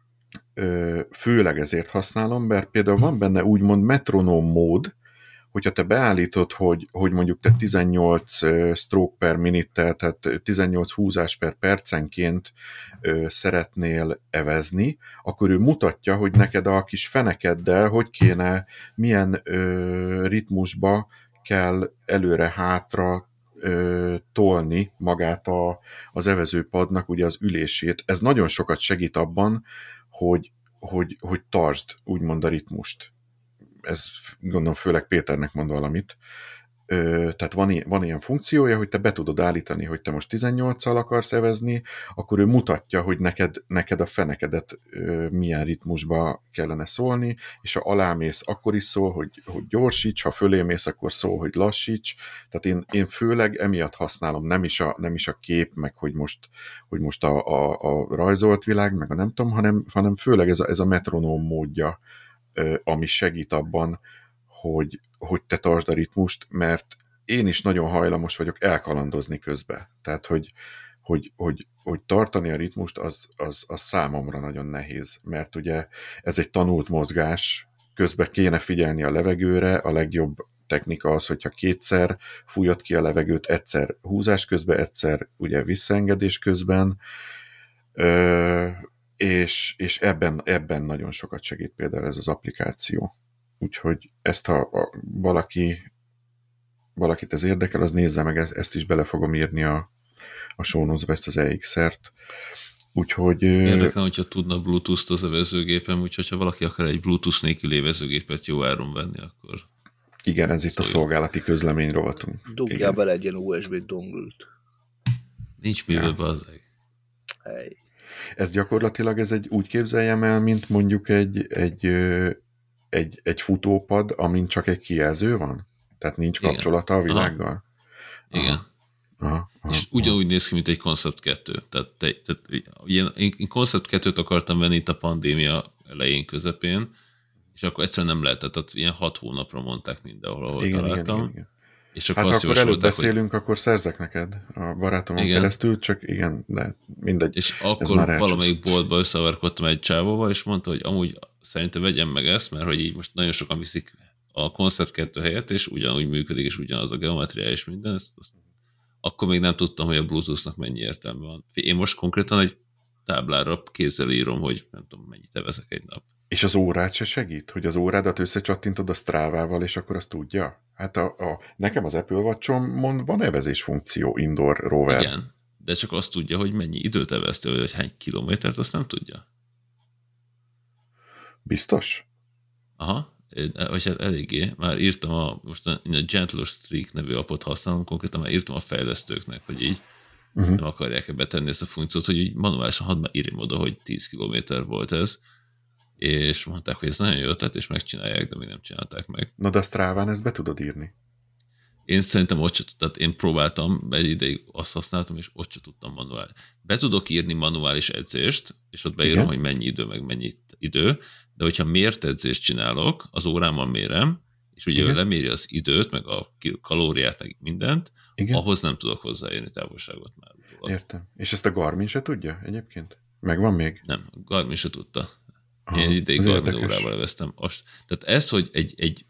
főleg ezért használom, mert például van benne úgymond metronóm mód, hogyha te beállítod, hogy, hogy mondjuk te tizennyolc stroke per minute, tehát tizennyolc húzás per percenként szeretnél evezni, akkor ő mutatja, hogy neked a kis fenekeddel hogy kéne, milyen ö, ritmusba kell előre-hátra ö, tolni magát a, az evezőpadnak, ugye az ülését. Ez nagyon sokat segít abban, hogy, hogy, hogy tartsd úgymond a ritmust. Ez gondolom főleg Péternek mond valamit. Ö, tehát van, van ilyen funkciója, hogy te be tudod állítani, hogy te most tizennyolccal akarsz evezni, akkor ő mutatja, hogy neked, neked a fenekedet ö, milyen ritmusba kellene szólni, és ha alámész, akkor is szól, hogy, hogy gyorsíts, ha fölémész, akkor szól, hogy lassíts. Tehát én, én főleg emiatt használom, nem is a, nem is a kép, meg hogy most, hogy most a, a, a rajzolt világ, meg a nem tudom, hanem, hanem főleg ez a, ez a metronóm módja, ö, ami segít abban, hogy, hogy te tartsd a ritmust, mert én is nagyon hajlamos vagyok elkalandozni közben. Tehát, hogy, hogy, hogy, hogy tartani a ritmust, az, az, az számomra nagyon nehéz, mert ugye ez egy tanult mozgás, közben kéne figyelni a levegőre, a legjobb technika az, hogyha kétszer fújod ki a levegőt, egyszer húzás közben, egyszer ugye visszaengedés közben, Ö, és, és ebben, ebben nagyon sokat segít például ez az applikáció. Úgyhogy ezt, ha a, valaki, valakit ez érdekel, az nézze meg, ezt, ezt is bele fogom írni a, a show notes-ba, ezt az e iksz er-t. Úgyhogy... Érdekel, hogyha tudna Bluetooth-t az evezőgépem, úgyhogy ha valaki akar egy Bluetooth nélküli evezőgépet jó áron venni, akkor... Igen, ez itt a szolgálati közlemény rovatunk. Dugjál bele egy ilyen u es bé donglut. Nincs mivel, bazzeg. Hey. Ez gyakorlatilag ez egy, úgy képzeljem el, mint mondjuk egy, egy, egy, egy futópad, amin csak egy kijelző van? Tehát nincs kapcsolata a világgal? Igen. aha, aha, és ugyanúgy néz ki, mint egy Concept kettő. Tehát, te, tehát én, én Concept kettőt akartam venni itt a pandémia elején, közepén, és akkor egyszerűen nem lehetett, tehát ilyen hat hónapra mondták mindenhol, ahol igen, találtam. igen, igen, igen. És akkor hát azt ha akkor előbb javasolták, beszélünk, hogy... akkor szerzek neked a barátomon igen. keresztül, csak igen, de mindegy. És akkor valamelyik boltba összevarkodtam egy csávóval, és mondta, hogy amúgy szerintem vegyem meg ezt, mert hogy így most nagyon sokan viszik a Concept kettő helyett, és ugyanúgy működik, és ugyanaz a geometria és minden. Ezt, azt... Akkor még nem tudtam, hogy a Bluetooth-nak mennyi értelme van. Én most konkrétan egy táblára kézzel írom, hogy nem tudom, mennyit eveszek egy nap. És az órát se segít? Hogy az órádat összecsattintod a Strávával, és akkor azt tudja? Hát a, a, nekem az Apple Watch-on van evezés funkció, indoor rover. Igen, de csak azt tudja, hogy mennyi időt eveztél, vagy hány kilométert, azt nem tudja. Biztos? Aha, vagy hát eléggé. Már írtam a, most a, a Gentler Streak nevű appot használom, konkrétan már írtam a fejlesztőknek, hogy így uh-huh. nem akarják-e betenni ezt a funkciót, hogy így manuálisan hadd már írjam oda, hogy tíz kilométer volt ez, és mondták, hogy ez nagyon jó ötlet, és megcsinálják, de még nem csinálták meg. Na de a Stráván ezt be tudod írni? Én szerintem ott sem tudtam, én próbáltam, egy ideig azt használtam, és ott sem tudtam manuális. Be tudok írni manuális edzést, és ott beírom, igen? hogy mennyi idő, meg mennyi idő, de hogyha mért edzést csinálok, az órámmal mérem, és ugye igen? ő leméri az időt, meg a kalóriát, meg mindent, igen? ahhoz nem tudok hozzáérni távolságot már. Utólag. Értem. És ezt a Garmin se tudja egyébként? Megvan még? Nem, a Garmin se tudta. Aha, én ideig Garmin órával leveztem. Tehát ez, hogy egy, egy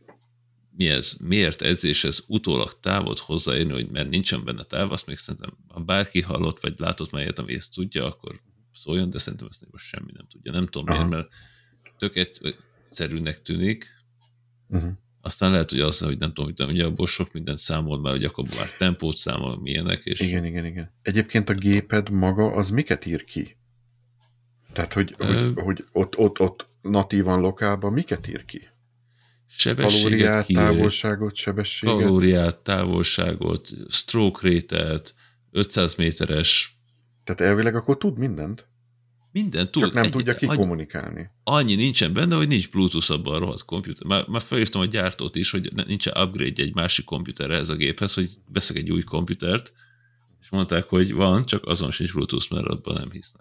mi ez, miért edzéshez utólag távot hozzáérni, hogy mert nincsen benne táv, azt még szerintem, ha bárki hallott, vagy látott már ilyet, ami ezt tudja, akkor szóljon, de szerintem ezt most semmi nem tudja. Nem tudom aha. miért, mert tök egyszerűnek tűnik, uh-huh. aztán lehet, hogy az, hogy nem tudom, hogy ugye abból sok mindent számol, mert ugye akkor már tempót számol, milyenek. És igen, igen, igen. Egyébként a géped maga, az miket ír ki? Tehát, hogy, Ö... hogy, hogy ott, ott, ott natívan lokálban miket ír ki? Kalóriát, kiír, távolságot, sebességet? Kalóriát, távolságot, stroke rate-et, ötszáz méteres. Tehát elvileg akkor tud mindent? Minden tud. Csak nem egy, tudja annyi, kikommunikálni. Annyi nincsen benne, hogy nincs Bluetooth abban a rohadt komputer. Már, már felhívtam a gyártót is, hogy nincsen upgrade egy másik komputerre ez a géphez, hogy veszek egy új komputert, és mondták, hogy van, csak azon sincs Bluetooth, mert abban nem hisznek.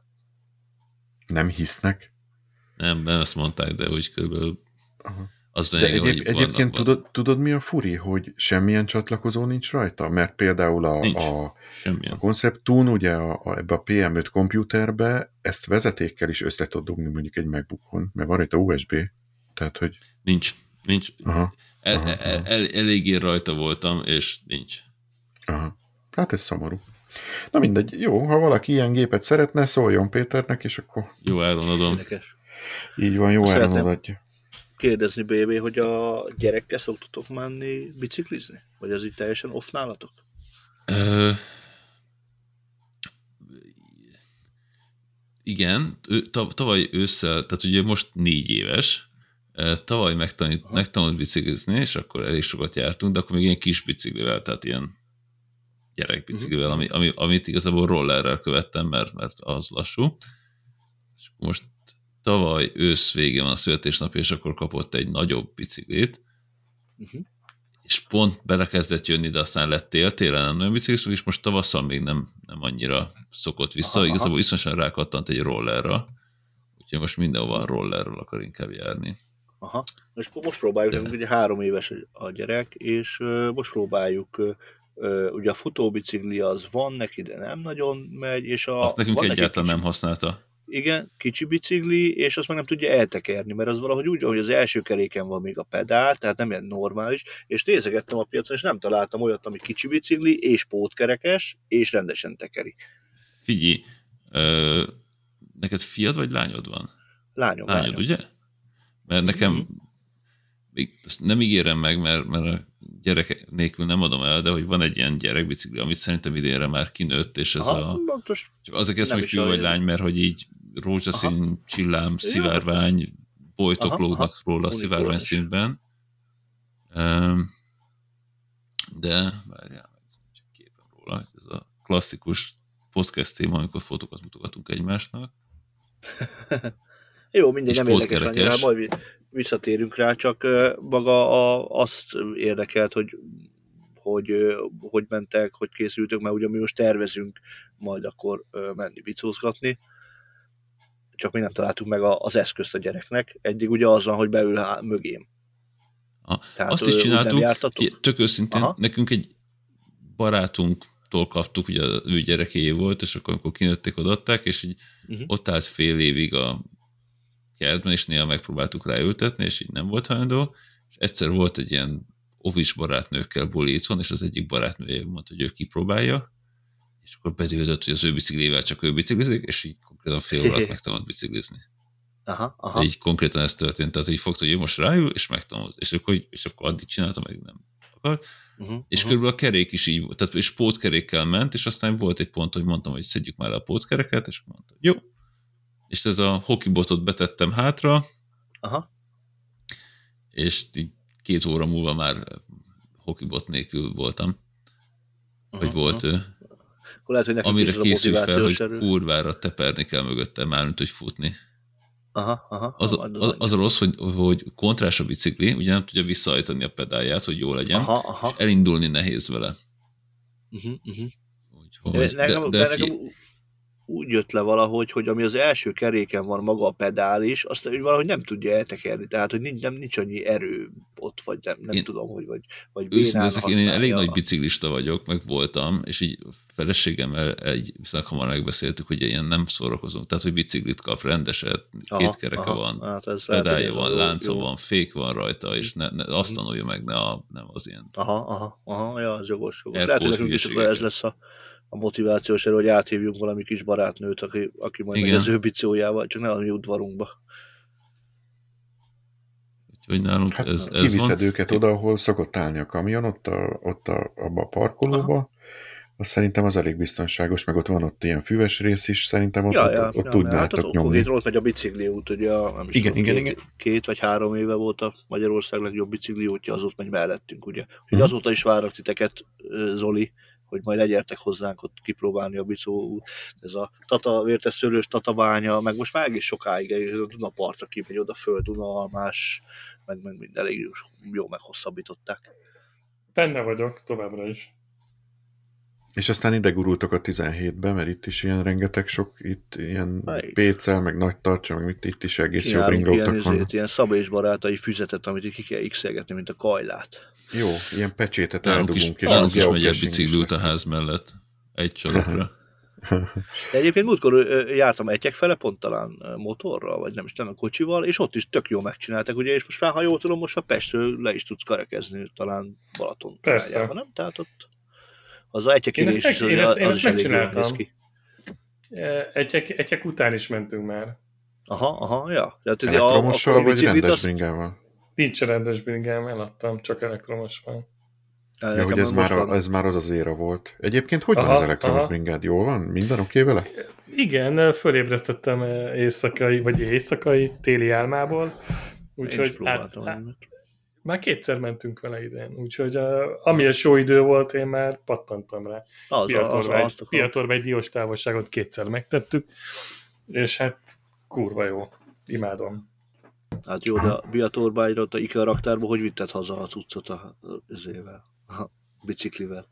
Nem hisznek? Nem, nem ezt mondták, de úgy körülbelül aha. Az de egyéb, hogy egyébként tudod, tudod, mi a furi, hogy semmilyen csatlakozó nincs rajta? Mert például a, nincs, a, a Concept-un, ugye a, a, ebbe a pé em öt kompjúterbe ezt vezetékkel is össze tud dugni mondjuk egy MacBookon, mert van rajta u es bé. Tehát, hogy... Nincs, nincs. Aha, el, aha, el, aha. El, eléggé rajta voltam, és nincs. Aha. Hát ez szomorú. Na mindegy, jó, ha valaki ilyen gépet szeretne, szóljon Péternek, és akkor... Jó áron adom. Érdekes. Így van, jó Azt áron adja. Kérdezni, bé bé, hogy a gyerekkel szoktatok menni biciklizni? Vagy az így teljesen off nálatok? Ö... Igen, tavaly ősszel, tehát ugye most négy éves, tavaly megtanult, megtanult biciklizni, és akkor elég sokat jártunk, de akkor még ilyen kis biciklivel, tehát ilyen gyerekbiciklivel, ami, ami, amit igazából rollerrel követtem, mert, mert az lassú. És most tavaly ősz végén van a születésnapja, és akkor kapott egy nagyobb biciklit, uh-huh. és pont belekezdett jönni, de aztán lett tél, télen nem nagyon biciklizünk, és most tavasszal még nem, nem annyira szokott vissza, aha, igazából iszonyosan rákattant egy rollerra, úgyhogy most mindenhol rollerről akar inkább járni. Aha, most, most próbáljuk, de... ugye három éves a gyerek, és uh, most próbáljuk, uh, ugye a futóbicikli az van neki, de nem nagyon megy, és a... Azt nekünk egyáltalán nem használta. Igen, kicsi bicikli, és azt meg nem tudja eltekerni, mert az valahogy úgy, hogy az első keréken van még a pedál, tehát nem ilyen normális, és nézegettem a piacon, és nem találtam olyat, ami kicsi bicikli, és pótkerekes, és rendesen tekeri. Figyelj, ö, neked fiad vagy lányod van? Lányom, lányod, lányom. ugye? Mert nekem, mm-hmm. még ezt nem ígérem meg, mert, mert a gyerek nélkül nem adom el, de hogy van egy ilyen gyerekbicikli, amit szerintem idénre már kinőtt, és ez aha, a... Csak azért kezdtem, hogy fiú vagy lány, mert hogy így rózsaszín, aha. csillám, szivárvány, bolytok aha, lógnak aha. róla Unikornis. Szivárvány színben. Um, de várjál, csak képem róla, ez a klasszikus podcast téma, amikor fotókat mutogatunk egymásnak. Jó, mindegy, nem érdekes annyira, majd visszatérünk rá, csak maga a, azt érdekelt, hogy hogy hogy mentek, hogy készültök, mert ugye mi most tervezünk majd akkor menni bicózgatni, csak mi nem találtuk meg az eszközt a gyereknek. Eddig ugye az van, hogy beül há- mögém. Ah, Tehát azt is úgy nem csináltuk, jártatok? ki- tök őszintén, Aha. nekünk egy barátunktól kaptuk, ugye ő gyerekéjé volt, és akkor amikor kinőtték, odaadták, és így Uh-huh. ott állt fél évig a kertben, és néha megpróbáltuk ráültetni, és így nem volt hajlandó, és egyszer volt egy ilyen ovis barátnőkkel buli itthon, és az egyik barátnője mondta, hogy ő kipróbálja, és akkor bedődött, hogy az ő biciklével csak ő biciklizik, és így konkrétan fél órát megtanult biciklizni. Aha, aha. Így konkrétan ez történt, tehát így fogta, hogy ő most ráül, és megtanult, és akkor, és akkor addig csinálta, meg nem akart. Uh-huh. És uh-huh. körülbelül a kerék is így volt, tehát és pótkerékkel ment, és aztán volt egy pont, hogy mondtam, hogy szedjük már le a pótkereket, és mondta, hogy jó. És ez a hokibotot betettem hátra, Aha. és így két óra múlva már hokibot nélkül voltam, Uh-huh. vagy volt uh-huh. ő. Akkor lehet, hogy nekünk Amire is ez a készült fel, motivációs hogy erő. kurvára teperni kell mögötte, mármint, hogy futni. Aha, aha. Az, Ah, az, az a rossz, hogy, hogy kontrás a bicikli, ugye nem tudja visszahajtani a pedálját, hogy jó legyen, aha, aha. és elindulni nehéz vele. Uh-huh, uh-huh. Úgyhogy, Nekem, de, de nekem úgy jött le valahogy, hogy ami az első keréken van maga a pedál is, azt hogy valahogy nem tudja eltekerni, tehát hogy nincs, nem, nincs annyi erő ott, vagy nem, nem én, tudom, hogy vagy, vagy bénán használja. Én elég nagy biciklista vagyok, meg voltam, és így feleségemmel egy viszonylag hamar megbeszéltük, hogy ilyen nem szórakozunk, tehát hogy biciklit kap rendeset, aha, két kereke aha, van, hát pedálja van, jó, lánca jó. van, fék van rajta, és ne, ne, azt tanulja meg, ne a, nem az ilyen. Aha, aha, aha, ja, az jogos, jogos. Lehet, hogy nekünk is ez lesz a a motivációs erő, hogy áthívjunk valami kis barátnőt, aki, aki majd megy az ő biciójával, csak ne a mi udvarunkba. Úgyhogy nálunk hát ez, ez kiviszed van. őket oda, ahol szokott állni a kamion, ott, a, ott a, abba a parkolóba, aha. Azt szerintem az elég biztonságos, meg ott van ott ilyen füves rész is, szerintem ott, ja, ott, ja, ott ja, úgy ja, lehetett hát nyomni. Ott, ott megy a bicikliút, ugye, nem is igen, tudom, igen, két, igen. két vagy három éve volt a Magyarország legjobb bicikliútja, az ott megy mellettünk, ugye. Úgyhogy uh-huh. azóta is várok titeket, Zoli, hogy majd legyertek hozzánk ott kipróbálni a bicó, ez a tata, vértes szőlős tatabánya, meg most már egész sokáig a Dunapartra kimegy oda föl, Dunaalmás, meg, meg mind elég jó meghosszabbították. Benne vagyok, továbbra is. És aztán ide gurultok a tizenhétbe, mert itt is ilyen rengeteg sok, itt ilyen pécel, meg nagy tartsa, meg mit itt is egész jó bringautak van. Ilyen Szabé és barátai füzetet, amit ki kell x-elgetni, mint a kajlát. Jó, ilyen pecsétet nálunk eldugunk. Is, nálunk is megy egy bicikliút a ház mellett. Egy csalakra. De egyébként múltkor jártam egyek fele, pont talán motorral, vagy nem is nem, kocsival, és ott is tök jó megcsináltak, ugye, és most már, ha jól tudom, most már Pestről le is tudsz karekezni, talán Balaton. Persze. Irányába, nem? Tehát ott az egyekérés is, én ezt, én az ezt is elég jól néz ki. Egyek, egyek után is mentünk már. Aha, aha, ja. Tehát elektromossal, a, a vagy rendes azt... bringával? Nincs rendes bringám, eladtam, csak elektromos van. Ja, hogy ez már, a, ez már az az éra volt. Egyébként hogy aha, van az elektromos aha. bringád? Jól van? Minden oké vele? Igen, fölébresztettem éjszakai, vagy éjszakai téli álmából. Úgyhogy át, át, már kétszer mentünk vele idén. Úgyhogy uh, amilyes jó idő volt, én már pattantam rá. Piatorba egy diós távolságot kétszer megtettük, és hát kurva jó. Imádom. Hát jó, de a Biatorbányra, a IKEA raktárba, hogy vitted haza a cuccot a, az ével? A biciklivel.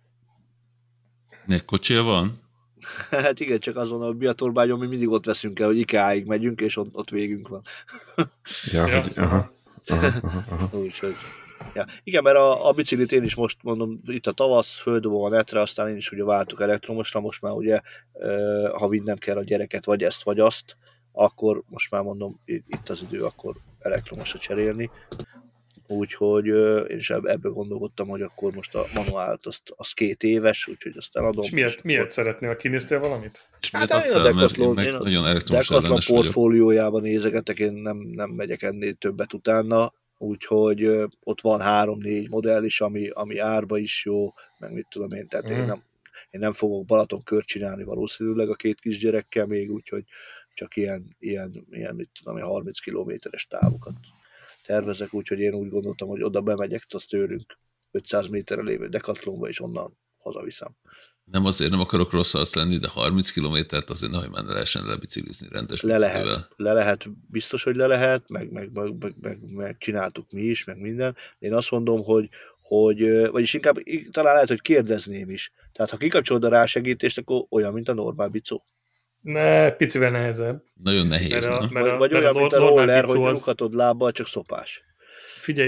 Ne kocsia van? Hát igen, csak azon a Biatorbányon mi mindig ott veszünk el, hogy IKEA-ig megyünk, és ott, ott végünk van. Ja, ja. Hogy, aha, aha, aha, aha. Úgyhogy, ja. Igen, mert a, a biciklit én is most mondom, itt a tavasz, földobom a netre, aztán én is ugye váltuk elektromosra, most már ugye, ha vinnem kell a gyereket, vagy ezt, vagy azt, akkor most már mondom, itt az idő, akkor elektromosra cserélni. Úgyhogy én is ebből gondolkodtam, hogy akkor most a manuált az, az két éves, úgyhogy azt eladom. És miért, miért szeretnél? Kinéztél valamit? És hát miért adsz el, mert én meg nagyon elektromos ellenes vagyok. Portfóliójában nézegetek, én nem, nem megyek ennél többet utána, úgyhogy ott van három-négy modell is, ami, ami árba is jó, meg mit tudom én, tehát mm. én, nem, én nem fogok Balaton kört csinálni valószínűleg a két kisgyerekkel még, úgyhogy csak ilyen, ilyen, ilyen mit tudom én, harminc kilométeres távokat tervezek, úgyhogy én úgy gondoltam, hogy oda bemegyek, azt tőlünk ötszáz méterre lévő Decathlonba, és onnan hazaviszem. Nem azért nem akarok rossz arc lenni, de harminc kilométert azért nehogy már ne lehessen lebiciklizni rendes le lehet, le lehet, biztos, hogy le lehet, meg, meg, meg, meg, meg, meg csináltuk mi is, meg minden. Én azt mondom, hogy, hogy, vagyis inkább talán lehet, hogy kérdezném is. Tehát ha kikapcsolod a rásegítést, akkor olyan, mint a normál bicó. Ne, picivel nehezebb. Nagyon nehéz, Mert a, nem? mert a, Vagy, vagy mert olyan, a mint a normál roller, bicó hogy az- rúghatod lábbal, csak szopás. Figyelj,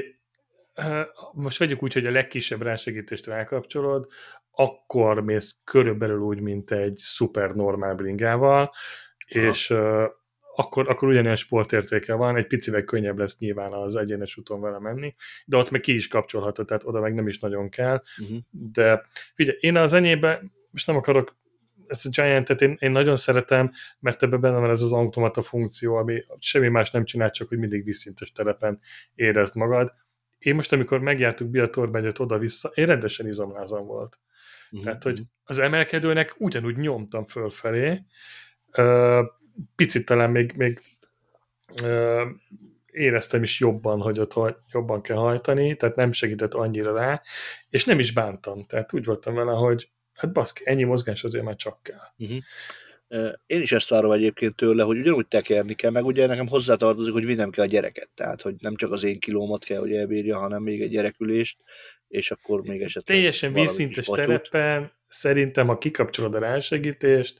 most vegyük úgy, hogy a legkisebb rásegítést rákapcsolod, akkor mész körülbelül úgy, mint egy szuper normál bringával, és uh, akkor, akkor ugyanilyen sportértéke van, egy picivel könnyebb lesz nyilván az egyenes úton vele menni, de ott meg ki is kapcsolhatod, tehát oda meg nem is nagyon kell, Uh-huh. de figyelj, én az enyében most nem akarok ezt a Giant-et én, én nagyon szeretem, mert ebben benne van ez az automata funkció, ami semmi más nem csinál, csak hogy mindig vízszintes terepen érezd magad. Én most, amikor megjártuk Biator megyet oda-vissza, én rendesen izomlázam volt. Uh-huh. Tehát, hogy az emelkedőnek ugyanúgy nyomtam fölfelé, uh, picit talán még, még uh, éreztem is jobban, hogy ott haj, jobban kell hajtani, tehát nem segített annyira rá, és nem is bántam. Tehát úgy voltam vele, hogy hát baszki, ennyi mozgás azért már csak kell. Uh-huh. Én is ezt várom egyébként tőle, hogy ugyanúgy tekerni kell, meg ugye nekem hozzátartozik, hogy vinnem kell a gyereket, tehát hogy nem csak az én kilómat kell, hogy elbírja, hanem még egy gyerekülést, és akkor még esetleg teljesen valami vízszintes kis batyút. terepen, szerintem ha kikapcsolod a rásegítést,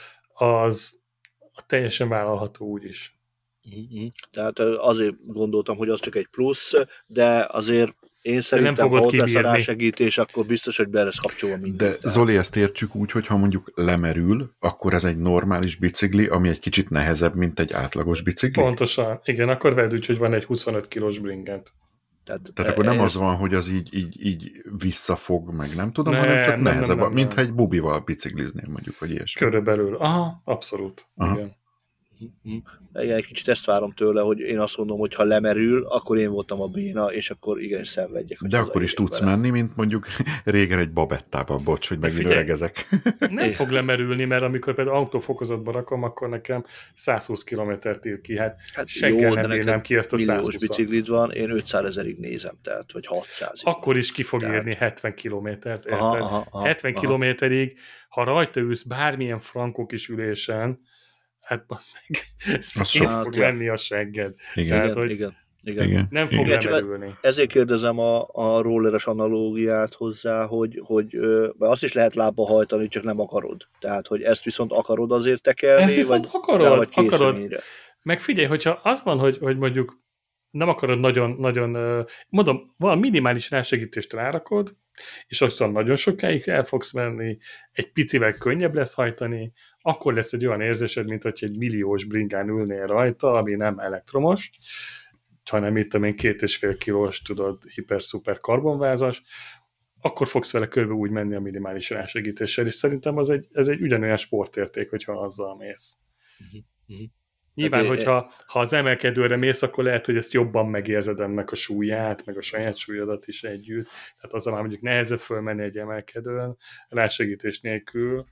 az teljesen vállalható úgyis. Uh-huh. Tehát azért gondoltam, hogy az csak egy plusz, de azért én szerintem, fogod ha ott lesz a kibírni. rásegítés, akkor biztos, hogy be lesz kapcsolva minden. De Tehát- Zoli, ezt értsük úgy, hogy ha mondjuk lemerül, akkor ez egy normális bicikli, ami egy kicsit nehezebb, mint egy átlagos bicikli? Pontosan. Igen, akkor vedd úgy, hogy van egy huszonöt kilós bringent. Tehát, Tehát akkor nem ez- az van, hogy az így, így, így visszafog, meg nem tudom, Nem, hanem csak nem, nehezebb, nem, nem, mintha nem. egy bubival bicikliznél mondjuk, vagy ilyesmi. Körülbelül. Aha, abszolút. Aha. Igen. Mhm. Igen, egy kicsit ezt várom tőle, hogy én azt mondom, hogy ha lemerül, akkor én voltam a béna, és akkor igenis szenvedjek. hogy De akkor is hazaérjek tudsz vele. menni, mint mondjuk régen egy babettában, bocs, hogy megint figyelj, öregezek. Nem É. fog lemerülni, mert amikor például autófokozatba rakom, akkor nekem száz húsz kilométert ír ki. Hát Hát seggel jó, nem de bírnám neked ki ezt a milliós száz húszat. biciklid van, én ötszázezerig nézem, tehát, vagy hatszázig. Akkor is ki fog Tehát- érni hetven kilométert, érted? Aha, aha, aha, hetven aha. kilométerig, ha rajta ülsz bármilyen frankó kis ülésen, hát basz meg, szét sok. fog Hát, ja. menni a segged. Igen. Tehát, Igen, hogy igen, igen. Igen. nem fog Igen. csak- lemerülni. Ezért kérdezem a, a rolleres analógiát hozzá, hogy, hogy ö, mert azt is lehet lábba hajtani, csak nem akarod. Tehát, hogy ezt viszont akarod azért tekerni, Ezt viszont vagy, akarod, rá vagy akarod. készülményre. Meg figyelj, hogyha az van, hogy, hogy mondjuk nem akarod nagyon, nagyon, ö, mondom, valami minimális rásegítést rárakod, és aztán nagyon sokáig el fogsz menni, egy picivel könnyebb lesz hajtani, akkor lesz egy olyan érzésed, mint hogy egy milliós bringán ülnél rajta, ami nem elektromos, hanem itt én két és fél kilós, tudod, hiper-szuper karbonvázas, akkor fogsz vele körbe úgy menni a minimális rásegítéssel, és szerintem az egy, ez egy ugyanolyan sportérték, hogyha azzal mész. Mhm, mhm. Nyilván, Tehát, hogyha ha az emelkedőre mész, akkor lehet, hogy ezt jobban megérzed ennek a súlyát, meg a saját súlyodat is együtt. Tehát azzal már mondjuk nehezebb fölmenni egy emelkedőn, rásegítés nélkül.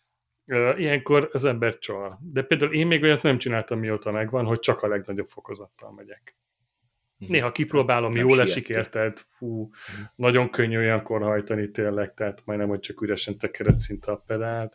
Ö, Ilyenkor az ember csal. De például én még olyat nem csináltam, mióta megvan, hogy csak a legnagyobb fokozattal megyek. Néha kipróbálom, Nem jól siettél. esik, érted? Fú, nagyon könnyű olyankor hajtani tényleg, tehát majdnem, hogy csak üresen tekered szinte a pedált.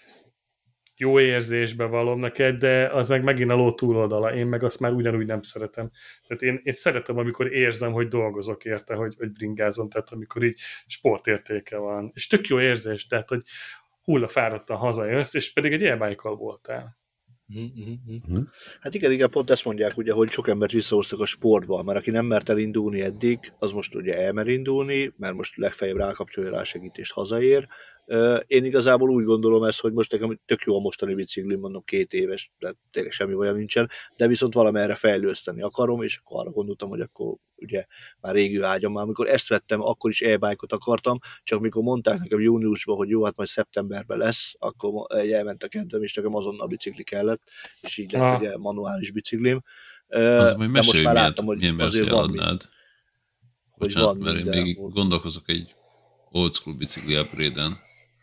Jó érzésbe vallom neked, de az meg megint a ló túloldala. Én meg azt már ugyanúgy nem szeretem. Tehát én, én szeretem, amikor érzem, hogy dolgozok érte, hogy, hogy bringázom, tehát amikor így sportértéke van. És tök jó érzés, tehát, hogy hullafáradtan hazajössz, és pedig egy e-bike-kal voltál. Mhm, mhm, mhm. Mhm. Hát igen, igen, pont ezt mondják ugye, hogy sok embert visszahoztak a sportba, mert aki nem mert elindulni eddig, az most ugye elmer indulni, mert most legfeljebb rákapcsolja rá segítést, hazaér. Ö, Én igazából úgy gondolom ezt, hogy most nekem tök jó a mostani biciklim, mondom két éves, de tényleg semmi olyan nincsen, de viszont valamerre fejleszteni akarom, és akkor arra gondoltam, hogy akkor ugye már régi ágyam, már amikor ezt vettem, akkor is e-bike-ot akartam, csak mikor mondták nekem júniusban, hogy jó, hát majd szeptemberben lesz, akkor elment a kedvem, és nekem azonnal bicikli kellett, és így lett Ah. ugye manuális biciklim. Az, De hogy most mesélj, már milyen, láttam, hogy milyen azért verzió van, mi- adnád. hogy Bocsánat, van mert én minden. még gondolkozok egy old school bicikli upgrade-en.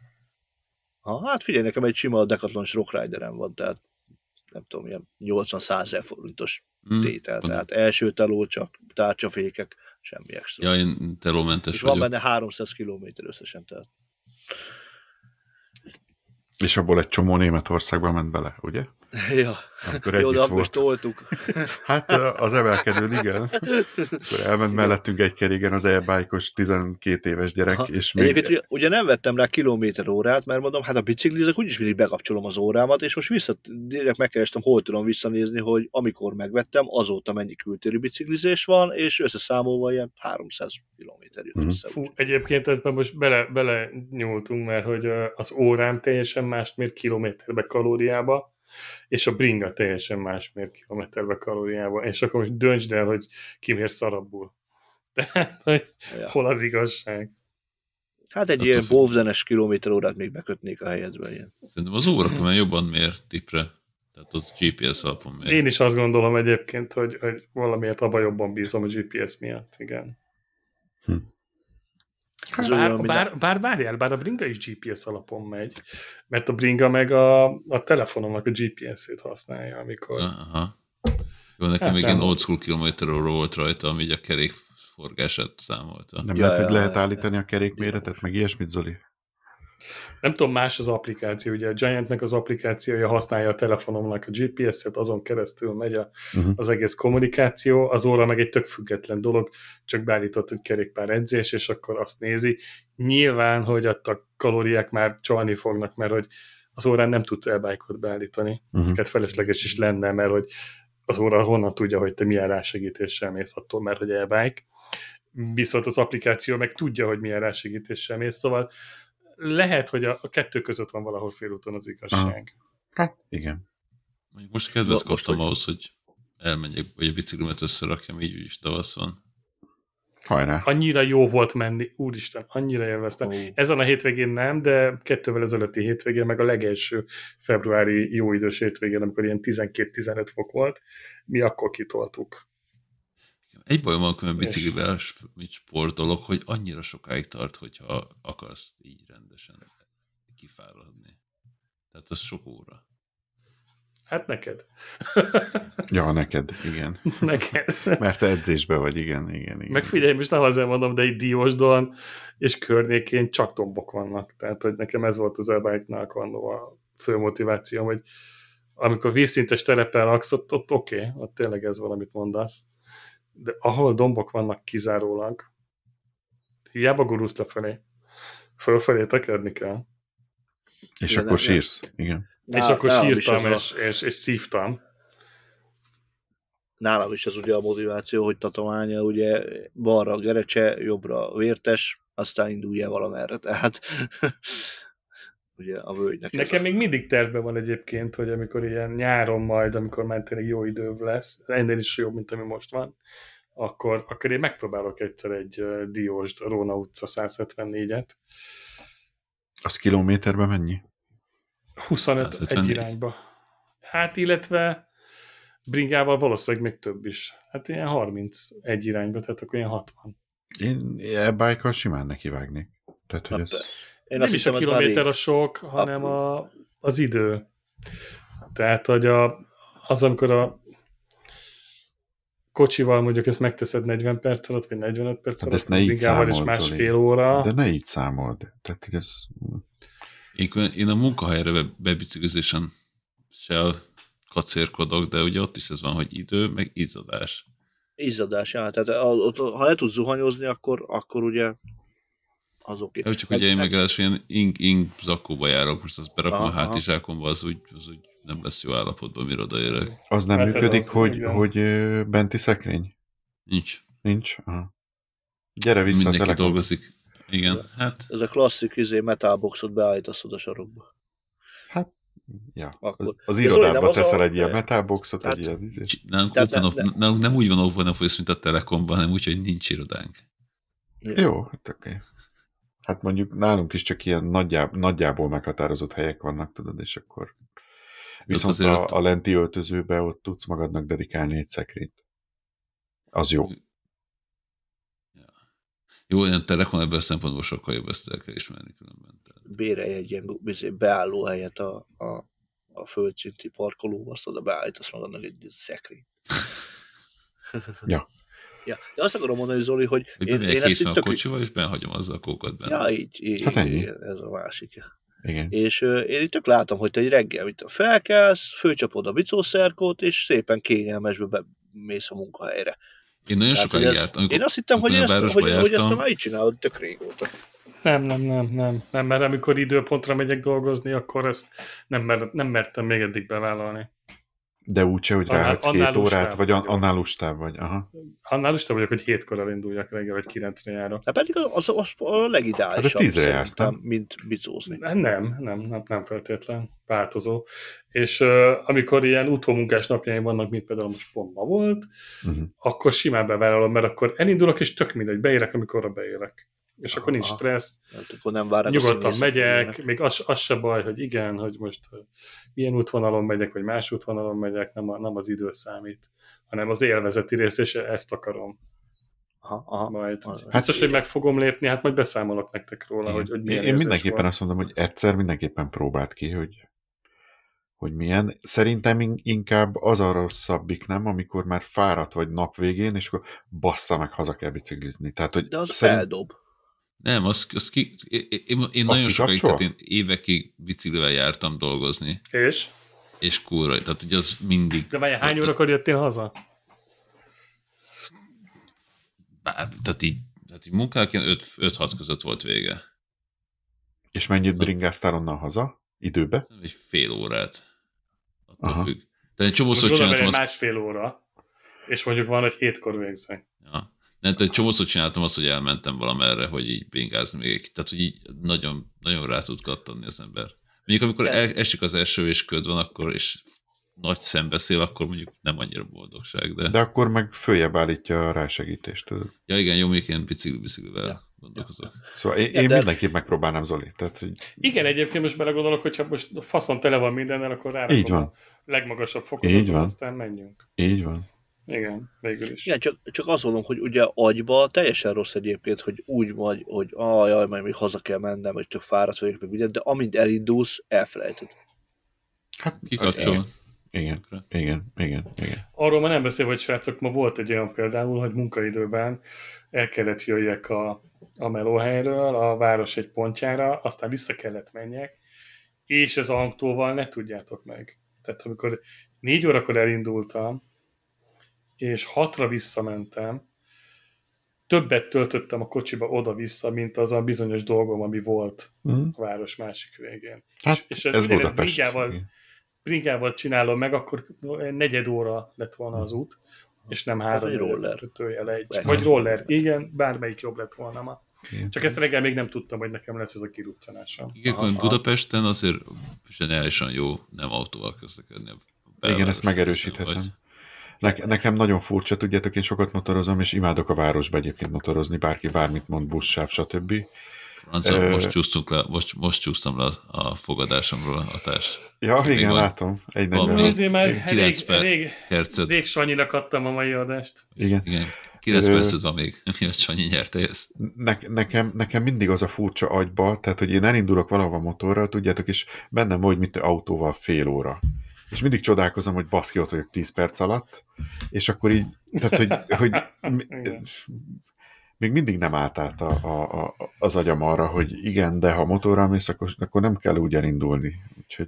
Ha, hát figyelj, nekem egy sima Decathlon Rock Riderem van, tehát nem tudom, ilyen nyolcvan-száz forintos Hmm, tétel, pont- tehát első teló, csak tárcsafékek, semmi extra. Ja, én telómentes és van vagyok. benne háromszáz kilométer összesen, tehát És abból egy csomó Németországba ment bele, ugye? Ja. Amikor Jó, de együtt most volt. toltuk. Hát az emelkedőn, igen. Akkor elment mellettünk egy keréken az e-bike-os tizenkét éves gyerek, Aha. és még... Egyébként ugye- ugye nem vettem rá kilométer órát, mert mondom, hát a biciklizek úgyis mindig bekapcsolom az órámat, és most vissza, direkt megkerestem, hol tudom visszanézni, hogy amikor megvettem, azóta mennyi kültéri biciklizés van, és összeszámolva ilyen háromszáz kilométer jut Mhm. össze. Fú, egyébként ebben most bele, bele nyúltunk, mert hogy ö, az órám teljesen más mér kilométerbe kalóriába, és a bringa teljesen más mér kilométerbe kalóriába, és akkor most döntsd el, hogy ki mér szarabbul. Tehát, hogy Ja. hol az igazság. Hát egy Attól ilyen függ. bóvzenes kilométer órát még bekötnék a helyedbe. Ilyen. Szerintem az óra jobban mér tipre. Tehát az gé pé es alapon mér. Én is azt gondolom egyébként, hogy, hogy valamiért abban jobban bízom a gé pé es miatt, igen. Ez Bár, olyan, bár, bár várjál, bár a bringa is gé pé es alapon megy, mert a bringa meg a, a telefonomnak a gé pé es-ét használja, amikor... Aha. Jó, nekem Hát még nem. ilyen old school kilométer óra volt rajta, ami így a kerék forgását számolta. Nem Ja, lehet, ja, hogy lehet ja. állítani a kerékméretet, meg ilyesmit, Zoli? Nem tudom, más az applikáció, ugye a Giantnek az applikációja használja a telefonomnak a gé pé es-et, azon keresztül megy a, Uh-huh. az egész kommunikáció, az óra meg egy tök független dolog, csak beállított egy kerékpár edzés, és akkor azt nézi. Nyilván, hogy ott a kalóriák már csalni fognak, mert hogy az órán nem tudsz e-bike-ot beállítani. Uh-huh. Neked felesleges is lenne, mert hogy az óra honnan tudja, hogy te milyen rásegítéssel mész attól, mert hogy e-bike. Viszont az applikáció meg tudja, hogy milyen rásegítéssel mész, szóval lehet, hogy a, a kettő között van valahol félúton az igazság. Hát, igen. Mondjuk most kedvet Na, most kaptam hogy- ahhoz, hogy elmenjek, vagy a biciklimet összerakjam, így is tavasz van. Hajrá. Annyira jó volt menni, úristen, annyira élveztem. Ó. Ezen a hétvégén nem, de kettővel ezelőtti hétvégén, meg a legelső februári jó idős hétvégén, amikor ilyen tizenkét-tizenöt fok volt, mi akkor kitoltuk. Egy bajom van, hogy biciklivel mit sport dolog, hogy annyira sokáig tart, hogyha akarsz így rendesen kifáradni. Tehát az sok óra. Hát neked. Ja, neked, igen. neked. Mert te edzésbe vagy, igen, igen, igen. Meg figyelj, most nem azért mondom, de egy Diósdon és környékén csak dombok vannak. Tehát, hogy nekem ez volt az e-bike-nál a fő motiváció, hogy amikor vízszintes terepen laksz, ott, ott oké, okay, ott tényleg ez valamit mondasz. De ahol dombok vannak kizárólag, hiába gurulsz lefelé. Fölfelé tekerni kell. És Igen, akkor nem- sírsz, igen. És Ná- akkor nálam is sírtam, ez a- és, és, és szívtam. Nálam is ez ugye a motiváció, hogy Tatabánya ugye balra Gerecse, jobbra Vértes, aztán indulj el valamerre. Tehát ugye a völgynek. ez Nekem a- még mindig tervben van egyébként, hogy amikor ilyen nyáron majd, amikor már tényleg jó idő lesz, ennél is jobb, mint ami most van, akkor, akkor én megpróbálok egyszer egy uh, Diósd Róna utca száz hetvennégyet. Az kilométerben mennyi? huszonöt száz egy hetvennégy. irányba. Hát illetve bringával valószínűleg még több is. Hát ilyen harmincegy irányba, tehát akkor ilyen hatvan. Én e-bike-kal simán nekivágnék. Tehát, hogy Na, ez... persze. Én Nem azt is a hittem, ez már kilométer rég. a sok, hanem Apró. a, az idő. Tehát, hogy a, az, amikor a kocsival mondjuk ezt megteszed negyven perc alatt, vagy negyvenöt perc De alatt, ezt ne így bringával is számold, másfél Zoli. óra. De ne így számold. Tehát, hogy ez... Én, én a munkahelyre be- bebiciklizésen se kacérkodok, de ugye ott is ez van, hogy idő, meg izzadás. Izzadás, já. Tehát a- ott, ha le tudsz zuhanyozni, akkor, akkor ugye az oké. Jó, csak ugye én meg ráadásul ilyen ing, ing zakóba járok, most azt berakom a Aha. hátizsákomba, az úgy, az úgy nem lesz jó állapotban, mire odaérek. Az nem Hát ez működik, az, hogy, igen. hogy ö, benti szekrény? Nincs. Nincs? Aha. Gyere vissza a Mindenki Telekom. dolgozik. Igen, hát Ez a klasszik izé, metalboxot beállítasz oda sarokba. Ja. Akkor- Az, az De Zoli, irodába nem az teszel a- egy ilyen metalboxot, Tehát- egy ilyen izé. csi- nálunk, Tehát open ne- of, ne- nálunk nem úgy van open office, mint a Telekomban, hanem úgy, hogy nincs irodánk. Jó, hát oké. Okay. Hát mondjuk nálunk is csak ilyen nagyjából, nagyjából meghatározott helyek vannak, tudod, és akkor viszont azért a, ott- a lenti öltözőbe ott tudsz magadnak dedikálni egy szekrényt. Az jó. Jó, én a Telekom ebből a szempontból sokkal jobb, ezt el kell ismerni különben. Tehát Bérelj egy ilyen izé, beálló helyet a, a, a földszinti parkolóba, azt oda beállítasz magadnak egy szekrényt. Ja. Ja. De azt akarom mondani, Zoli, hogy Hogy én, bemegyek én ezt hétfőn így a tök... kocsival, és benhagyom azzal a kókat benne. Ja, így, így, Hát ennyi. így, ez a másik. Igen. És uh, én itt tök látom, hogy te egy reggel itt felkelsz, fölcsapod a bicószerkót, és szépen kényelmesbe bemész a munkahelyre. Én nagyon Tehát, sokáig hogy ez, jártam. Amikor, én azt hittem, hogy amikor ezt, a városba hogy, hogy ezt jártam, már így csinálod tök régóta. Nem, nem, nem, nem, nem, mert amikor időpontra megyek dolgozni, akkor ezt nem, mer- nem mertem még eddig bevállalni. De úgyse, hogy Annál- ráhatsz annál két órát, lustább vagy an- vagyok. annál lustább vagy. Aha. Annál is te vagyok, hogy hétkor elinduljak reggel, vagy kilencre járok. Hát pedig az, az, az a legideálisabb Hát de tízre jársz, szerintem, mint bicózni. Nem, nem, nem, nem feltétlen. Változó. És uh, amikor ilyen utómunkás napjaim vannak, mint például most pont ma volt, Uh-huh. akkor simán bevállalom, mert akkor elindulok, és tök mindegy, beérek, amikorra beérek. És akkor nincs Aha. stressz, Hát akkor nem várják nyugodtan a színészek, megyek, ilyenek. még az, az se baj, hogy igen, hogy most uh, milyen útvonalon megyek, vagy más útvonalon megyek, nem, a, nem az idő számít, hanem az élvezeti rész, és ezt akarom. Aha, aha. Majd. Az- Hát biztos, hogy meg fogom lépni, hát majd beszámolok nektek róla, Igen. hogy, hogy Én, milyen én érzés mindenképpen volt. azt mondom, hogy egyszer mindenképpen próbáld ki, hogy, hogy milyen. Szerintem in- inkább az a rosszabbik, nem, amikor már fáradt vagy nap végén, és akkor bassza meg, haza kell biciklizni. Tehát, hogy De az szerint... feldob. nem, az, az ki, én, én, én Azt nagyon sokáig, kikapcsol? tehát én évekig biciklivel jártam dolgozni, És? és kurva, tehát ugye az mindig... De várjál, hány órakor jöttél haza? Bár, tehát így, tehát így munkának ilyen öt-hat között volt vége. És mennyit bringáztál onnan haza? Időbe? Nem egy fél órát. Attól Aha. függ. De egy csomószor Most gondolom, csináltam hogy egy azt... másfél óra, és mondjuk van, hogy hétkor végzek. Ja. Nem, tehát egy csomószor csináltam azt, hogy elmentem valamerre, hogy így bringázni még. Tehát, hogy így nagyon, nagyon rá tud kattanni az ember. Mondjuk, amikor el, esik az eső és köd van, akkor, és nagy szembeszél, akkor mondjuk nem annyira boldogság, de... De akkor meg följebb állítja a rásegítést. Tudod? Ja igen, jó, még én bicikli-biciklivel ja. gondolkozok. Szóval én, Ja, én de- mindenképp megpróbálnám, Zoli. Tehát, hogy Igen, egyébként most belegondolok, hogyha most faszom tele van mindennel, akkor rárakom Így van. a legmagasabb Így fokozatot, van. aztán menjünk. így van. Igen, végül is. Igen, csak, csak azt mondom, hogy ugye agyba teljesen rossz egyébként, hogy úgy vagy, hogy ajaj, majd még haza kell mennem, hogy tök fáradt vagyok, meg mindent, de amint elindulsz, elfelejted. Hát, Kikapcsol. Igen, igen, igen, igen. Arról már nem beszél, hogy srácok, ma volt egy olyan például, hogy munkaidőben el kellett jöjjek a, a melóhelyről, a város egy pontjára, aztán vissza kellett menjek, és az autóval ne tudjátok meg. Tehát amikor négy órakor elindultam, és hatra visszamentem, többet töltöttem a kocsiba oda-vissza, mint az a bizonyos dolgom, ami volt Mm. a város másik végén. Hát és, és ez, ez, ez ugyanezt Budapest. bringával, Igen. bringával csinálom meg, akkor negyed óra lett volna az út, és nem három vagy roller. kötőjel egy. Vagy- Vagy roller, igen, bármelyik jobb lett volna ma. Igen. Csak ezt reggel még nem tudtam, hogy nekem lesz ez a kiruccanásom. Igen, Aha, aha. Budapesten azért zseniálisan jó nem autóval közlekedni. a Igen, belváros ezt megerősíthetem. részen, Ne, nekem nagyon furcsa, tudjátok, én sokat motorozom, és imádok a városba egyébként motorozni, bárki bármit mond, buszsáv, stb. vagy- Francia, Ö- most, csúsztunk le, most, most csúsztam le a fogadásomról a társ. Ja, Még igen, van- látom. Egy van negyven. még- Nézd, én már kilenc elég, per- elég, Hercet. elég Sanyinak adtam a mai adást. Igen. Igen, kilenc Ö- percet van még, miatt Sanyi nyerte ezt. Ne, nekem, nekem mindig az a furcsa agyba, tehát, hogy én elindulok valahova motorral, tudjátok, és bennem vagy mit autóval fél óra. És mindig csodálkozom, hogy baszki, ott vagyok tíz perc alatt, és akkor így, tehát, hogy, hogy Igen. még mindig nem állt át a, a, a, az agyam arra, hogy igen, de ha motorral mész, akkor, akkor nem kell úgy elindulni. Úgyhogy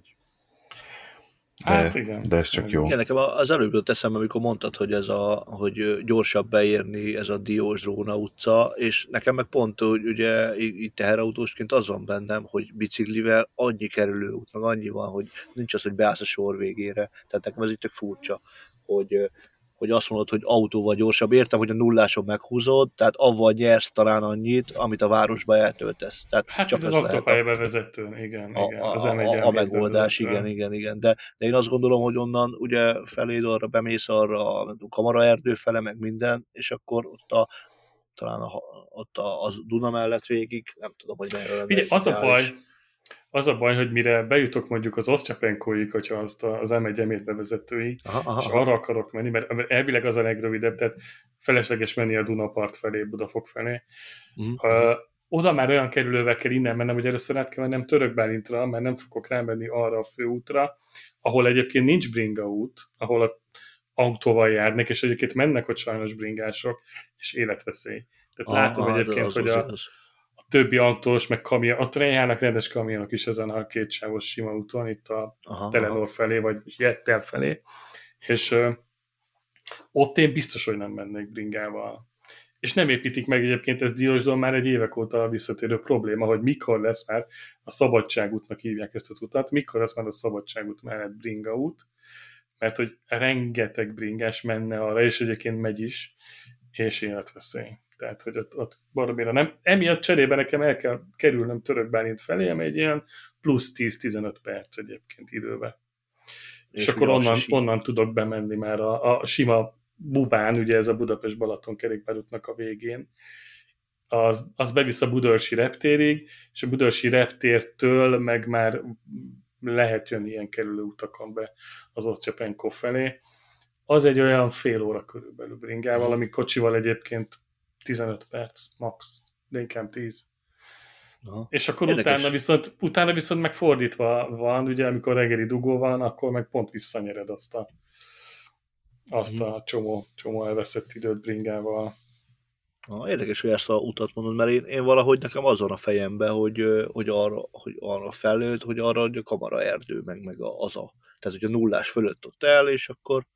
de, Hát igen. de ez csak jó. Igen, nekem az előbb jutott eszembe, amikor mondtad, hogy ez a, hogy gyorsabb beérni, ez a Diósdróna utca, és nekem meg pont, hogy ugye így teherautósként az van bennem, hogy biciklivel annyi kerülőút, meg annyi van, hogy nincs az, hogy beállsz a sor végére. Tehát nekem ez így tök furcsa, hogy, hogy azt mondod, hogy autóval gyorsabb. Értem, hogy a nulláson meghúzod, tehát avval nyersz talán annyit, amit a városba eltöltesz. Tehát Hát csak csak az ez lehet a- autópálya bevezetőn, igen, a, igen. a, Az a, em egy a, a megoldás, igen, igen, igen. De, de én azt gondolom, hogy onnan ugye feléd arra bemész arra a kamaraerdő fele, meg minden, és akkor ott a talán a, ott a, az Duna mellett végig, nem tudom, hogy mennyire lenne. Ugye, az a baj, ideális. az a baj, hogy mire bejutok mondjuk az Osztyapenkóig, hogyha azt a- az em egy emét bevezetőig, Aha, aha, és aha. arra akarok menni, mert elvileg az a legrövidebb, tehát felesleges menni a Dunapart felé, Budafok felé. Mhm. Uh, oda már olyan kerülővel kell innen mennem, hogy először át kell mennem Törökbálintra, mert nem fogok rámenni arra a főútra, ahol egyébként nincs bringaút, ahol a autóval járnak, és egyébként mennek ott sajnos bringások, és életveszély. Tehát Aha, látom aha, de egyébként, az hogy az a, igaz. a többi autós, meg kamion, ott járnak rendes kamionok is ezen a kétsávos sima úton, itt a aha, Telenor aha. felé, vagy Jettel felé, és ö, ott én biztos, hogy nem mennék bringával. És nem építik meg egyébként, ez Diósdon már egy évek óta visszatérő probléma, hogy mikor lesz már a Szabadságútnak hívják ezt az utat, mikor lesz már a Szabadságút mellett bringaút, mert hogy rengeteg bringás menne arra, és egyébként megy is, és életveszély. Tehát, hogy ott, ott baromira nem. Emiatt cserében nekem el kell kerülnöm Törökbálint felé, ami egy ilyen plusz tíz-tizenöt perc egyébként időben. És, és akkor onnan, onnan tudok bemenni már a, a sima Bubán, ugye ez a Budapest-Balaton kerékpárútnak a végén, az, az bevisz a Budaörsi reptérig, és a Budaörsi reptértől meg már lehet jönni ilyen kerülő utakon be az Osztyapenko felé. Az egy olyan fél óra körülbelül bringával, ami kocsival egyébként tizenöt perc max, de inkább tíz. Aha. És akkor utána viszont, utána viszont meg fordítva van, ugye amikor reggeli dugó van, akkor meg pont visszanyered azt a azt a csomó, csomó elveszett időt bringával. Ah, érdekes, hogy ezt a utat mondod, mert én, én valahogy nekem azon a fejemben, hogy, hogy arra, hogy arra felőtt, hogy arra hogy a Kamara erdő, meg, meg az a, tehát hogy a nullás fölött ott el, és akkor...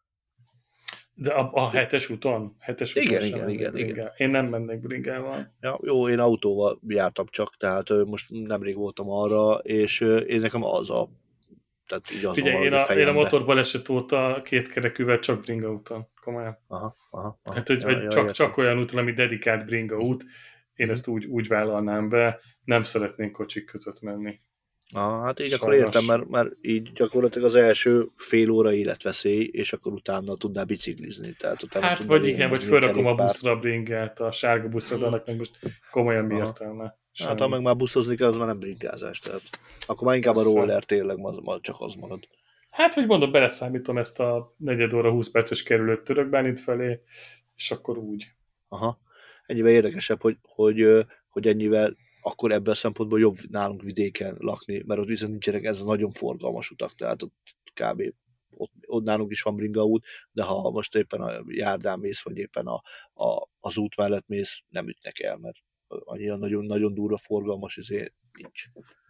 De a, a hetes úton? Hetes úton igen, igen, igen, igen. Én nem mennék bringával. Ja, jó, én autóval jártam csak, tehát most nemrég voltam arra, és én nekem az a tehát így Ugye, én a, én a motorbaleset óta két kerekűvel csak bringa úton, komolyan. Aha, aha, aha. Hát, hogy, ja, hogy ja, csak, csak olyan úton, ami dedikált bringa út, én ezt úgy, úgy vállalnám be, nem szeretnénk kocsik között menni. Ah, hát így Sajnos. Akkor értem, mert, mert így gyakorlatilag az első fél óra életveszély, és akkor utána tudnál biciklizni. Tehát utána hát vagy igen, vagy fölrakom a buszra a bringát, a sárga buszra, annak meg most komolyan mi értelme. Semmi. Hát ha meg már buszozni kell, az már nem bringázás. Tehát akkor már inkább a roller tényleg csak az marad. Hát, vagy mondom, beleszámítom ezt a negyed óra, húsz perces kerülőt Törökbálint felé, és akkor úgy. Aha. Ennyivel érdekesebb, hogy, hogy, hogy ennyivel akkor ebben a szempontból jobb nálunk vidéken lakni, mert ott viszont nincsenek ez a nagyon forgalmas utak, tehát ott kb. Ott, ott nálunk is van bringaút, de ha most éppen a járdán mész, vagy éppen a, a, az út mellett mész, nem ütnek el, mert annyira nagyon-nagyon durva forgalmas, ezért nincs.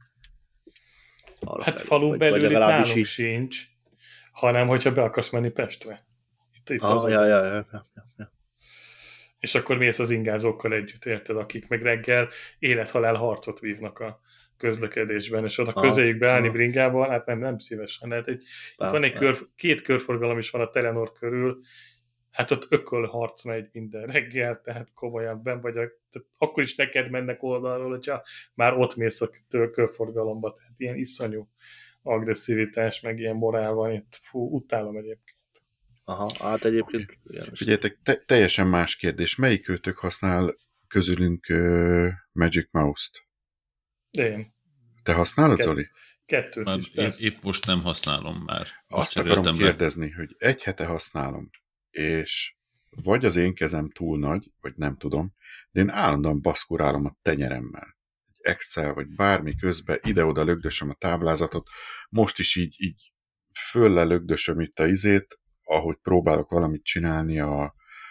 Arra hát felé, falun belül itt nálunk így... sincs, hanem hogyha be akarsz menni Pestre. Itt, itt ah, ja, ja, ja, ja, ja. És akkor mész az ingázókkal együtt, érted, akik meg reggel élethalál harcot vívnak a közlekedésben, és oda közéjük beállni ah. bringával, hát nem, nem szívesen. Hát egy, ah, itt van egy kör, két körforgalom is van a Telenor körül, hát ott ökölharc megy minden reggel, tehát komolyan benn vagy, a, tehát akkor is neked mennek oldalról, hogyha már ott mész a körforgalomba, tehát ilyen iszonyú agresszivitás, meg ilyen morál van itt, fú, utálom egyébként. Aha, hát egyébként... Figyeljetek, te, teljesen más kérdés. Melyik őtök használ közülünk uh, Magic Mouse-t? Én. Te használod, Kett, Zoli? Kettőt már is, én épp most nem használom már. Azt akarom kérdezni, be. hogy egy hete használom, és vagy az én kezem túl nagy, vagy nem tudom, de én állandóan baszkurálom a tenyeremmel. Egy Excel, vagy bármi közben ide-oda lögdösöm a táblázatot, most is így, így fölle lögdösöm itt a izét, ahogy próbálok valamit csinálni a...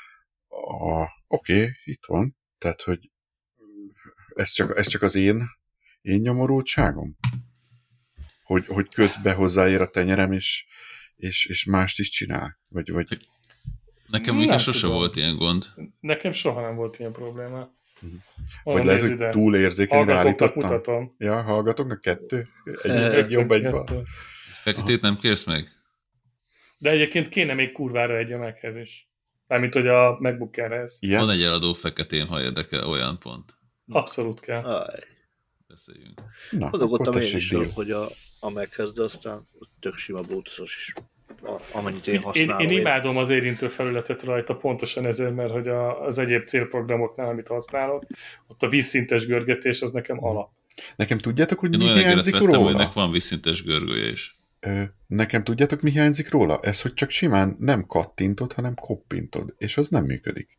a oké, okay, itt van. Tehát, hogy ez csak, ez csak az én, én nyomorultságom? Hogy, hogy közbe hozzáér a tenyerem, és, és, és mást is csinál? Vagy, vagy... Nekem még sose tudom. Volt ilyen gond. Nekem soha nem volt ilyen probléma. Vagy lehet, hogy ide. túl érzékenyre állítottam. Mutatom. Ja, hallgatóknak kettő? Egy, egy jobb, egy bal. Feketét nem kérsz meg? De egyébként kéne még kurvára egy a Machez is. Mármint, hogy a MacBook Airhez. Yeah. Van egy eladó feketén, ha érdekel, olyan pont. Abszolút kell. Aj. Beszéljünk. Gondolkodtam én is, díl. hogy a, a Machez, de aztán tök sima Bluetooth-os is, amennyit én használom. Én, én imádom az érintő felületet rajta, pontosan ezért, mert hogy a, az egyéb célprogramoknál, amit használok, ott a vízszintes görgetés, az nekem alap. Nekem tudjátok, hogy én mi hiányzik róla? Én hogy van vízszintes görgője is. Ö, nekem tudjátok, mi hiányzik róla? Ez, hogy csak simán nem kattintod, hanem koppintod, és az nem működik.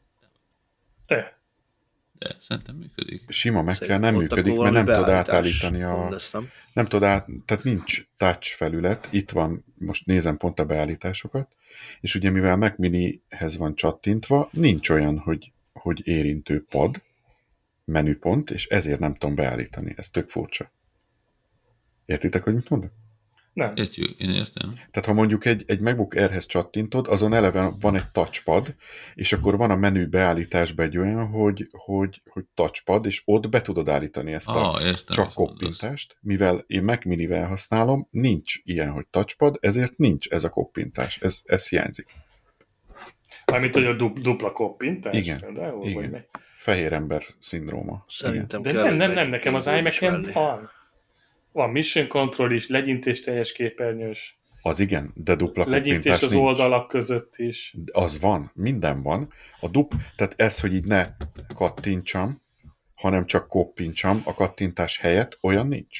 Te. De szerintem működik. Sima meg kell, nem működik, mert nem tudod átállítani a... Lesz, nem? nem tudod át... Tehát nincs touch felület, itt van, most nézem pont a beállításokat, és ugye mivel Mac Minihez van csattintva, nincs olyan, hogy, hogy érintő pad, menüpont, és ezért nem tudom beállítani. Ez tök furcsa. Értitek, hogy mit mondok? Nem. Értjük, én értem. Tehát ha mondjuk egy, egy MacBook Airhez csattintod, azon eleve van egy touchpad, és akkor van a menü beállításban egy olyan, hogy, hogy, hogy touchpad, és ott be tudod állítani ezt a Ah, értem, csak azt mondasz. koppintást. Mivel én Mac Minivel használom, nincs ilyen, hogy touchpad, ezért nincs ez a koppintás. Ez, ez hiányzik. Mármint, hogy a du- dupla koppintás? Igen, Például, igen. vagy mi? Fehér ember szindróma. Szerintem De kell nem, egy nem, nem, Magic nekem az Keyboard iMac-en ismerni. van. Van Mission Control is, legyintés teljes képernyős, Az igen, de dupla legyintés koppintás az nincs. oldalak között is. Az van, minden van. A dup, tehát ez, hogy így ne kattintsam, hanem csak koppintsam a kattintás helyett, olyan nincs.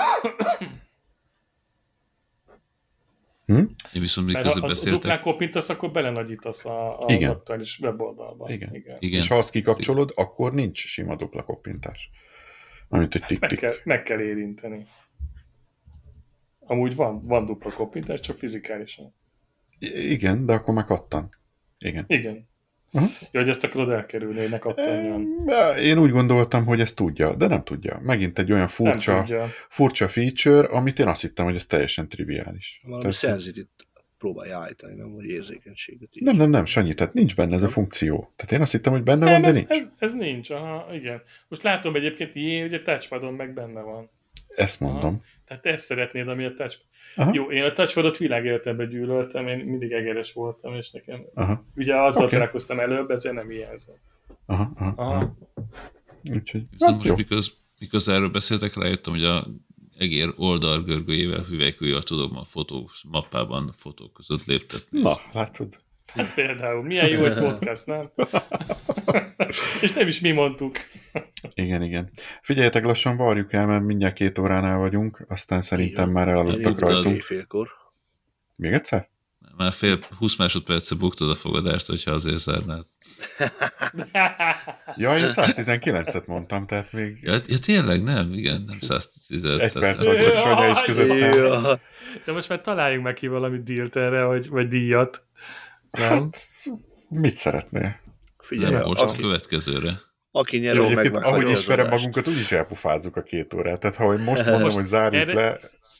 Hm? Én viszont Mert miközben ha a beszéltek, duplán koppintasz, akkor belenagyítasz a, az Igen. aktuális weboldalba. Igen. Igen. igen, És ha azt kikapcsolod, akkor nincs sima dupla koppintás. Amit egy Meg tik-tik. kell, meg kell érinteni. Amúgy van, van dupla koppintás, csak fizikálisan. I- Igen, de akkor meg kattan. Igen. Igen. Uh-huh. Jó, hogy ezt akarod elkerülni, hogy ne kattanjon. Én úgy gondoltam, hogy ezt tudja, de nem tudja. Megint egy olyan Nem furcsa, tudja. furcsa feature, amit én azt hittem, hogy ez teljesen triviális. Valami Tehát- szenzitit próbálja állítani, nem? Vagy érzékenységet. így. Nem, nem, nem, Sanyi, tehát nincs benne ez a funkció. Tehát én azt hittem, hogy benne van, Nem, de ez, nincs. ez, ez nincs. Aha, igen. Most látom egyébként, jé, hogy a touchpadon meg benne van. Ezt mondom. Tehát te ezt szeretnéd, ami a touchpad. Aha. Jó, én a touchpadot világéletemben gyűlöltem, én mindig egeres voltam, és nekem Aha, ugye azzal Oké. okay. találkoztam előbb, ezért nem hiányzott. aha, aha. aha. Aha. Úgyhogy, viszont hát most jó. miköz, miközben erről beszéltek, rájöttem, hogy a egér oldalgörgőjével, hüvelykújjal tudom a fotó mappában a fotók között léptetni. Na, látod. Hát például, milyen jó egy podcast, nem? És nem is mi mondtuk. Igen, igen. Figyeljetek, lassan varjuk el, mert mindjárt két óránál vagyunk, aztán szerintem Igen. már Elég elaludtak tudod. rajtunk. Félkor. Még egyszer? Már fél, húsz másodperce buktad a fogadást, hogyha azért zárnád. Ja, én száztizenkilencet mondtam, tehát még Ja, ja tényleg nem, igen, nem száztíz. egy perc van, csak Sanya is közöttem. Ja. De most már találjunk meg ki valami dílt erre, vagy, vagy díjat. Nem? Mit szeretnél? Figyelj, Nem, most a aki, következőre. aki nyer, Egyébként, meg ahogy meghagyja az ismerem adást. magunkat, úgyis elpufázzuk a két órát. Tehát ha én most mondom, Most hogy zárjuk erre- le,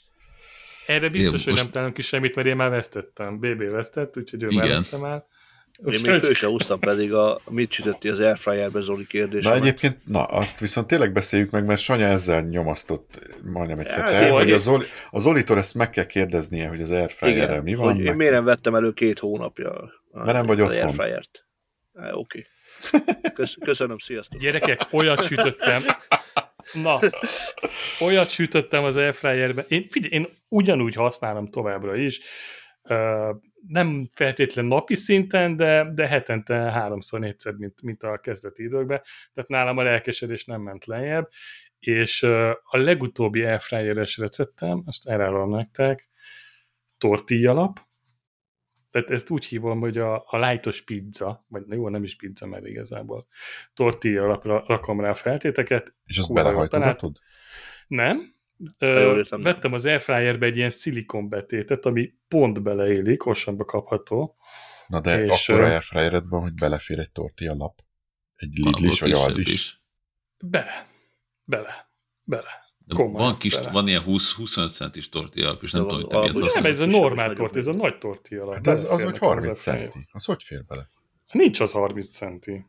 Erre biztos, Igen, hogy most- nem találunk ki semmit, mert én már vesztettem. bé bé vesztett, úgyhogy ő Igen. már vette már. Én Most még föl sem húztam pedig a mit sütötti az Airfryerbe Zoli kérdése. na egyébként, na azt viszont tényleg beszéljük meg, mert Sanya ezzel nyomasztott majdnem egy Hát, hete, jó, hogy hogy- a, Zoli, a Zolitól ezt meg kell kérdeznie, hogy az Airfryerrel mi van. hogy én meg- miért nem vettem elő két hónapja Mert nem vagy az otthon. Airfryert. Á, Oké. Kösz, köszönöm, sziasztok. Gyerekek, olyat sütöttem. Na, olyat sütöttem az Airfryerbe. Én, figyelj, én ugyanúgy használom továbbra is. Uh, nem feltétlen napi szinten, de, de hetente háromszor, négyszer, mint, mint a kezdeti időkben. Tehát nálam a lelkesedés nem ment lejjebb. És uh, a legutóbbi Airfryeres receptem, azt elárulom nektek, tortillalap. Tehát ezt úgy hívom, hogy a, a lightos pizza, vagy jó, nem is pizza, mert igazából tortillalapra rakom rá a feltéteket. És azt Kurva jól belehajtogatod? Nem. Ha jól Ö, értem, nem. vettem az Airfryerbe egy ilyen szilikonbetétet, ami pont beleillik, osanba kapható. Na de És, akkora ö, airfryered van, hogy belefér egy tortilla lap. Egy Van, Lidl is, vagy kisebb Aldi is. Bele. Bele. Bele. De Komolyan, van, kis, bele. van ilyen húsz-huszonöt centis tortilla, és nem De tudom, hogy te van- miért van- Nem, használod. ez a Kisebb normál is tort, vagyok. ez a nagy tortilla. Hát ez, az, hogy Beleférnek harminc az Airfryer. centi. Az hogy fér bele? Nincs az harminc centi.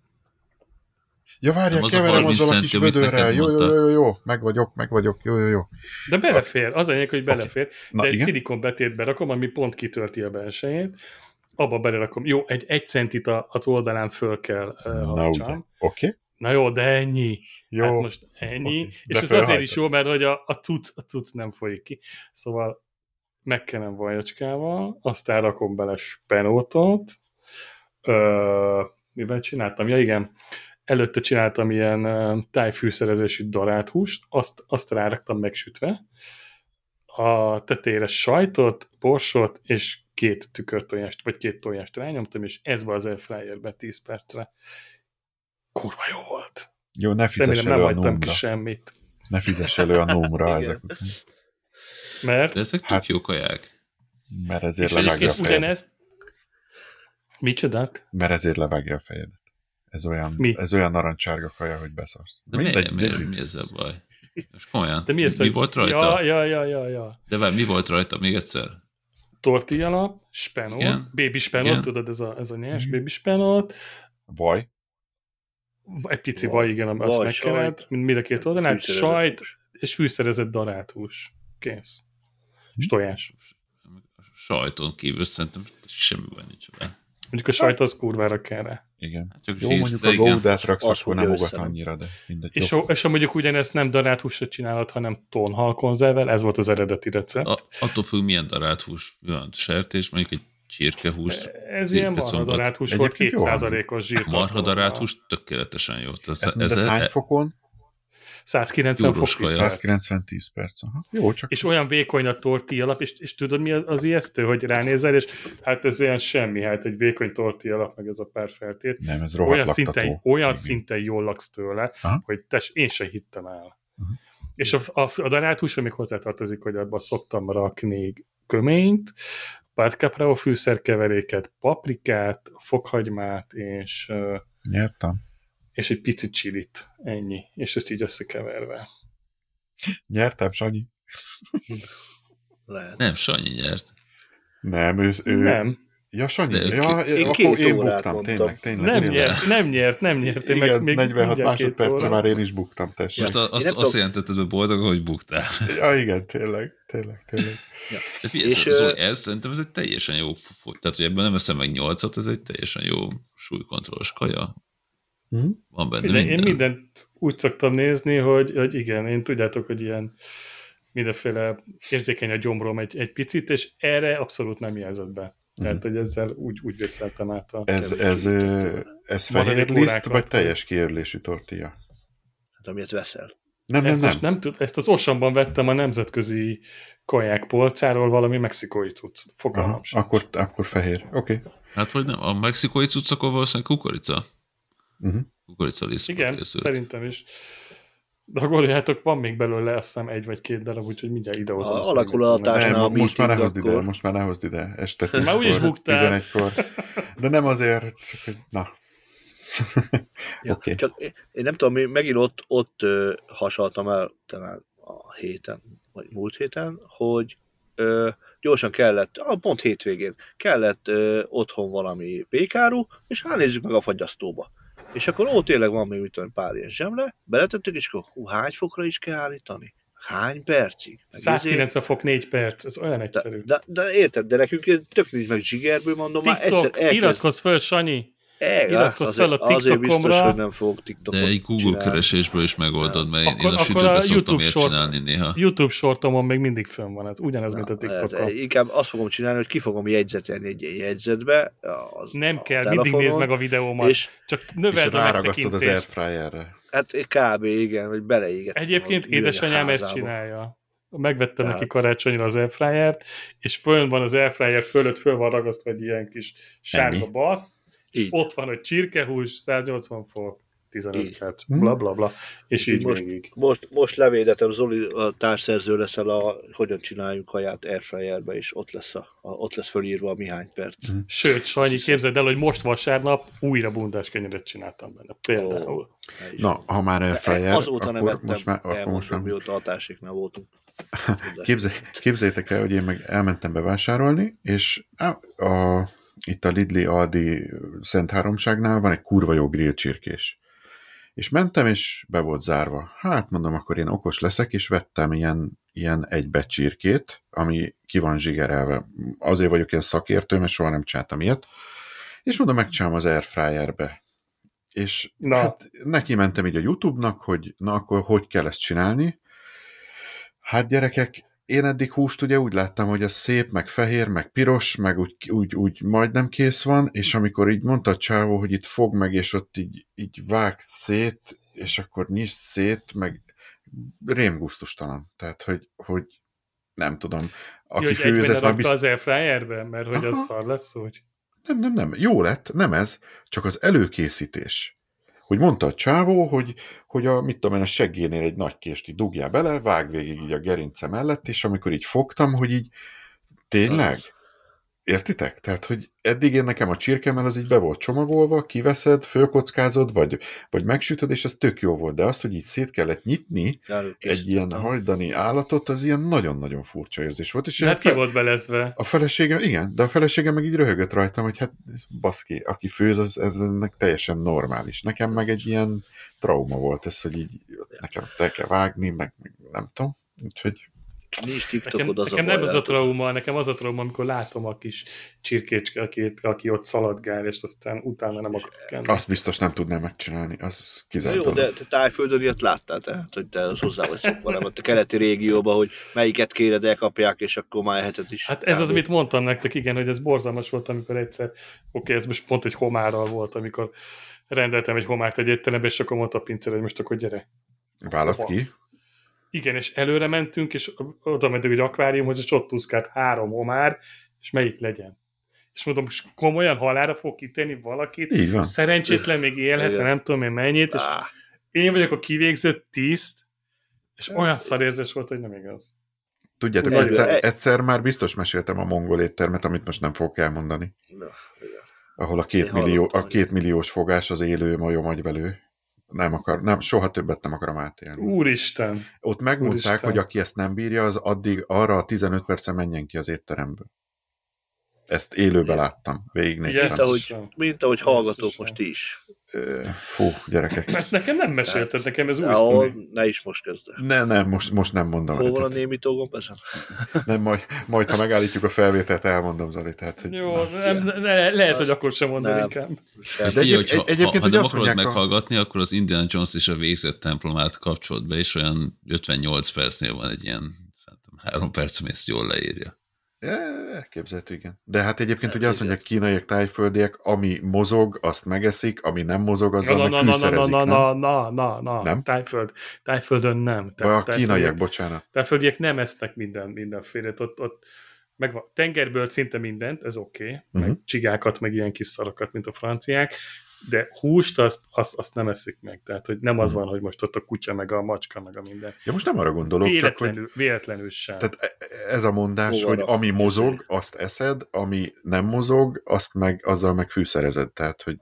Ja, várjál, Nem az a keverem harminc azzal a kis centi, amit vödörrel. neked Jó, jó, mondta. jó, jó, jó, meg vagyok, meg vagyok, jó, jó, jó. De belefér, az a lényeg, hogy belefér. Na, De egy igen? szilikonbetétbe rakom, ami pont kitölti a belsejét. Abba belerakom. Jó, egy egy centit a- az oldalán föl kell uh, Na ugye. hajtsam. Oké, okay. Na jó, de ennyi. jó. Hát most ennyi. Oké, És de ez azért felhajtod. is jó, mert hogy a, a, cucc, a cucc nem folyik ki. Szóval megkenem vajacskával, aztán rakom bele spenótot. Ö, mivel csináltam? Ja igen, előtte csináltam ilyen uh, tájfűszerezésű darált húst, azt, azt ráraktam megsütve. A tetejére sajtot, borsot és két tükörtojást, vagy két tojást rányomtam, és ez van az Airfryerbe tíz percre. Kurva jó volt. Jó, ne fizess Remélem nem elő a hagytam ki nómra. semmit. Ne fizess elő a nómra Igen. ezek után. Mert De ezek Hát- tök jó kaják. Mert ezért és, és, levágja a és fejedet. ugyanezt... Micsodát? Mert ezért levágja a fejedet. Ez olyan, Mi? ez olyan narancsárga kaja, hogy beszarsz. De miért, miért, mi ez a baj? Most komolyan. De mi, ez, mi hogy... volt rajta? Ja, ja, ja, ja, ja. De várj, mi volt rajta még egyszer? Tortillalap, spenót, Igen. baby spenót, Igen. tudod, ez a, ez a nyers Mhm. baby spenót, Vaj. egy pici Vaj, vaj, igen, ami azt vaj, megkered, sajt, mind mind a két oldalán, fűszerezett sajt hús. és fűszerezett darált-hús. Kész. És tojás. A sajton kívül szerintem semmi baj nincs vele. Mondjuk a sajt az kurvára kell rá. Igen. Hát csak Jó, zsír, mondjuk de a igen. Goudát raksz, Az akkor fogja nem ugat össze. annyira, de mindegy. És, Jó. a, és ha mondjuk ugyanezt nem darált húsra csinálod, hanem tonhal konzervvel, ez volt az eredeti recept. A, attól függ, milyen darált hús, mi van, sertés, mondjuk egy csirkehús, Ez ilyen marha cirkecombat. darált hús volt, Egyébként két jó százalékos zsírtartalommal. marha darált hús tökéletesen jó. Tehát Ez, ez, ez hány fokon? százkilencven fok Gyúrós tíz kaja. perc. százkilencven tíz perc. Aha. Jó, csak És olyan vékony a tortillalap, és, és tudod mi az, az ijesztő, hogy ránézel, és hát ez ilyen semmi, hát egy vékony tortillalap, meg ez a pár feltét. nem, ez rohadt Olyan laktató. szinten, olyan Igen. szinten jól laksz tőle, Aha. hogy tes, én se hittem el. Aha. És a, a, a darált húsra még hozzátartozik, hogy abban szoktam rakni köményt, pátkaprao fűszerkeveréket, paprikát, fokhagymát, és, ö, Nyertem. és egy picit csilit. Ennyi. És ezt így összekeverve. Nyertem, Sanyi. Lehet. Nem, Sanyi nyert. Nem, ő... ő... Nem. Ja, Sanyi. De Ja, én akkor két én órát buktam. mondtam. Tényleg, tényleg. Nem tényleg. nyert, nem nyert, nem nyert. Én Igen, meg, még negyvenhat mindjárt két másodperce óra. már én is buktam, tessék. Most a, Én azt, nem azt tudom- jelentetted be boldog, hogy buktál. Ja, igen, tényleg, tényleg, tényleg. De figyelj, És, és, Zoli, ö- ez szerintem ez egy teljesen jó, fo- tehát hogy ebben nem veszem meg nyolcat, ez egy teljesen jó súlykontrollos kaja. Hm? Van benne Figyelj, minden. én mindent úgy szoktam nézni, hogy, hogy igen, én tudjátok, hogy ilyen mindenféle érzékeny a gyomrom egy, egy picit, és erre abszolút nem jelzett be. Tehát, hogy ezzel úgy, úgy vészeltem át a... Ez, Kevés ez, csirkét ö, tőle. ez Maradék fehér liszt, órákat. vagy teljes kiörlésű tortilla? Hát, amilyet veszel. Nem, nem, Ezt nem. most nem tud, ezt az Osamban vettem a nemzetközi kaják polcáról, valami mexikói cucc. Fogalmam Aha, sem. akkor, akkor fehér. Oké. Okay. Hát vagy nem, a mexikói cuccakon valószínűleg kukorica. Uh-huh. Kukorica liszt. Igen, szerintem is. De ha gondoljátok, van még belőle, azt hiszem egy vagy két darab, úgyhogy mindjárt idehozom. Ha azt alakul a megnézem. hatás- Nem, a most már ne meeting, hozd ide, akkor- most már ne hozd ide. Este Már úgyis tízkor, buktál. tizenegykor. De nem azért, csak hogy na. Ja, Oké. Csak én, én nem tudom, én megint ott, ott ö, hasaltam el talán a héten, vagy múlt héten, hogy ö, gyorsan kellett, ah, pont hétvégén, kellett ö, otthon valami pékáru, és hát nézzük meg a fagyasztóba. És akkor ó, tényleg van még mit tudom, pár ilyen zsemle, beletettük, és akkor hú, hány fokra is kell állítani? Hány percig? Meg százkilencven fok négy perc, ez olyan egyszerű. de, de, de érted, de nekünk tök nincs meg zsigerből, mondom, már egyszer TikTok, elkezd... iratkozz föl, Sanyi! El, iratkozz fel a Azért biztos, TikTokomra. hogy nem fogok TikTokot De egy Google csinálni. keresésből is megoldod, mert én, Akkor- én a akkor sütőbe a szoktam YouTube ilyet short- csinálni néha. YouTube sortomon még mindig fönn van ez, ugyanez, mint a Na, TikTokon. ez- Inkább azt fogom csinálni, hogy ki fogom jegyzetelni egy ilyen jegyzetbe. Az, Nem a kell, telefonon, mindig nézd meg a videómat, És csak És növeld a ráragasztod az megtekintést. airfryerre. hát kb. Igen, hogy beleéget. Egyébként hogy ülj a édesanyám ezt házába. csinálja. Megvettem Tehát- neki karácsonyra az airfryert, és fönn van az airfryer fölött, föl van ragasztva egy ilyen kis sárga Ennyi. bassz, és Így. ott van, hogy csirkehús, száznyolcvan fok, tizenöt Így. perc, Hm. bla bla bla, és Úgyhogy így most- végig. Most, most levédetem, Zoli, a társszerző leszel a hogyan csináljuk kaját airfryerbe, és ott lesz, a, a, ott lesz fölírva a mihány perc. Hm. Sőt, Sanyi, képzeld el, hogy most vasárnap újra bundás kenyeret csináltam benne. Például. Ó, ne is Na, mondom. ha már airfryer, Azóta nem akkor vettem, most már, akkor most elmondom, már mióta a társéknál voltunk. Képzel, képzeljétek el, hogy én meg elmentem bevásárolni, és á, a, itt a Lidli Aldi Szent Háromságnál van egy kurva jó grillcsirkés. És mentem, és be volt zárva. Hát mondom, akkor én okos leszek, és vettem ilyen, ilyen egybecsirkét, ami ki van zsigerelve. Azért vagyok ilyen szakértő, mert soha nem csináltam ilyet. És mondom, megcsinálom az airfryerbe. És Na. hát neki mentem így a YouTube-nak, hogy na akkor hogy kell ezt csinálni. Hát gyerekek, én eddig húst ugye úgy láttam, hogy az szép, meg fehér, meg piros, meg úgy, úgy, úgy majdnem kész van, és amikor így mondta a csávó, hogy itt fog meg, és ott így, így vág szét, és akkor nyis szét, meg rémgusztustalan. Tehát, hogy, hogy nem tudom. Aki Jó, hogy főz, egyben ezt már rakta biztos... az airfryerbe, mert hogy az Aha. szar lesz úgy. Nem, nem, nem. Jó lett, nem ez, csak az előkészítés. Hogy mondta a csávó, hogy, hogy a, mit tudom én, a seggénél egy nagy kést így dugjál bele, vág végig így a gerince mellett, és amikor így fogtam, hogy így tényleg? Értitek? Tehát, hogy eddig én nekem a csirkemel az így be volt csomagolva, kiveszed, fölkockázod, vagy, vagy megsütöd, és ez tök jó volt. De azt, hogy így szét kellett nyitni egy ilyen hajdani állatot, az ilyen nagyon-nagyon furcsa érzés volt. És hát ki volt belezve? A feleségem, igen, de a feleségem meg így röhögött rajtam, hogy hát baszki, aki főz, az, ez ennek teljesen normális. Nekem meg egy ilyen trauma volt ez, hogy így nekem te kell vágni, meg, meg nem tudom. Úgyhogy nincs TikTokod, az nekem a baj, nem az a trauma, nekem az a trauma, amikor látom a kis csirkécske, aki, aki ott szaladgál, és aztán utána nem akar kenni. Azt biztos nem tudnám megcsinálni, az kizárt. Jó, de te Tájföldön ilyet láttál, tehát, hogy te az hozzá vagy szokva, nem? A keleti régióban, hogy melyiket kéred, elkapják, és akkor már eheted is. Hát ez az, amit mondtam nektek, igen, hogy ez borzalmas volt, amikor egyszer, oké, ez most pont egy homárral volt, amikor rendeltem egy homárt egy étterembe, és akkor mondta a pincér, hogy most akkor gyere. Választ ki? Igen, és előre mentünk, és oda mentünk egy akváriumhoz, és ott úszkált három homár, és melyik legyen. És mondom, most komolyan halálra fog kitérni valakit, így van. Szerencsétlen még élhetne, nem tudom én mennyit, és ah. én vagyok a kivégzett tiszt, és olyan szarérzés volt, hogy nem igaz. Tudjátok, egyszer, egyszer már biztos meséltem a mongol éttermet, amit most nem fogok elmondani. Na, ahol a két, millió, a két milliós fogás az élő majom agyvelő. Nem akar, nem, soha többet nem akarom átélni. Úristen! Ott megmondták, Úristen. hogy aki ezt nem bírja, az addig arra a tizenöt percen menjen ki az étteremből. Ezt élőben láttam, végignéztem. Mint ahogy, mint ahogy hallgatók most is. Fú, gyerekek. Ezt nekem nem mesélted, nekem ez új sztori. Ne is most kezd. Ne, ne, most, most nem mondom. Hol van a némítógom, persze? Nem, majd, majd, ha megállítjuk a felvételt, elmondom, Zoli. Tehát, hogy jó, nem, ne, lehet, hogy akkor sem mondom inkább. De figyelj, hogy ha, egy, ha, ha nem akarod meghallgatni, a... akkor az Indiana Jones és a végzett templomát kapcsolt be, és olyan ötvennyolc percnél van egy ilyen, szerintem három perc, ami ezt jól leírja. Elképzelhető, igen. De hát egyébként ugye azt mondják, kínaiak, tájföldiek, ami mozog, azt megeszik, ami nem mozog, azzal na, meg na, fűszerezik, na, nem? na, na, na, na, nem? Tájföld, tájföldön nem. Tehát, a kínaiak, tájföldiek, bocsánat. Tájföldiek nem esznek minden, mindenféle. Ott, ott meg van. Tengerből szinte mindent, ez oké, okay. uh-huh. meg csigákat, meg ilyen kis szarokat, mint a franciák, de húst azt, azt, azt nem eszik meg. Tehát, hogy nem az van, hogy most ott a kutya, meg a macska, meg a minden. Ja, most nem arra gondolok, véletlenül, csak hogy... Véletlenül sem. Tehát ez a mondás, Hova hogy ami mozog, azt eszed, ami nem mozog, azt meg, azzal meg fűszerezed. Tehát, hogy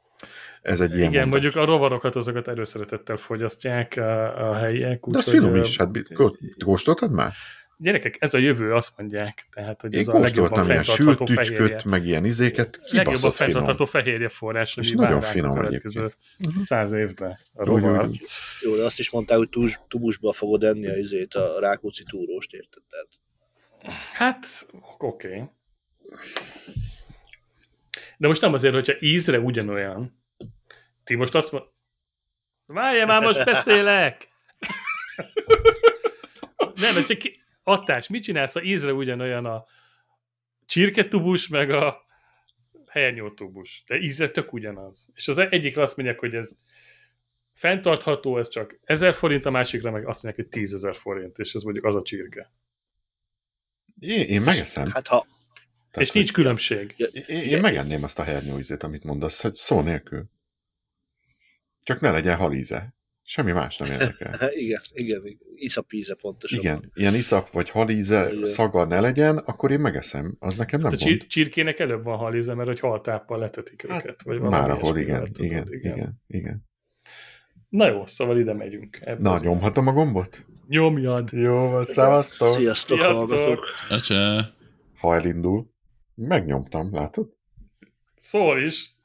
ez egy ilyen igen, mondás. Mondjuk a rovarokat azokat előszeretettel fogyasztják a, a helyiek. De az finom is. Hát kóstoltad már? Gyerekek, ez a jövő, azt mondják. Tehát, hogy én ez a legjobban fenntartható fehérje. Meg ilyen izéket, legjobban fenntartható fehérje forrás, és nagyon finom a következő száz évben. A rovar. Jó, de azt is mondták, hogy tubusba fogod enni a izét, a Rákóczi túróst, érted? Hát, oké. Okay. De most nem azért, hogyha ízre ugyanolyan. Ti most azt mondod, várjál már, most beszélek! Nem, csak Attás, mit csinálsz, ha ízre ugyanolyan a csirketubus, meg a hernyótubus? De ízre tök ugyanaz. És az egyikre azt mondják, hogy ez fenntartható, ez csak ezer forint, a másikra meg azt mondják, hogy tízezer forint, és ez mondjuk az a csirke. Én, én megeszem. Hát ha... Tehát, és nincs különbség. Én, én megenném azt a hernyóízét, amit mondasz, hogy szó nélkül. Csak ne legyen halíze. Semmi más nem érdekel. igen, igen, iszapíze pontosan. Igen, ilyen iszap vagy halíze igen. Szaga ne legyen, akkor én megeszem. Az nekem nem hát mond. A csirkének előbb van halíze, mert hogy haltáppal letetik hát, őket. Vagy már ahol igen, igen, tudod, igen, igen, igen. Na jó, szóval ide megyünk. Na, az nyomhatom a gombot? Nyomjad. Jó, van, szevasztok. Sziasztok, Sziasztok. hallgatók. Acsa. Ha elindul. Megnyomtam, látod? Szól is.